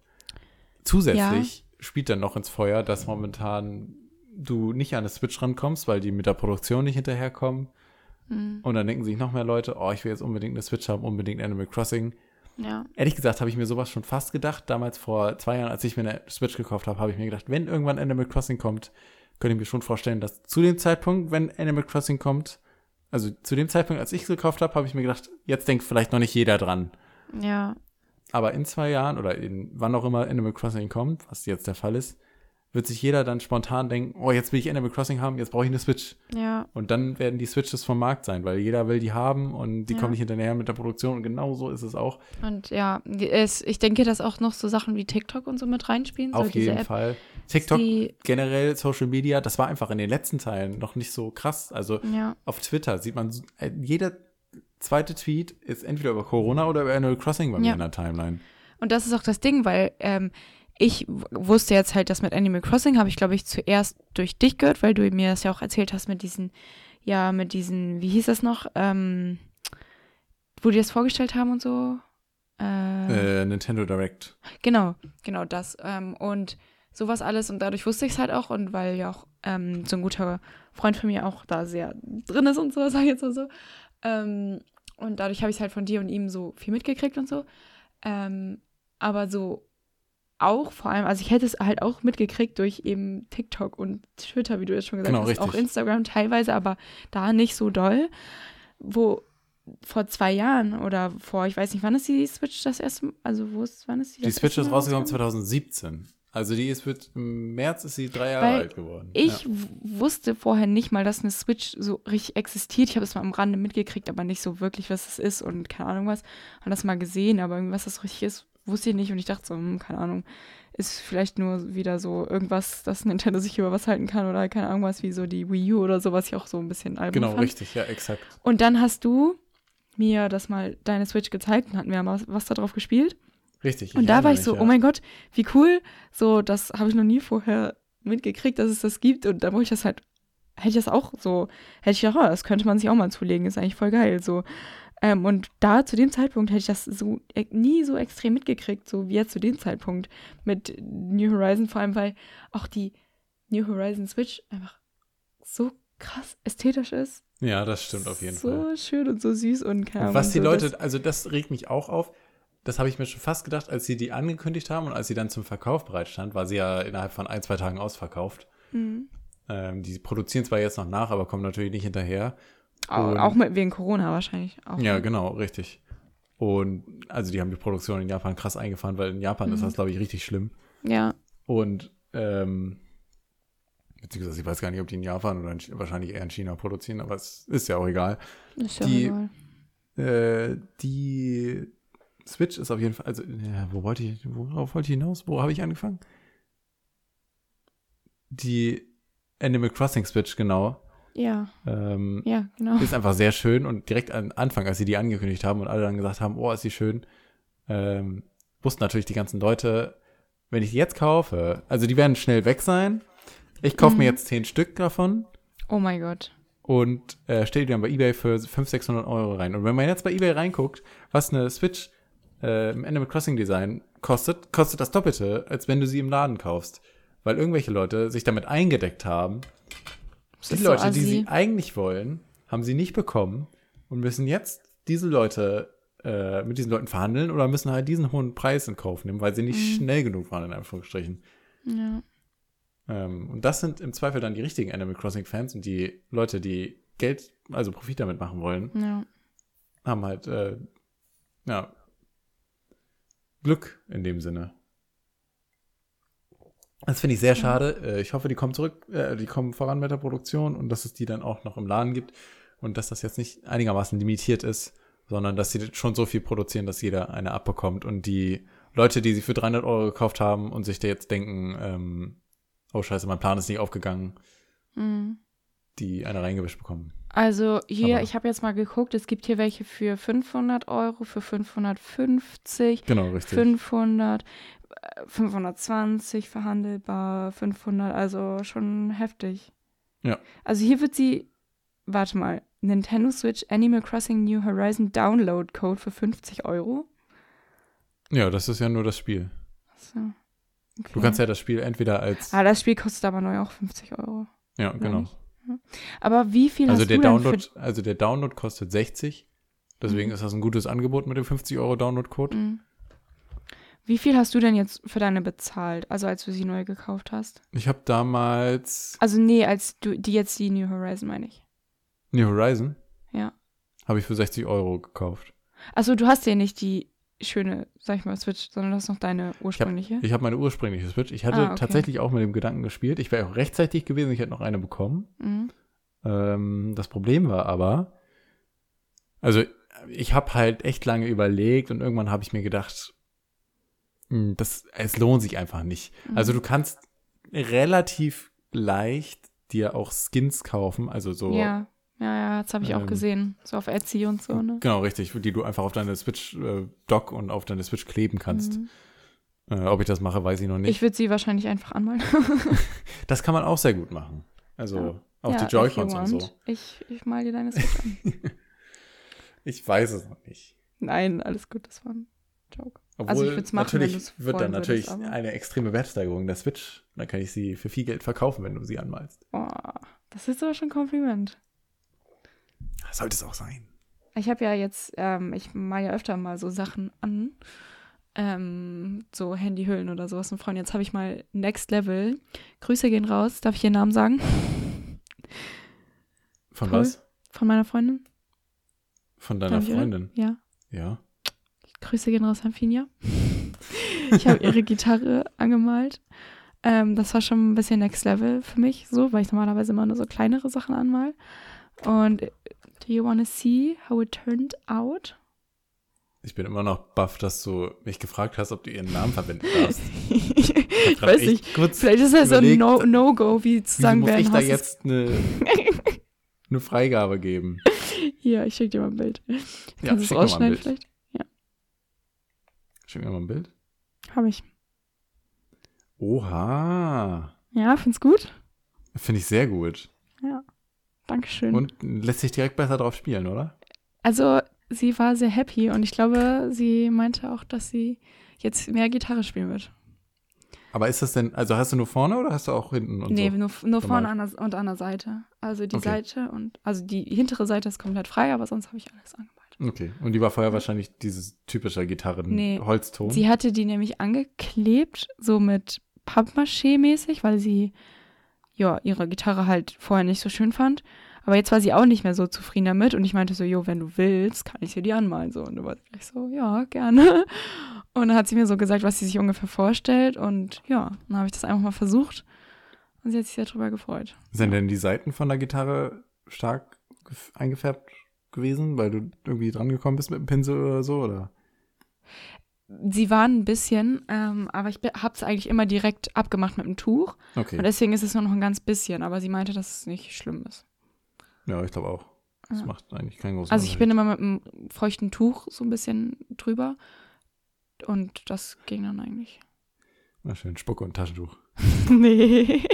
[SPEAKER 1] Zusätzlich spielt dann noch ins Feuer, dass momentan du nicht an eine Switch rankommst, weil die mit der Produktion nicht hinterherkommen.
[SPEAKER 2] Mhm.
[SPEAKER 1] Und dann denken sich noch mehr Leute, oh, ich will jetzt unbedingt eine Switch haben, unbedingt Animal Crossing.
[SPEAKER 2] Ja.
[SPEAKER 1] Ehrlich gesagt habe ich mir sowas schon fast gedacht. Damals vor zwei Jahren, als ich mir eine Switch gekauft habe, habe ich mir gedacht, wenn irgendwann Animal Crossing kommt, könnte ich mir schon vorstellen, dass zu dem Zeitpunkt, wenn Animal Crossing kommt, also zu dem Zeitpunkt, als ich es gekauft habe, habe ich mir gedacht, jetzt denkt vielleicht noch nicht jeder dran.
[SPEAKER 2] Ja.
[SPEAKER 1] Aber in zwei Jahren oder in wann auch immer Animal Crossing kommt, was jetzt der Fall ist, wird sich jeder dann spontan denken, oh, jetzt will ich Animal Crossing haben, jetzt brauche ich eine Switch.
[SPEAKER 2] Ja.
[SPEAKER 1] Und dann werden die Switches vom Markt sein, weil jeder will die haben und die
[SPEAKER 2] Ja.
[SPEAKER 1] kommen nicht hinterher mit der Produktion. Und genau so ist es auch.
[SPEAKER 2] Und ja, es, ich denke, dass auch noch so Sachen wie TikTok und so mit reinspielen.
[SPEAKER 1] Auf
[SPEAKER 2] so diese
[SPEAKER 1] jeden
[SPEAKER 2] App,
[SPEAKER 1] Fall. TikTok,
[SPEAKER 2] die,
[SPEAKER 1] generell Social Media, das war einfach in den letzten Teilen noch nicht so krass. Also
[SPEAKER 2] ja.
[SPEAKER 1] auf Twitter sieht man, so- äh, jeder zweite Tweet ist entweder über Corona oder über Animal Crossing bei mir
[SPEAKER 2] Ja.
[SPEAKER 1] in der Timeline.
[SPEAKER 2] Und das ist auch das Ding, weil ähm, ich w- wusste jetzt halt, das mit Animal Crossing habe ich, glaube ich, zuerst durch dich gehört, weil du mir das ja auch erzählt hast mit diesen, ja, mit diesen, wie hieß das noch, ähm, wo die das vorgestellt haben und so. Äh,
[SPEAKER 1] Äh, Nintendo Direct.
[SPEAKER 2] Genau, genau das. Ähm, und sowas alles. Und dadurch wusste ich es halt auch. Und weil ja auch ähm, so ein guter Freund von mir auch da sehr drin ist und so, sag ich jetzt mal so. Ähm, und dadurch habe ich es halt von dir und ihm so viel mitgekriegt und so. Ähm, aber so auch vor allem, also ich hätte es halt auch mitgekriegt durch eben TikTok und Twitter, wie du jetzt schon gesagt
[SPEAKER 1] Genau,
[SPEAKER 2] hast. Auch
[SPEAKER 1] richtig.
[SPEAKER 2] Instagram teilweise, aber da nicht so doll. Wo vor zwei Jahren oder vor, ich weiß nicht, wann ist die Switch das erste Mal, also wo ist, wann ist die
[SPEAKER 1] Die
[SPEAKER 2] das
[SPEAKER 1] Switch
[SPEAKER 2] erste
[SPEAKER 1] ist
[SPEAKER 2] Mal
[SPEAKER 1] rausgekommen
[SPEAKER 2] rausgekommen?
[SPEAKER 1] zwanzig siebzehn. Also die ist wird, im März ist sie drei Jahre
[SPEAKER 2] Weil
[SPEAKER 1] alt geworden.
[SPEAKER 2] Ich
[SPEAKER 1] Ja.
[SPEAKER 2] w- wusste vorher nicht mal, dass eine Switch so richtig existiert. Ich habe es mal am Rande mitgekriegt, aber nicht so wirklich, was es ist und keine Ahnung was. Habe das mal gesehen, aber irgendwie, was das so richtig ist, wusste ich nicht. Und ich dachte so, hm, keine Ahnung, ist vielleicht nur wieder so irgendwas, dass Nintendo sich über was halten kann oder keine Ahnung was, wie so die Wii U oder so, was ich auch so ein bisschen albern
[SPEAKER 1] Genau,
[SPEAKER 2] fand.
[SPEAKER 1] richtig, ja, exakt.
[SPEAKER 2] Und dann hast du mir das mal, deine Switch gezeigt und hatten wir mal was, was da drauf gespielt.
[SPEAKER 1] Richtig.
[SPEAKER 2] Und da war
[SPEAKER 1] erinnere
[SPEAKER 2] ich so,
[SPEAKER 1] mich,
[SPEAKER 2] oh mein Gott, wie cool. So, das habe ich noch nie vorher mitgekriegt, dass es das gibt. Und da wo ich das halt, hätte ich das auch so, hätte ich gedacht, oh, das könnte man sich auch mal zulegen, ist eigentlich voll geil. So. Ähm, und da zu dem Zeitpunkt hätte ich das so äh, nie so extrem mitgekriegt, so wie jetzt zu dem Zeitpunkt mit New Horizon, vor allem, weil auch die New Horizon Switch einfach so krass ästhetisch ist.
[SPEAKER 1] Ja, das stimmt auf jeden
[SPEAKER 2] so
[SPEAKER 1] Fall.
[SPEAKER 2] So schön und so süß und keine
[SPEAKER 1] Und
[SPEAKER 2] Ahnung.
[SPEAKER 1] was die
[SPEAKER 2] so,
[SPEAKER 1] Leute,
[SPEAKER 2] das,
[SPEAKER 1] also das regt mich auch auf. Das habe ich mir schon fast gedacht, als sie die angekündigt haben und als sie dann zum Verkauf bereitstand, war sie ja innerhalb von ein, zwei Tagen ausverkauft.
[SPEAKER 2] Mhm.
[SPEAKER 1] Ähm, die produzieren zwar jetzt noch nach, aber kommen natürlich nicht hinterher.
[SPEAKER 2] Auch,
[SPEAKER 1] Und-
[SPEAKER 2] auch mit, wegen Corona wahrscheinlich. Auch.
[SPEAKER 1] Ja, genau, richtig. Und also die haben die Produktion in Japan krass eingefahren, weil in Japan ist
[SPEAKER 2] Mhm.
[SPEAKER 1] das, glaube ich, richtig schlimm.
[SPEAKER 2] Ja.
[SPEAKER 1] Und ähm, beziehungsweise ich weiß gar nicht, ob die in Japan oder in, Ch- wahrscheinlich eher in China produzieren, aber es ist ja auch egal.
[SPEAKER 2] Ist ja
[SPEAKER 1] Die-
[SPEAKER 2] egal.
[SPEAKER 1] Äh, die Switch ist auf jeden Fall, also, ja, wo wollte ich, worauf wollte ich hinaus? Wo habe ich angefangen? Die Animal Crossing Switch, genau.
[SPEAKER 2] Ja.
[SPEAKER 1] Ähm,
[SPEAKER 2] ja, genau.
[SPEAKER 1] Ist einfach sehr schön und direkt am Anfang, als sie die angekündigt haben und alle dann gesagt haben, oh, ist sie schön, ähm, wussten natürlich die ganzen Leute, wenn ich die jetzt kaufe, also die werden schnell weg sein. Ich kaufe
[SPEAKER 2] Mhm.
[SPEAKER 1] mir jetzt zehn Stück davon
[SPEAKER 2] Oh mein Gott.
[SPEAKER 1] und äh, stelle die dann bei eBay für fünfhundert, sechshundert Euro rein. Und wenn man jetzt bei eBay reinguckt, was eine Switch äh, im Animal Crossing Design kostet, kostet das Doppelte, als wenn du sie im Laden kaufst. Weil irgendwelche Leute sich damit eingedeckt haben.
[SPEAKER 2] Das
[SPEAKER 1] Die
[SPEAKER 2] ist
[SPEAKER 1] Leute,
[SPEAKER 2] so
[SPEAKER 1] die
[SPEAKER 2] assi.
[SPEAKER 1] sie eigentlich wollen, haben sie nicht bekommen und müssen jetzt diese Leute äh, mit diesen Leuten verhandeln oder müssen halt diesen hohen Preis in Kauf nehmen, weil sie nicht
[SPEAKER 2] Mhm.
[SPEAKER 1] schnell genug waren, in Anführungsstrichen.
[SPEAKER 2] Ja.
[SPEAKER 1] Ähm, und das sind im Zweifel dann die richtigen Animal Crossing-Fans und die Leute, die Geld, also Profit damit machen wollen,
[SPEAKER 2] Ja.
[SPEAKER 1] haben halt, äh, ja, Glück in dem Sinne. Das finde ich sehr schade. Äh, Ich hoffe, die kommen zurück, äh, die kommen voran mit der Produktion und dass es die dann auch noch im Laden gibt und dass das jetzt nicht einigermaßen limitiert ist, sondern dass sie schon so viel produzieren, dass jeder eine abbekommt und die Leute, die sie für dreihundert Euro gekauft haben und sich da jetzt denken, ähm, oh scheiße, mein Plan ist nicht aufgegangen,
[SPEAKER 2] Mhm.
[SPEAKER 1] die eine reingewischt bekommen.
[SPEAKER 2] Also hier,
[SPEAKER 1] Aber-
[SPEAKER 2] ich habe jetzt mal geguckt, es gibt hier welche für fünfhundert Euro, für fünfhundertfünfzig,
[SPEAKER 1] Genau, richtig.
[SPEAKER 2] fünfhundert, äh, fünfhundertzwanzig verhandelbar, fünfhundert, also schon heftig.
[SPEAKER 1] Ja.
[SPEAKER 2] Also hier wird sie, warte mal, Nintendo Switch Animal Crossing New Horizon Download Code für fünfzig Euro.
[SPEAKER 1] Ja, das ist ja nur das Spiel.
[SPEAKER 2] So, okay.
[SPEAKER 1] Du kannst ja das Spiel entweder als,
[SPEAKER 2] Ah, das Spiel kostet aber neu auch fünfzig Euro.
[SPEAKER 1] ja,
[SPEAKER 2] oder
[SPEAKER 1] genau.
[SPEAKER 2] nicht? Ja. Aber wie viel
[SPEAKER 1] Also
[SPEAKER 2] hast
[SPEAKER 1] der
[SPEAKER 2] du denn
[SPEAKER 1] Download,
[SPEAKER 2] für...
[SPEAKER 1] also der Download kostet sechzig. Deswegen
[SPEAKER 2] Mhm.
[SPEAKER 1] ist das ein gutes Angebot mit dem fünfzig Euro Download-Code.
[SPEAKER 2] Mhm. Wie viel hast du denn jetzt für deine bezahlt, also als du sie neu gekauft hast?
[SPEAKER 1] Ich habe damals
[SPEAKER 2] Also nee, als du die jetzt die New Horizon meine ich.
[SPEAKER 1] New Horizon,
[SPEAKER 2] Ja.
[SPEAKER 1] habe ich für sechzig Euro gekauft.
[SPEAKER 2] Also du hast ja nicht die schöne, sag ich mal, Switch, sondern das ist noch deine ursprüngliche.
[SPEAKER 1] Ich habe meine ursprüngliche Switch. Ich hatte
[SPEAKER 2] Ah, okay.
[SPEAKER 1] tatsächlich auch mit dem Gedanken gespielt. Ich wäre auch rechtzeitig gewesen, ich hätte noch eine bekommen.
[SPEAKER 2] Mhm.
[SPEAKER 1] Ähm, das Problem war aber, also ich habe halt echt lange überlegt und irgendwann habe ich mir gedacht, mh, das, es lohnt sich einfach nicht.
[SPEAKER 2] Mhm.
[SPEAKER 1] Also du kannst relativ leicht dir auch Skins kaufen, also so,
[SPEAKER 2] Ja, ja, ja, das habe ich auch
[SPEAKER 1] Ähm,
[SPEAKER 2] gesehen. So auf Etsy und so, ne?
[SPEAKER 1] genau, richtig, die du einfach auf deine Switch äh, dock und auf deine Switch kleben kannst.
[SPEAKER 2] Mhm.
[SPEAKER 1] Äh, ob ich das mache, weiß ich noch nicht.
[SPEAKER 2] Ich würde sie wahrscheinlich einfach anmalen.
[SPEAKER 1] Das kann man auch sehr gut machen. Also
[SPEAKER 2] Ja.
[SPEAKER 1] auch
[SPEAKER 2] Ja,
[SPEAKER 1] die
[SPEAKER 2] if you
[SPEAKER 1] Joy-Cons und
[SPEAKER 2] want.
[SPEAKER 1] so.
[SPEAKER 2] Ich, ich mal dir deine Switch an.
[SPEAKER 1] Ich weiß es noch nicht.
[SPEAKER 2] Nein, alles gut, das war ein Joke.
[SPEAKER 1] Obwohl,
[SPEAKER 2] Also ich würde es machen, wenn
[SPEAKER 1] natürlich
[SPEAKER 2] du's
[SPEAKER 1] wird dann
[SPEAKER 2] wollen
[SPEAKER 1] natürlich
[SPEAKER 2] würdest, aber-
[SPEAKER 1] eine extreme Wertsteigerung der Switch. Dann kann ich sie für viel Geld verkaufen, wenn du sie anmalst.
[SPEAKER 2] Oh, das ist aber schon ein Kompliment.
[SPEAKER 1] Sollte es auch sein.
[SPEAKER 2] Ich habe ja jetzt, ähm, ich mal ja öfter mal so Sachen an, ähm, so Handyhüllen oder sowas und Freunde. Jetzt habe ich mal Next Level. Grüße gehen raus. Darf ich ihren Namen sagen?
[SPEAKER 1] Von
[SPEAKER 2] Cool.
[SPEAKER 1] was?
[SPEAKER 2] Von meiner Freundin?
[SPEAKER 1] Von deiner
[SPEAKER 2] Darf ich, oder?
[SPEAKER 1] Freundin?
[SPEAKER 2] Ja.
[SPEAKER 1] Ja.
[SPEAKER 2] Grüße gehen raus an Finja. Ich habe ihre Gitarre angemalt. Ähm, das war schon ein bisschen Next Level für mich, so, weil ich normalerweise immer nur so kleinere Sachen anmal. Und äh, do you wanna see how it turned out?
[SPEAKER 1] Ich bin immer noch baff, dass du mich gefragt hast, ob du ihren Namen verwenden darfst.
[SPEAKER 2] ich
[SPEAKER 1] Ich hab
[SPEAKER 2] weiß
[SPEAKER 1] echt
[SPEAKER 2] nicht.
[SPEAKER 1] kurz
[SPEAKER 2] Vielleicht ist das so ein
[SPEAKER 1] überlegt,
[SPEAKER 2] No- No-Go, wie zu
[SPEAKER 1] Wieso
[SPEAKER 2] sagen,
[SPEAKER 1] muss
[SPEAKER 2] wer
[SPEAKER 1] ich
[SPEAKER 2] ein
[SPEAKER 1] da
[SPEAKER 2] Hass ist.
[SPEAKER 1] jetzt eine, eine Freigabe geben?
[SPEAKER 2] Hier, ich schicke dir mal ein Bild.
[SPEAKER 1] Ja,
[SPEAKER 2] Kannst du es
[SPEAKER 1] schick mir mal ein
[SPEAKER 2] rausschneiden
[SPEAKER 1] Bild.
[SPEAKER 2] vielleicht?
[SPEAKER 1] Schick mir mal ein Bild.
[SPEAKER 2] Habe ich.
[SPEAKER 1] Oha.
[SPEAKER 2] Ja, find's gut?
[SPEAKER 1] Finde ich sehr gut.
[SPEAKER 2] Ja. Dankeschön.
[SPEAKER 1] Und lässt sich direkt besser drauf spielen, oder?
[SPEAKER 2] Also, sie war sehr happy und ich glaube, sie meinte auch, dass sie jetzt mehr Gitarre spielen wird.
[SPEAKER 1] Aber ist das denn, also hast du nur vorne oder hast du auch hinten und
[SPEAKER 2] Nee,
[SPEAKER 1] so?
[SPEAKER 2] nur, nur vorne
[SPEAKER 1] Normal.
[SPEAKER 2] an der, und an der Seite. Also die
[SPEAKER 1] Okay.
[SPEAKER 2] Seite und, also die hintere Seite ist komplett frei, aber sonst habe ich alles angemalt.
[SPEAKER 1] Okay. Und die war vorher wahrscheinlich dieses typische
[SPEAKER 2] Nee.
[SPEAKER 1] Gitarren-Holzton.
[SPEAKER 2] Sie hatte die nämlich angeklebt, so mit Pappmaché-mäßig, weil sie, ja, ihre Gitarre halt vorher nicht so schön fand. Aber jetzt war sie auch nicht mehr so zufrieden damit und ich meinte so, jo, wenn du willst, kann ich dir die anmalen. So. Und du warst gleich so, ja, gerne. Und dann hat sie mir so gesagt, was sie sich ungefähr vorstellt und ja, dann habe ich das einfach mal versucht und sie hat sich sehr drüber gefreut.
[SPEAKER 1] Sind denn die Seiten von der Gitarre stark gef- eingefärbt gewesen, weil du irgendwie dran gekommen bist mit dem Pinsel oder so, oder?
[SPEAKER 2] Sie waren ein bisschen, ähm, aber ich habe es eigentlich immer direkt abgemacht mit dem Tuch
[SPEAKER 1] Okay.
[SPEAKER 2] und deswegen ist es nur noch ein ganz bisschen, aber sie meinte, dass es nicht schlimm ist.
[SPEAKER 1] Ja, ich glaube auch. Das
[SPEAKER 2] Ja.
[SPEAKER 1] macht eigentlich keinen großen
[SPEAKER 2] Also ich bin
[SPEAKER 1] Unterschied.
[SPEAKER 2] immer mit einem feuchten Tuch so ein bisschen drüber und das ging dann eigentlich.
[SPEAKER 1] Na schön, Spucke und Taschentuch.
[SPEAKER 2] Nee.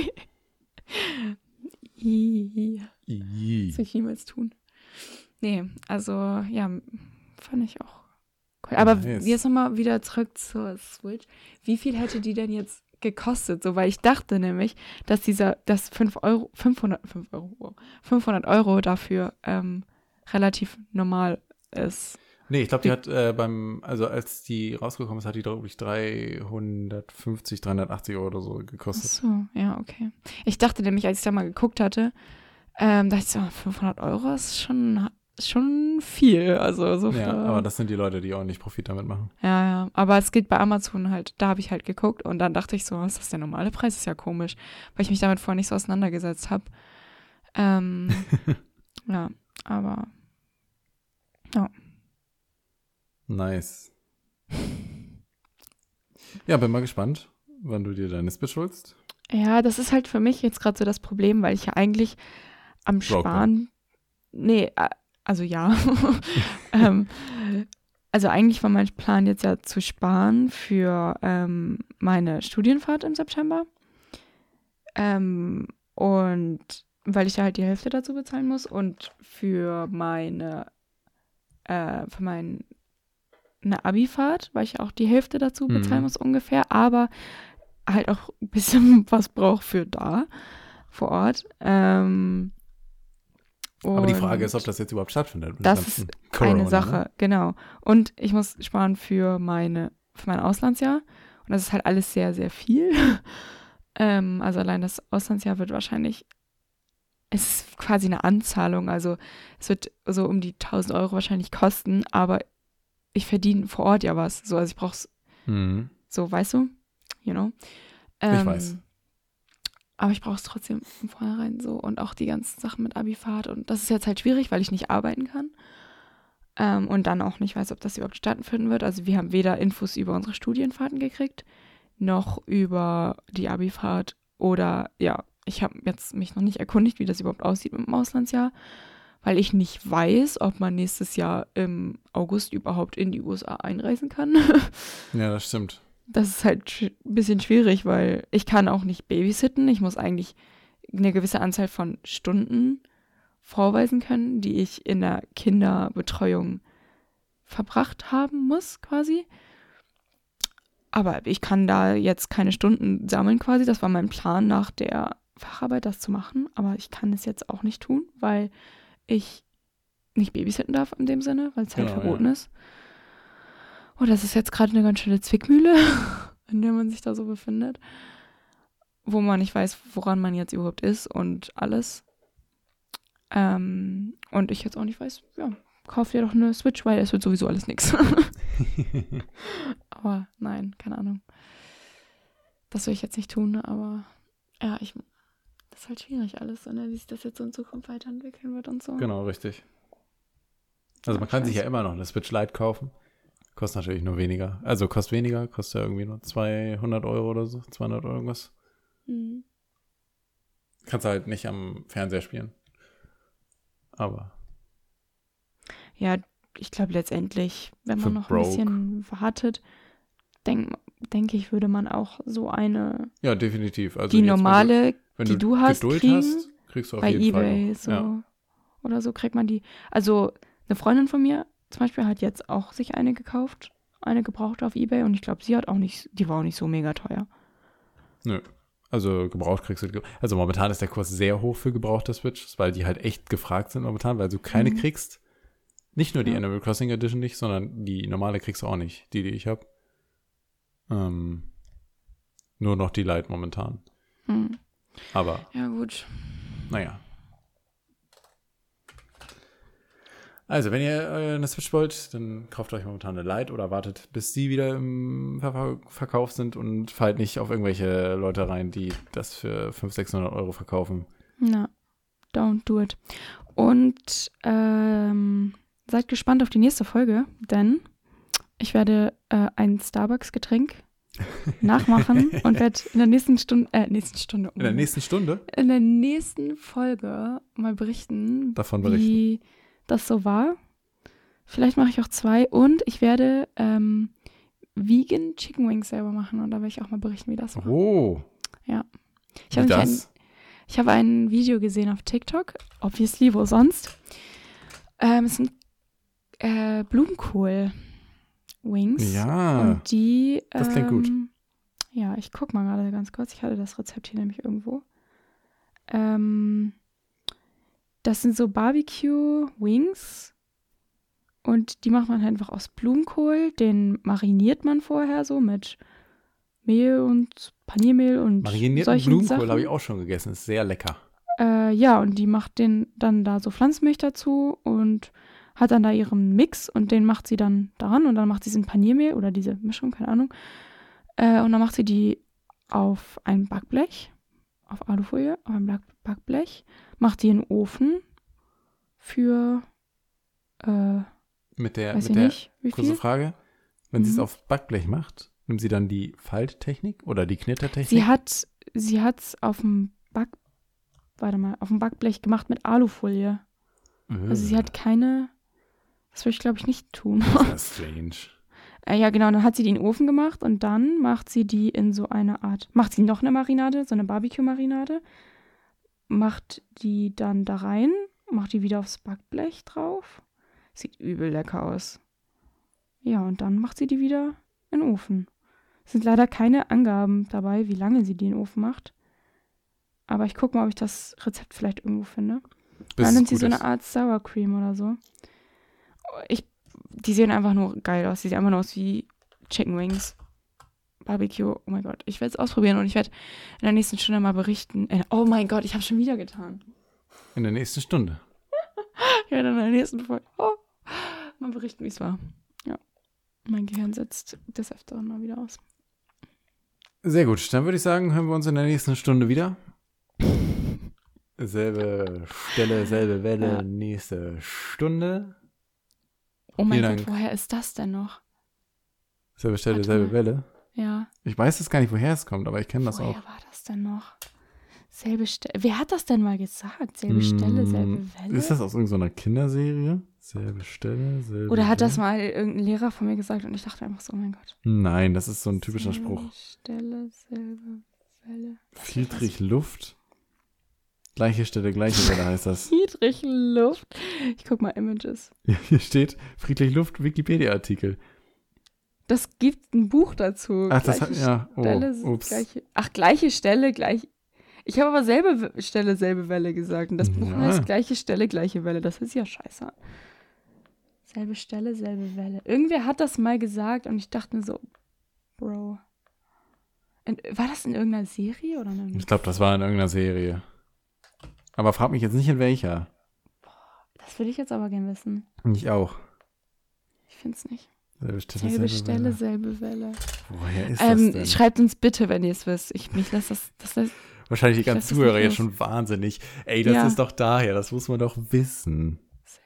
[SPEAKER 2] Ih,
[SPEAKER 1] Ii.
[SPEAKER 2] das will ich niemals tun. Nee, also ja, fand ich auch cool. Aber
[SPEAKER 1] Nice.
[SPEAKER 2] jetzt nochmal wieder zurück zur Switch. Wie viel hätte die denn jetzt gekostet? So, weil ich dachte nämlich, dass dieser, dass fünf Euro, fünfhundert, fünf Euro, wow, fünfhundert Euro dafür ähm, relativ normal ist.
[SPEAKER 1] Nee, ich glaube, die hat äh, beim, also als die rausgekommen ist, hat die, glaube ich, dreihundertfünfzig, dreihundertachtzig Euro oder so
[SPEAKER 2] Ach
[SPEAKER 1] gekostet.
[SPEAKER 2] so, ja, okay. Ich dachte nämlich, als ich da mal geguckt hatte, ähm, dachte ich so, fünfhundert Euro ist schon, ist schon viel. Also so
[SPEAKER 1] Ja,
[SPEAKER 2] für,
[SPEAKER 1] aber das sind die Leute, die auch nicht Profit damit machen.
[SPEAKER 2] ja, ja. Aber es geht bei Amazon halt, da habe ich halt geguckt und dann dachte ich so, ist das der normale Preis? Ist ja komisch, weil ich mich damit vorher nicht so auseinandergesetzt habe. Ähm, ja, aber
[SPEAKER 1] Nice. Ja, bin mal gespannt, wann du dir deine Switch holst.
[SPEAKER 2] ja, das ist halt für mich jetzt gerade so das Problem, weil ich ja eigentlich am
[SPEAKER 1] Broke
[SPEAKER 2] Sparen, nee, äh, also ja, ähm, also eigentlich war mein Plan jetzt ja zu sparen für ähm, meine Studienfahrt im September. Ähm, und weil ich da halt die Hälfte dazu bezahlen muss und für meine, äh, für mein, eine Abifahrt, weil ich auch die Hälfte dazu bezahlen
[SPEAKER 1] Mhm.
[SPEAKER 2] muss ungefähr, aber halt auch ein bisschen was brauche für da vor Ort. Ähm,
[SPEAKER 1] Aber die Frage
[SPEAKER 2] und
[SPEAKER 1] ist, ob das jetzt überhaupt stattfindet. mit
[SPEAKER 2] das
[SPEAKER 1] dem ganzen
[SPEAKER 2] ist
[SPEAKER 1] Corona,
[SPEAKER 2] eine Sache,
[SPEAKER 1] ne?
[SPEAKER 2] genau. Und ich muss sparen für meine, für mein Auslandsjahr. Und das ist halt alles sehr, sehr viel. ähm, also allein das Auslandsjahr wird wahrscheinlich, es ist quasi eine Anzahlung. Also es wird so um die tausend Euro wahrscheinlich kosten, aber ich verdiene vor Ort ja was. So, also ich brauche es
[SPEAKER 1] Mhm.
[SPEAKER 2] so, weißt du? You know? Ähm,
[SPEAKER 1] Ich weiß.
[SPEAKER 2] Aber ich brauche es trotzdem von vornherein so. Und auch die ganzen Sachen mit Abifahrt. Und das ist jetzt halt schwierig, weil ich nicht arbeiten kann. Ähm, und dann auch nicht weiß, ob das überhaupt stattfinden wird. Also wir haben weder Infos über unsere Studienfahrten gekriegt, noch über die Abifahrt. Oder ja, ich habe jetzt mich noch nicht erkundigt, wie das überhaupt aussieht mit dem Auslandsjahr. Weil ich nicht weiß, ob man nächstes Jahr im August überhaupt in die U S A einreisen kann.
[SPEAKER 1] Ja, das stimmt.
[SPEAKER 2] Das ist halt sch- ein bisschen schwierig, weil ich kann auch nicht babysitten. Ich muss eigentlich eine gewisse Anzahl von Stunden vorweisen können, die ich in der Kinderbetreuung verbracht haben muss, quasi. Aber ich kann da jetzt keine Stunden sammeln, quasi. Das war mein Plan nach der Facharbeit, das zu machen. Aber ich kann es jetzt auch nicht tun, weil ich nicht babysitten darf in dem Sinne, weil es halt
[SPEAKER 1] Genau,
[SPEAKER 2] verboten
[SPEAKER 1] ja.
[SPEAKER 2] ist. Oh, das ist jetzt gerade eine ganz schöne Zwickmühle, in der man sich da so befindet. Wo man nicht weiß, woran man jetzt überhaupt ist und alles. Ähm, und ich jetzt auch nicht weiß, ja, kauf dir doch eine Switch, weil es wird sowieso alles nix. Aber nein, keine Ahnung. Das will ich jetzt nicht tun, aber ja, ich, das ist halt schwierig alles, ne, wie sich das jetzt so in Zukunft weiterentwickeln wird und so.
[SPEAKER 1] Genau, richtig. Also man kann sich ja immer noch eine Switch Lite kaufen. Kostet natürlich nur weniger. Also kostet weniger, kostet ja irgendwie nur zweihundert Euro oder so, zweihundert Euro irgendwas.
[SPEAKER 2] Mhm.
[SPEAKER 1] Kannst halt nicht am Fernseher spielen. Aber
[SPEAKER 2] Ja, ich glaube letztendlich, wenn
[SPEAKER 1] Für
[SPEAKER 2] man noch
[SPEAKER 1] broke.
[SPEAKER 2] ein bisschen wartet, denke denk ich, würde man auch so eine,
[SPEAKER 1] ja, definitiv. Also
[SPEAKER 2] die
[SPEAKER 1] jetzt,
[SPEAKER 2] normale,
[SPEAKER 1] wenn
[SPEAKER 2] die
[SPEAKER 1] du,
[SPEAKER 2] du hast,
[SPEAKER 1] Geduld
[SPEAKER 2] kriegen,
[SPEAKER 1] hast, kriegst du auf
[SPEAKER 2] bei
[SPEAKER 1] jeden
[SPEAKER 2] eBay
[SPEAKER 1] Fall noch.
[SPEAKER 2] so
[SPEAKER 1] Ja.
[SPEAKER 2] oder so kriegt man die. Also eine Freundin von mir zum Beispiel hat jetzt auch sich eine gekauft, eine gebraucht auf eBay und ich glaube, sie hat auch nicht, die war auch nicht so mega teuer.
[SPEAKER 1] Nö. Also gebraucht kriegst du. Also momentan ist der Kurs sehr hoch für gebrauchte Switches, weil die halt echt gefragt sind momentan, weil du keine
[SPEAKER 2] Mhm.
[SPEAKER 1] kriegst. Nicht nur die
[SPEAKER 2] Ja.
[SPEAKER 1] Animal Crossing Edition nicht, sondern die normale kriegst du auch nicht, die, die ich habe. Ähm, nur noch die Lite momentan.
[SPEAKER 2] Hm.
[SPEAKER 1] Aber,
[SPEAKER 2] Ja, gut.
[SPEAKER 1] naja. Also, wenn ihr äh, eine Switch wollt, dann kauft euch momentan eine Lite oder wartet, bis die wieder im Ver Verkauf sind und fallt nicht auf irgendwelche Leute rein, die das für fünfhundert, sechshundert Euro verkaufen.
[SPEAKER 2] Na, don't do it. Und ähm, seid gespannt auf die nächste Folge, denn ich werde äh, ein Starbucks-Getränk nachmachen und werde in der nächsten Stunde, äh, nächsten Stunde.
[SPEAKER 1] In der nächsten Stunde?
[SPEAKER 2] In der nächsten Folge mal berichten,
[SPEAKER 1] Davon berichten.
[SPEAKER 2] wie das so war. Vielleicht mache ich auch zwei und ich werde ähm, Vegan Chicken Wings selber machen und da werde ich auch mal berichten, wie das war.
[SPEAKER 1] Oh.
[SPEAKER 2] Ja. Ich
[SPEAKER 1] Wie
[SPEAKER 2] habe
[SPEAKER 1] das?
[SPEAKER 2] ein, ich habe ein Video gesehen auf TikTok, obviously, wo sonst. Ähm, es sind äh, Blumenkohl-Wings.
[SPEAKER 1] Ja.
[SPEAKER 2] Und die. Ähm,
[SPEAKER 1] Das klingt gut.
[SPEAKER 2] Ja, ich gucke mal gerade ganz kurz. Ich hatte das Rezept hier nämlich irgendwo. Ähm, das sind so Barbecue-Wings. Und die macht man halt einfach aus Blumenkohl. Den mariniert man vorher so mit Mehl und Paniermehl und
[SPEAKER 1] Marinierten
[SPEAKER 2] solchen
[SPEAKER 1] Blumenkohl
[SPEAKER 2] Sachen.
[SPEAKER 1] habe ich auch schon gegessen. Ist sehr lecker.
[SPEAKER 2] Äh, ja, und die macht den dann da so Pflanzenmilch dazu und hat dann da ihren Mix und den macht sie dann daran und dann macht sie diesen Paniermehl oder diese Mischung, keine Ahnung. Äh, und dann macht sie die auf ein Backblech, auf Alufolie, auf ein Back- Backblech, macht die in den Ofen für, äh,
[SPEAKER 1] Mit der,
[SPEAKER 2] weiß
[SPEAKER 1] mit
[SPEAKER 2] ich
[SPEAKER 1] der
[SPEAKER 2] nicht, wie
[SPEAKER 1] kurze
[SPEAKER 2] viel.
[SPEAKER 1] Frage. Wenn sie es
[SPEAKER 2] Mhm.
[SPEAKER 1] auf Backblech macht, nimmt sie dann die Falttechnik oder die Knittertechnik?
[SPEAKER 2] Sie hat sie hat's auf dem Back, warte mal, auf dem Backblech gemacht mit Alufolie. Also sie hat keine, das würde ich glaube ich nicht tun.
[SPEAKER 1] Das ist strange.
[SPEAKER 2] Äh, ja, genau, dann hat sie die in den Ofen gemacht und dann macht sie die in so eine Art, macht sie noch eine Marinade, so eine Barbecue-Marinade, macht die dann da rein, macht die wieder aufs Backblech drauf. Sieht übel lecker aus. Ja, und dann macht sie die wieder in den Ofen. Es sind leider keine Angaben dabei, wie lange sie die in den Ofen macht. Aber ich gucke mal, ob ich das Rezept vielleicht irgendwo finde.
[SPEAKER 1] Bis
[SPEAKER 2] Dann
[SPEAKER 1] es
[SPEAKER 2] nimmt sie
[SPEAKER 1] gut
[SPEAKER 2] so eine
[SPEAKER 1] ist.
[SPEAKER 2] Art Sour Cream oder so. Ich, die sehen einfach nur geil aus. Die sehen einfach nur aus wie Chicken Wings. Barbecue. Oh mein Gott. Ich werde es ausprobieren und ich werde in der nächsten Stunde mal berichten. Äh, oh mein Gott, ich habe schon wieder getan.
[SPEAKER 1] In der nächsten Stunde.
[SPEAKER 2] Ich werde in der nächsten Folge oh, mal berichten, wie es war. Ja. Mein Gehirn setzt des Öfteren mal wieder aus.
[SPEAKER 1] Sehr gut. Dann würde ich sagen, hören wir uns in der nächsten Stunde wieder. Selbe Stelle, selbe Welle,
[SPEAKER 2] Ja.
[SPEAKER 1] nächste Stunde.
[SPEAKER 2] Oh mein
[SPEAKER 1] Vielen
[SPEAKER 2] Gott,
[SPEAKER 1] Dank.
[SPEAKER 2] woher ist das denn noch?
[SPEAKER 1] Selbe Stelle,
[SPEAKER 2] Warte
[SPEAKER 1] selbe
[SPEAKER 2] mal.
[SPEAKER 1] Welle.
[SPEAKER 2] Ja.
[SPEAKER 1] Ich weiß jetzt gar nicht, woher es kommt, aber ich kenne das
[SPEAKER 2] Woher
[SPEAKER 1] auch.
[SPEAKER 2] war das denn noch? Selbe Stelle. Wer hat das denn mal gesagt? Selbe Stelle, selbe
[SPEAKER 1] Hm,
[SPEAKER 2] Welle?
[SPEAKER 1] Ist das aus irgendeiner Kinderserie? Selbe Stelle, selbe
[SPEAKER 2] Oder hat das
[SPEAKER 1] Welle?
[SPEAKER 2] mal irgendein Lehrer von mir gesagt und ich dachte einfach so, oh mein Gott.
[SPEAKER 1] Nein, das ist so ein typischer
[SPEAKER 2] selbe
[SPEAKER 1] Spruch.
[SPEAKER 2] Stelle, selbe Welle.
[SPEAKER 1] Friedrich Luft. Gleiche Stelle, gleiche Welle heißt das.
[SPEAKER 2] Friedrich Luft. Ich guck mal Images.
[SPEAKER 1] Ja, hier steht Friedrich Luft Wikipedia-Artikel.
[SPEAKER 2] Das gibt ein Buch dazu.
[SPEAKER 1] Ach, das hat,
[SPEAKER 2] Gleiche
[SPEAKER 1] ja, oh,
[SPEAKER 2] Stelle,
[SPEAKER 1] ups.
[SPEAKER 2] gleiche. Ach, gleiche Stelle, gleich. Ich habe aber selbe W- Stelle, selbe Welle gesagt. Und das Buch
[SPEAKER 1] Ja.
[SPEAKER 2] heißt gleiche Stelle, gleiche Welle. Das ist ja scheiße an. Selbe Stelle, selbe Welle. Irgendwer hat das mal gesagt und ich dachte mir so, Bro. In, war das in irgendeiner Serie oder in irgendeinem
[SPEAKER 1] Ich glaube, das war in irgendeiner Serie. Aber frag mich jetzt nicht, in welcher.
[SPEAKER 2] Das würde ich jetzt aber gern wissen.
[SPEAKER 1] Ich auch.
[SPEAKER 2] Ich finde es nicht.
[SPEAKER 1] Selbe Stelle,
[SPEAKER 2] Selbe
[SPEAKER 1] selbe
[SPEAKER 2] Stelle,
[SPEAKER 1] Welle.
[SPEAKER 2] selbe Welle.
[SPEAKER 1] Woher ist
[SPEAKER 2] Ähm,
[SPEAKER 1] das denn?
[SPEAKER 2] schreibt uns bitte, wenn ihr es wisst. Ich, mich lässt das, das lässt,
[SPEAKER 1] Wahrscheinlich die
[SPEAKER 2] ich
[SPEAKER 1] ganzen
[SPEAKER 2] weiß es
[SPEAKER 1] Zuhörer
[SPEAKER 2] nicht
[SPEAKER 1] jetzt
[SPEAKER 2] los.
[SPEAKER 1] schon wahnsinnig. Ey, das
[SPEAKER 2] Ja.
[SPEAKER 1] ist doch daher, das muss man doch wissen.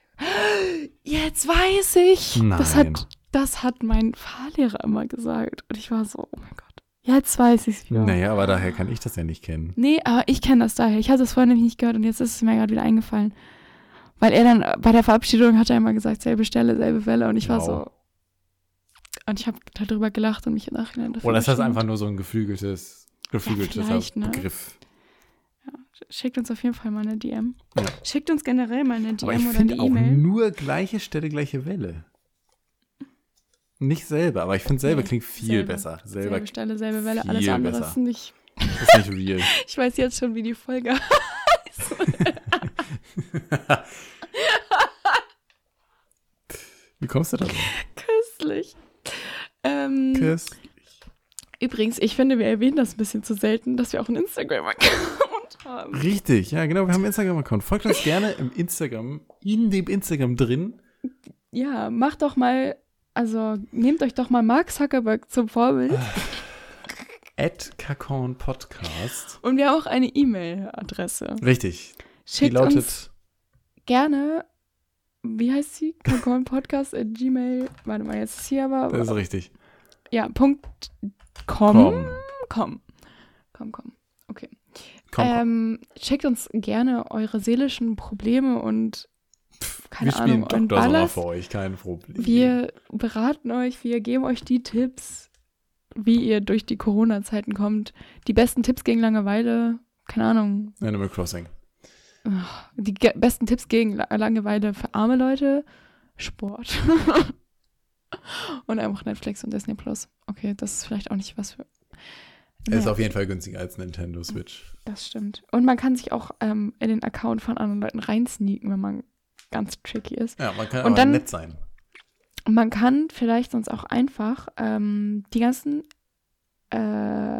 [SPEAKER 2] Jetzt weiß ich. Das
[SPEAKER 1] Nein.
[SPEAKER 2] hat, das hat mein Fahrlehrer immer gesagt. Und ich war so, oh mein Gott. Jetzt weiß ich es wieder.
[SPEAKER 1] Naja, aber daher kann ich das ja nicht kennen.
[SPEAKER 2] Nee, aber ich kenne das daher. Ich hatte das vorher nämlich nicht gehört und jetzt ist es mir gerade wieder eingefallen. Weil er dann äh, bei der Verabschiedung hat er immer gesagt, selbe Stelle, selbe Welle. Und ich war
[SPEAKER 1] Wow.
[SPEAKER 2] so. Und ich habe darüber gelacht und mich im Nachhinein dafür
[SPEAKER 1] Oder ist das
[SPEAKER 2] geschämt.
[SPEAKER 1] einfach nur so ein geflügeltes, geflügeltes
[SPEAKER 2] vielleicht, ne?
[SPEAKER 1] Begriff?
[SPEAKER 2] Schickt uns auf jeden Fall mal eine D M.
[SPEAKER 1] Ja.
[SPEAKER 2] Schickt uns generell mal eine D M
[SPEAKER 1] Aber ich
[SPEAKER 2] oder eine
[SPEAKER 1] finde auch
[SPEAKER 2] E-Mail.
[SPEAKER 1] nur gleiche Stelle, gleiche Welle. Nicht selber, aber ich finde selber
[SPEAKER 2] Nee,
[SPEAKER 1] klingt viel
[SPEAKER 2] selbe.
[SPEAKER 1] besser. Selber
[SPEAKER 2] Selbe Stelle, selbe Welle.
[SPEAKER 1] viel
[SPEAKER 2] Alles andere
[SPEAKER 1] besser.
[SPEAKER 2] ist nicht.
[SPEAKER 1] ist nicht real.
[SPEAKER 2] Ich weiß jetzt schon, wie die Folge heißt.
[SPEAKER 1] Wie kommst du da drauf?
[SPEAKER 2] Köstlich. Ähm,
[SPEAKER 1] Kiss.
[SPEAKER 2] übrigens, ich finde, wir erwähnen das ein bisschen zu selten, dass wir auch einen Instagram-Account haben.
[SPEAKER 1] Richtig, ja genau, wir haben einen Instagram-Account. Folgt uns gerne im Instagram, in dem Instagram drin.
[SPEAKER 2] Ja, macht doch mal, also nehmt euch doch mal Mark Zuckerberg zum Vorbild.
[SPEAKER 1] At Kakon Podcast.
[SPEAKER 2] Und wir haben auch eine E-Mail-Adresse.
[SPEAKER 1] Richtig. Die
[SPEAKER 2] Schickt
[SPEAKER 1] lautet
[SPEAKER 2] uns gerne, wie heißt sie? kakornpodcast at gmail. Warte mal, jetzt ist hier aber.
[SPEAKER 1] Das ist richtig.
[SPEAKER 2] Ja, Punkt Komm,
[SPEAKER 1] Komm.
[SPEAKER 2] komm. Komm, komm. Okay.
[SPEAKER 1] Komm, komm.
[SPEAKER 2] Ähm, schickt uns gerne eure seelischen Probleme und keine
[SPEAKER 1] Wir spielen
[SPEAKER 2] Ahnung, euren
[SPEAKER 1] Doktor Sommer
[SPEAKER 2] Ballast.
[SPEAKER 1] für euch, kein Problem.
[SPEAKER 2] Wir beraten euch, wir geben euch die Tipps, wie ihr durch die Corona-Zeiten kommt. Die besten Tipps gegen Langeweile, keine Ahnung.
[SPEAKER 1] Animal Crossing.
[SPEAKER 2] Die ge- besten Tipps gegen La- Langeweile für arme Leute, Sport. Und einfach Netflix und Disney Plus. Okay, das ist vielleicht auch nicht was für...
[SPEAKER 1] Er ist
[SPEAKER 2] Naja,
[SPEAKER 1] auf jeden Fall günstiger als Nintendo Switch.
[SPEAKER 2] das stimmt. Und man kann sich auch ähm, in den Account von anderen Leuten reinsneaken, wenn man ganz tricky ist.
[SPEAKER 1] Ja, man kann
[SPEAKER 2] Und
[SPEAKER 1] aber
[SPEAKER 2] dann-
[SPEAKER 1] nett sein.
[SPEAKER 2] Und man kann vielleicht sonst auch einfach ähm, die ganzen äh,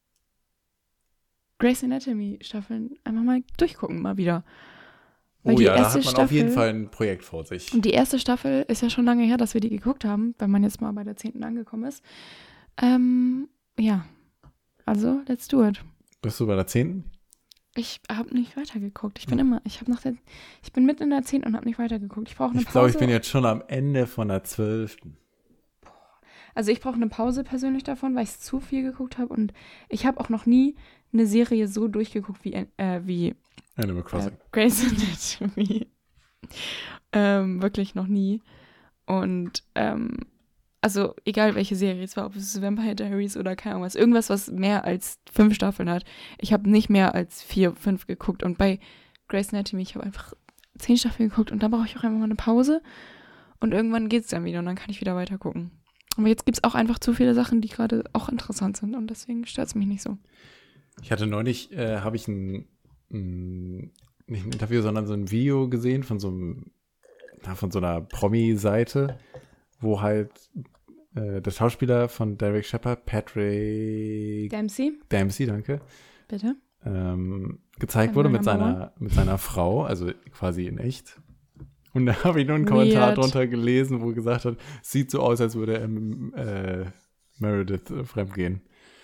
[SPEAKER 2] Grey's Anatomy Staffeln einfach mal durchgucken, mal wieder. Weil
[SPEAKER 1] Oh
[SPEAKER 2] die
[SPEAKER 1] ja, da
[SPEAKER 2] erste
[SPEAKER 1] hat man auf jeden
[SPEAKER 2] Staffel-
[SPEAKER 1] Fall ein Projekt vor sich.
[SPEAKER 2] Und die erste Staffel ist ja schon lange her, dass wir die geguckt haben, wenn man jetzt mal bei der zehnten angekommen ist. Ähm, ja. Also, let's do it.
[SPEAKER 1] Bist du bei der zehnten?
[SPEAKER 2] Ich habe nicht weitergeguckt. Ich bin immer, ich habe nach der, ich bin mitten in der zehnten und habe nicht weitergeguckt. Ich brauche eine
[SPEAKER 1] Ich
[SPEAKER 2] Pause.
[SPEAKER 1] glaube, ich bin jetzt schon am Ende von der zwölften.
[SPEAKER 2] Also ich brauche eine Pause persönlich davon, weil ich zu viel geguckt habe und ich habe auch noch nie eine Serie so durchgeguckt wie, äh, wie
[SPEAKER 1] Animal
[SPEAKER 2] äh,
[SPEAKER 1] Crossing.
[SPEAKER 2] Grey's Anatomy. ähm, wirklich noch nie. Und ähm, also egal welche Serie es war, ob es Vampire Diaries oder keine Ahnung was, irgendwas, was mehr als fünf Staffeln hat. Ich habe nicht mehr als vier, fünf geguckt und bei Grey's Anatomy, ich habe einfach zehn Staffeln geguckt und dann brauche ich auch einfach mal eine Pause und irgendwann geht es dann wieder und dann kann ich wieder weiter gucken. Aber jetzt gibt es auch einfach zu viele Sachen, die gerade auch interessant sind und deswegen stört es mich nicht so.
[SPEAKER 1] Ich hatte neulich, äh, habe ich ein, ein, nicht ein Interview, sondern so ein Video gesehen von so einem, na, von so einer Promi-Seite, wo halt äh, der Schauspieler von Derek Shepherd, Patrick
[SPEAKER 2] Dempsey,
[SPEAKER 1] Dempsey, danke,
[SPEAKER 2] bitte.
[SPEAKER 1] ähm, gezeigt
[SPEAKER 2] Mein
[SPEAKER 1] wurde mit
[SPEAKER 2] Number
[SPEAKER 1] seiner, mit seiner Frau, also quasi in echt. Und da habe ich nur einen Kommentar
[SPEAKER 2] Weird.
[SPEAKER 1] drunter gelesen, wo gesagt hat, sieht so aus, als würde er ähm, äh, Meredith äh, fremdgehen.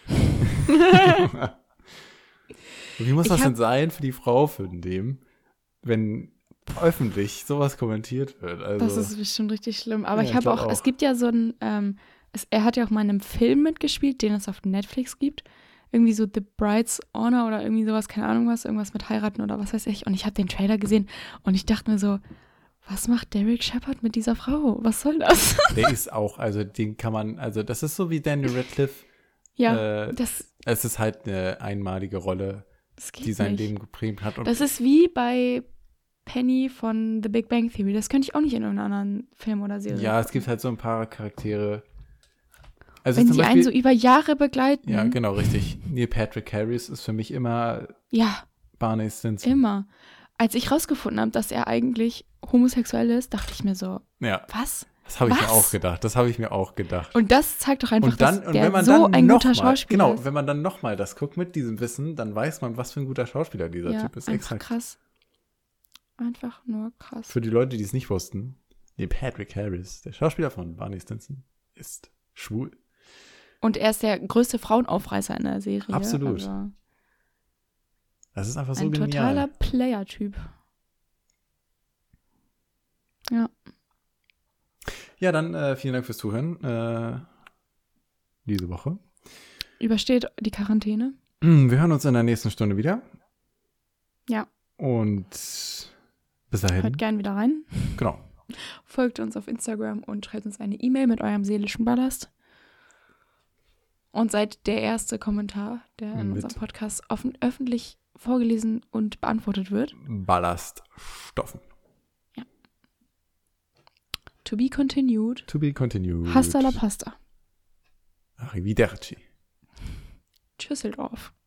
[SPEAKER 1] Wie muss
[SPEAKER 2] Ich
[SPEAKER 1] das
[SPEAKER 2] hab-
[SPEAKER 1] denn sein für die Frau von dem, wenn öffentlich sowas kommentiert wird? Also,
[SPEAKER 2] Das ist bestimmt richtig schlimm. Aber
[SPEAKER 1] Ja,
[SPEAKER 2] ich
[SPEAKER 1] ich
[SPEAKER 2] habe
[SPEAKER 1] glaub
[SPEAKER 2] auch,
[SPEAKER 1] auch.
[SPEAKER 2] es gibt ja so ein, ähm, es, er hat ja auch mal in einem Film mitgespielt, den es auf Netflix gibt. Irgendwie so The Bride's Honor oder irgendwie sowas, keine Ahnung was, irgendwas mit heiraten oder was weiß ich. Und ich habe den Trailer gesehen und ich dachte mir so, was macht Derek Shepherd mit dieser Frau? Was soll das?
[SPEAKER 1] der ist auch, also den kann man, also das ist so wie Daniel Radcliffe.
[SPEAKER 2] ja,
[SPEAKER 1] äh,
[SPEAKER 2] das,
[SPEAKER 1] Es ist halt eine einmalige Rolle,
[SPEAKER 2] das geht
[SPEAKER 1] die sein
[SPEAKER 2] nicht.
[SPEAKER 1] Leben geprägt hat. Und
[SPEAKER 2] Das ist wie bei Penny von The Big Bang Theory. Das könnte ich auch nicht in irgendeinem anderen Film oder Serie.
[SPEAKER 1] ja, es gibt halt so ein paar Charaktere. Also
[SPEAKER 2] Wenn
[SPEAKER 1] zum
[SPEAKER 2] sie
[SPEAKER 1] Beispiel,
[SPEAKER 2] einen so über Jahre begleiten.
[SPEAKER 1] ja, genau, richtig. Neil Patrick Harris ist für mich immer
[SPEAKER 2] Ja,
[SPEAKER 1] Barney Stinson.
[SPEAKER 2] immer. Als ich rausgefunden habe, dass er eigentlich homosexuell ist, dachte ich mir so,
[SPEAKER 1] Ja,
[SPEAKER 2] was?
[SPEAKER 1] das habe ich mir
[SPEAKER 2] Was?
[SPEAKER 1] auch gedacht. Das habe ich mir auch gedacht.
[SPEAKER 2] Und das zeigt doch einfach,
[SPEAKER 1] Und dann,
[SPEAKER 2] dass
[SPEAKER 1] und
[SPEAKER 2] der
[SPEAKER 1] wenn man
[SPEAKER 2] so
[SPEAKER 1] dann
[SPEAKER 2] ein
[SPEAKER 1] noch
[SPEAKER 2] guter
[SPEAKER 1] mal,
[SPEAKER 2] Schauspieler
[SPEAKER 1] genau,
[SPEAKER 2] ist.
[SPEAKER 1] wenn man dann nochmal das guckt mit diesem Wissen, dann weiß man, was für ein guter Schauspieler dieser
[SPEAKER 2] Ja,
[SPEAKER 1] Typ ist.
[SPEAKER 2] einfach
[SPEAKER 1] Exakt.
[SPEAKER 2] krass. Einfach nur krass.
[SPEAKER 1] Für die Leute, die es nicht wussten, Neil Patrick Harris, der Schauspieler von Barney Stinson, ist schwul.
[SPEAKER 2] Und er ist der größte Frauenaufreißer in der Serie.
[SPEAKER 1] Absolut.
[SPEAKER 2] Also
[SPEAKER 1] Das ist einfach so
[SPEAKER 2] ein
[SPEAKER 1] genial.
[SPEAKER 2] totaler Player-Typ. Ja.
[SPEAKER 1] Ja, dann äh, vielen Dank fürs Zuhören äh, diese Woche.
[SPEAKER 2] Übersteht die Quarantäne.
[SPEAKER 1] Wir hören uns in der nächsten Stunde wieder.
[SPEAKER 2] Ja.
[SPEAKER 1] Und bis dahin.
[SPEAKER 2] Hört gern wieder rein.
[SPEAKER 1] Genau.
[SPEAKER 2] Folgt uns auf Instagram und schreibt uns eine E-Mail mit eurem seelischen Ballast. Und seid der erste Kommentar, der in
[SPEAKER 1] Mit-
[SPEAKER 2] unserem Podcast offen, öffentlich vorgelesen und beantwortet wird.
[SPEAKER 1] Ballaststoffen.
[SPEAKER 2] To be continued.
[SPEAKER 1] To be continued.
[SPEAKER 2] Hasta la pasta.
[SPEAKER 1] Arrivederci.
[SPEAKER 2] Tschüsseldorf.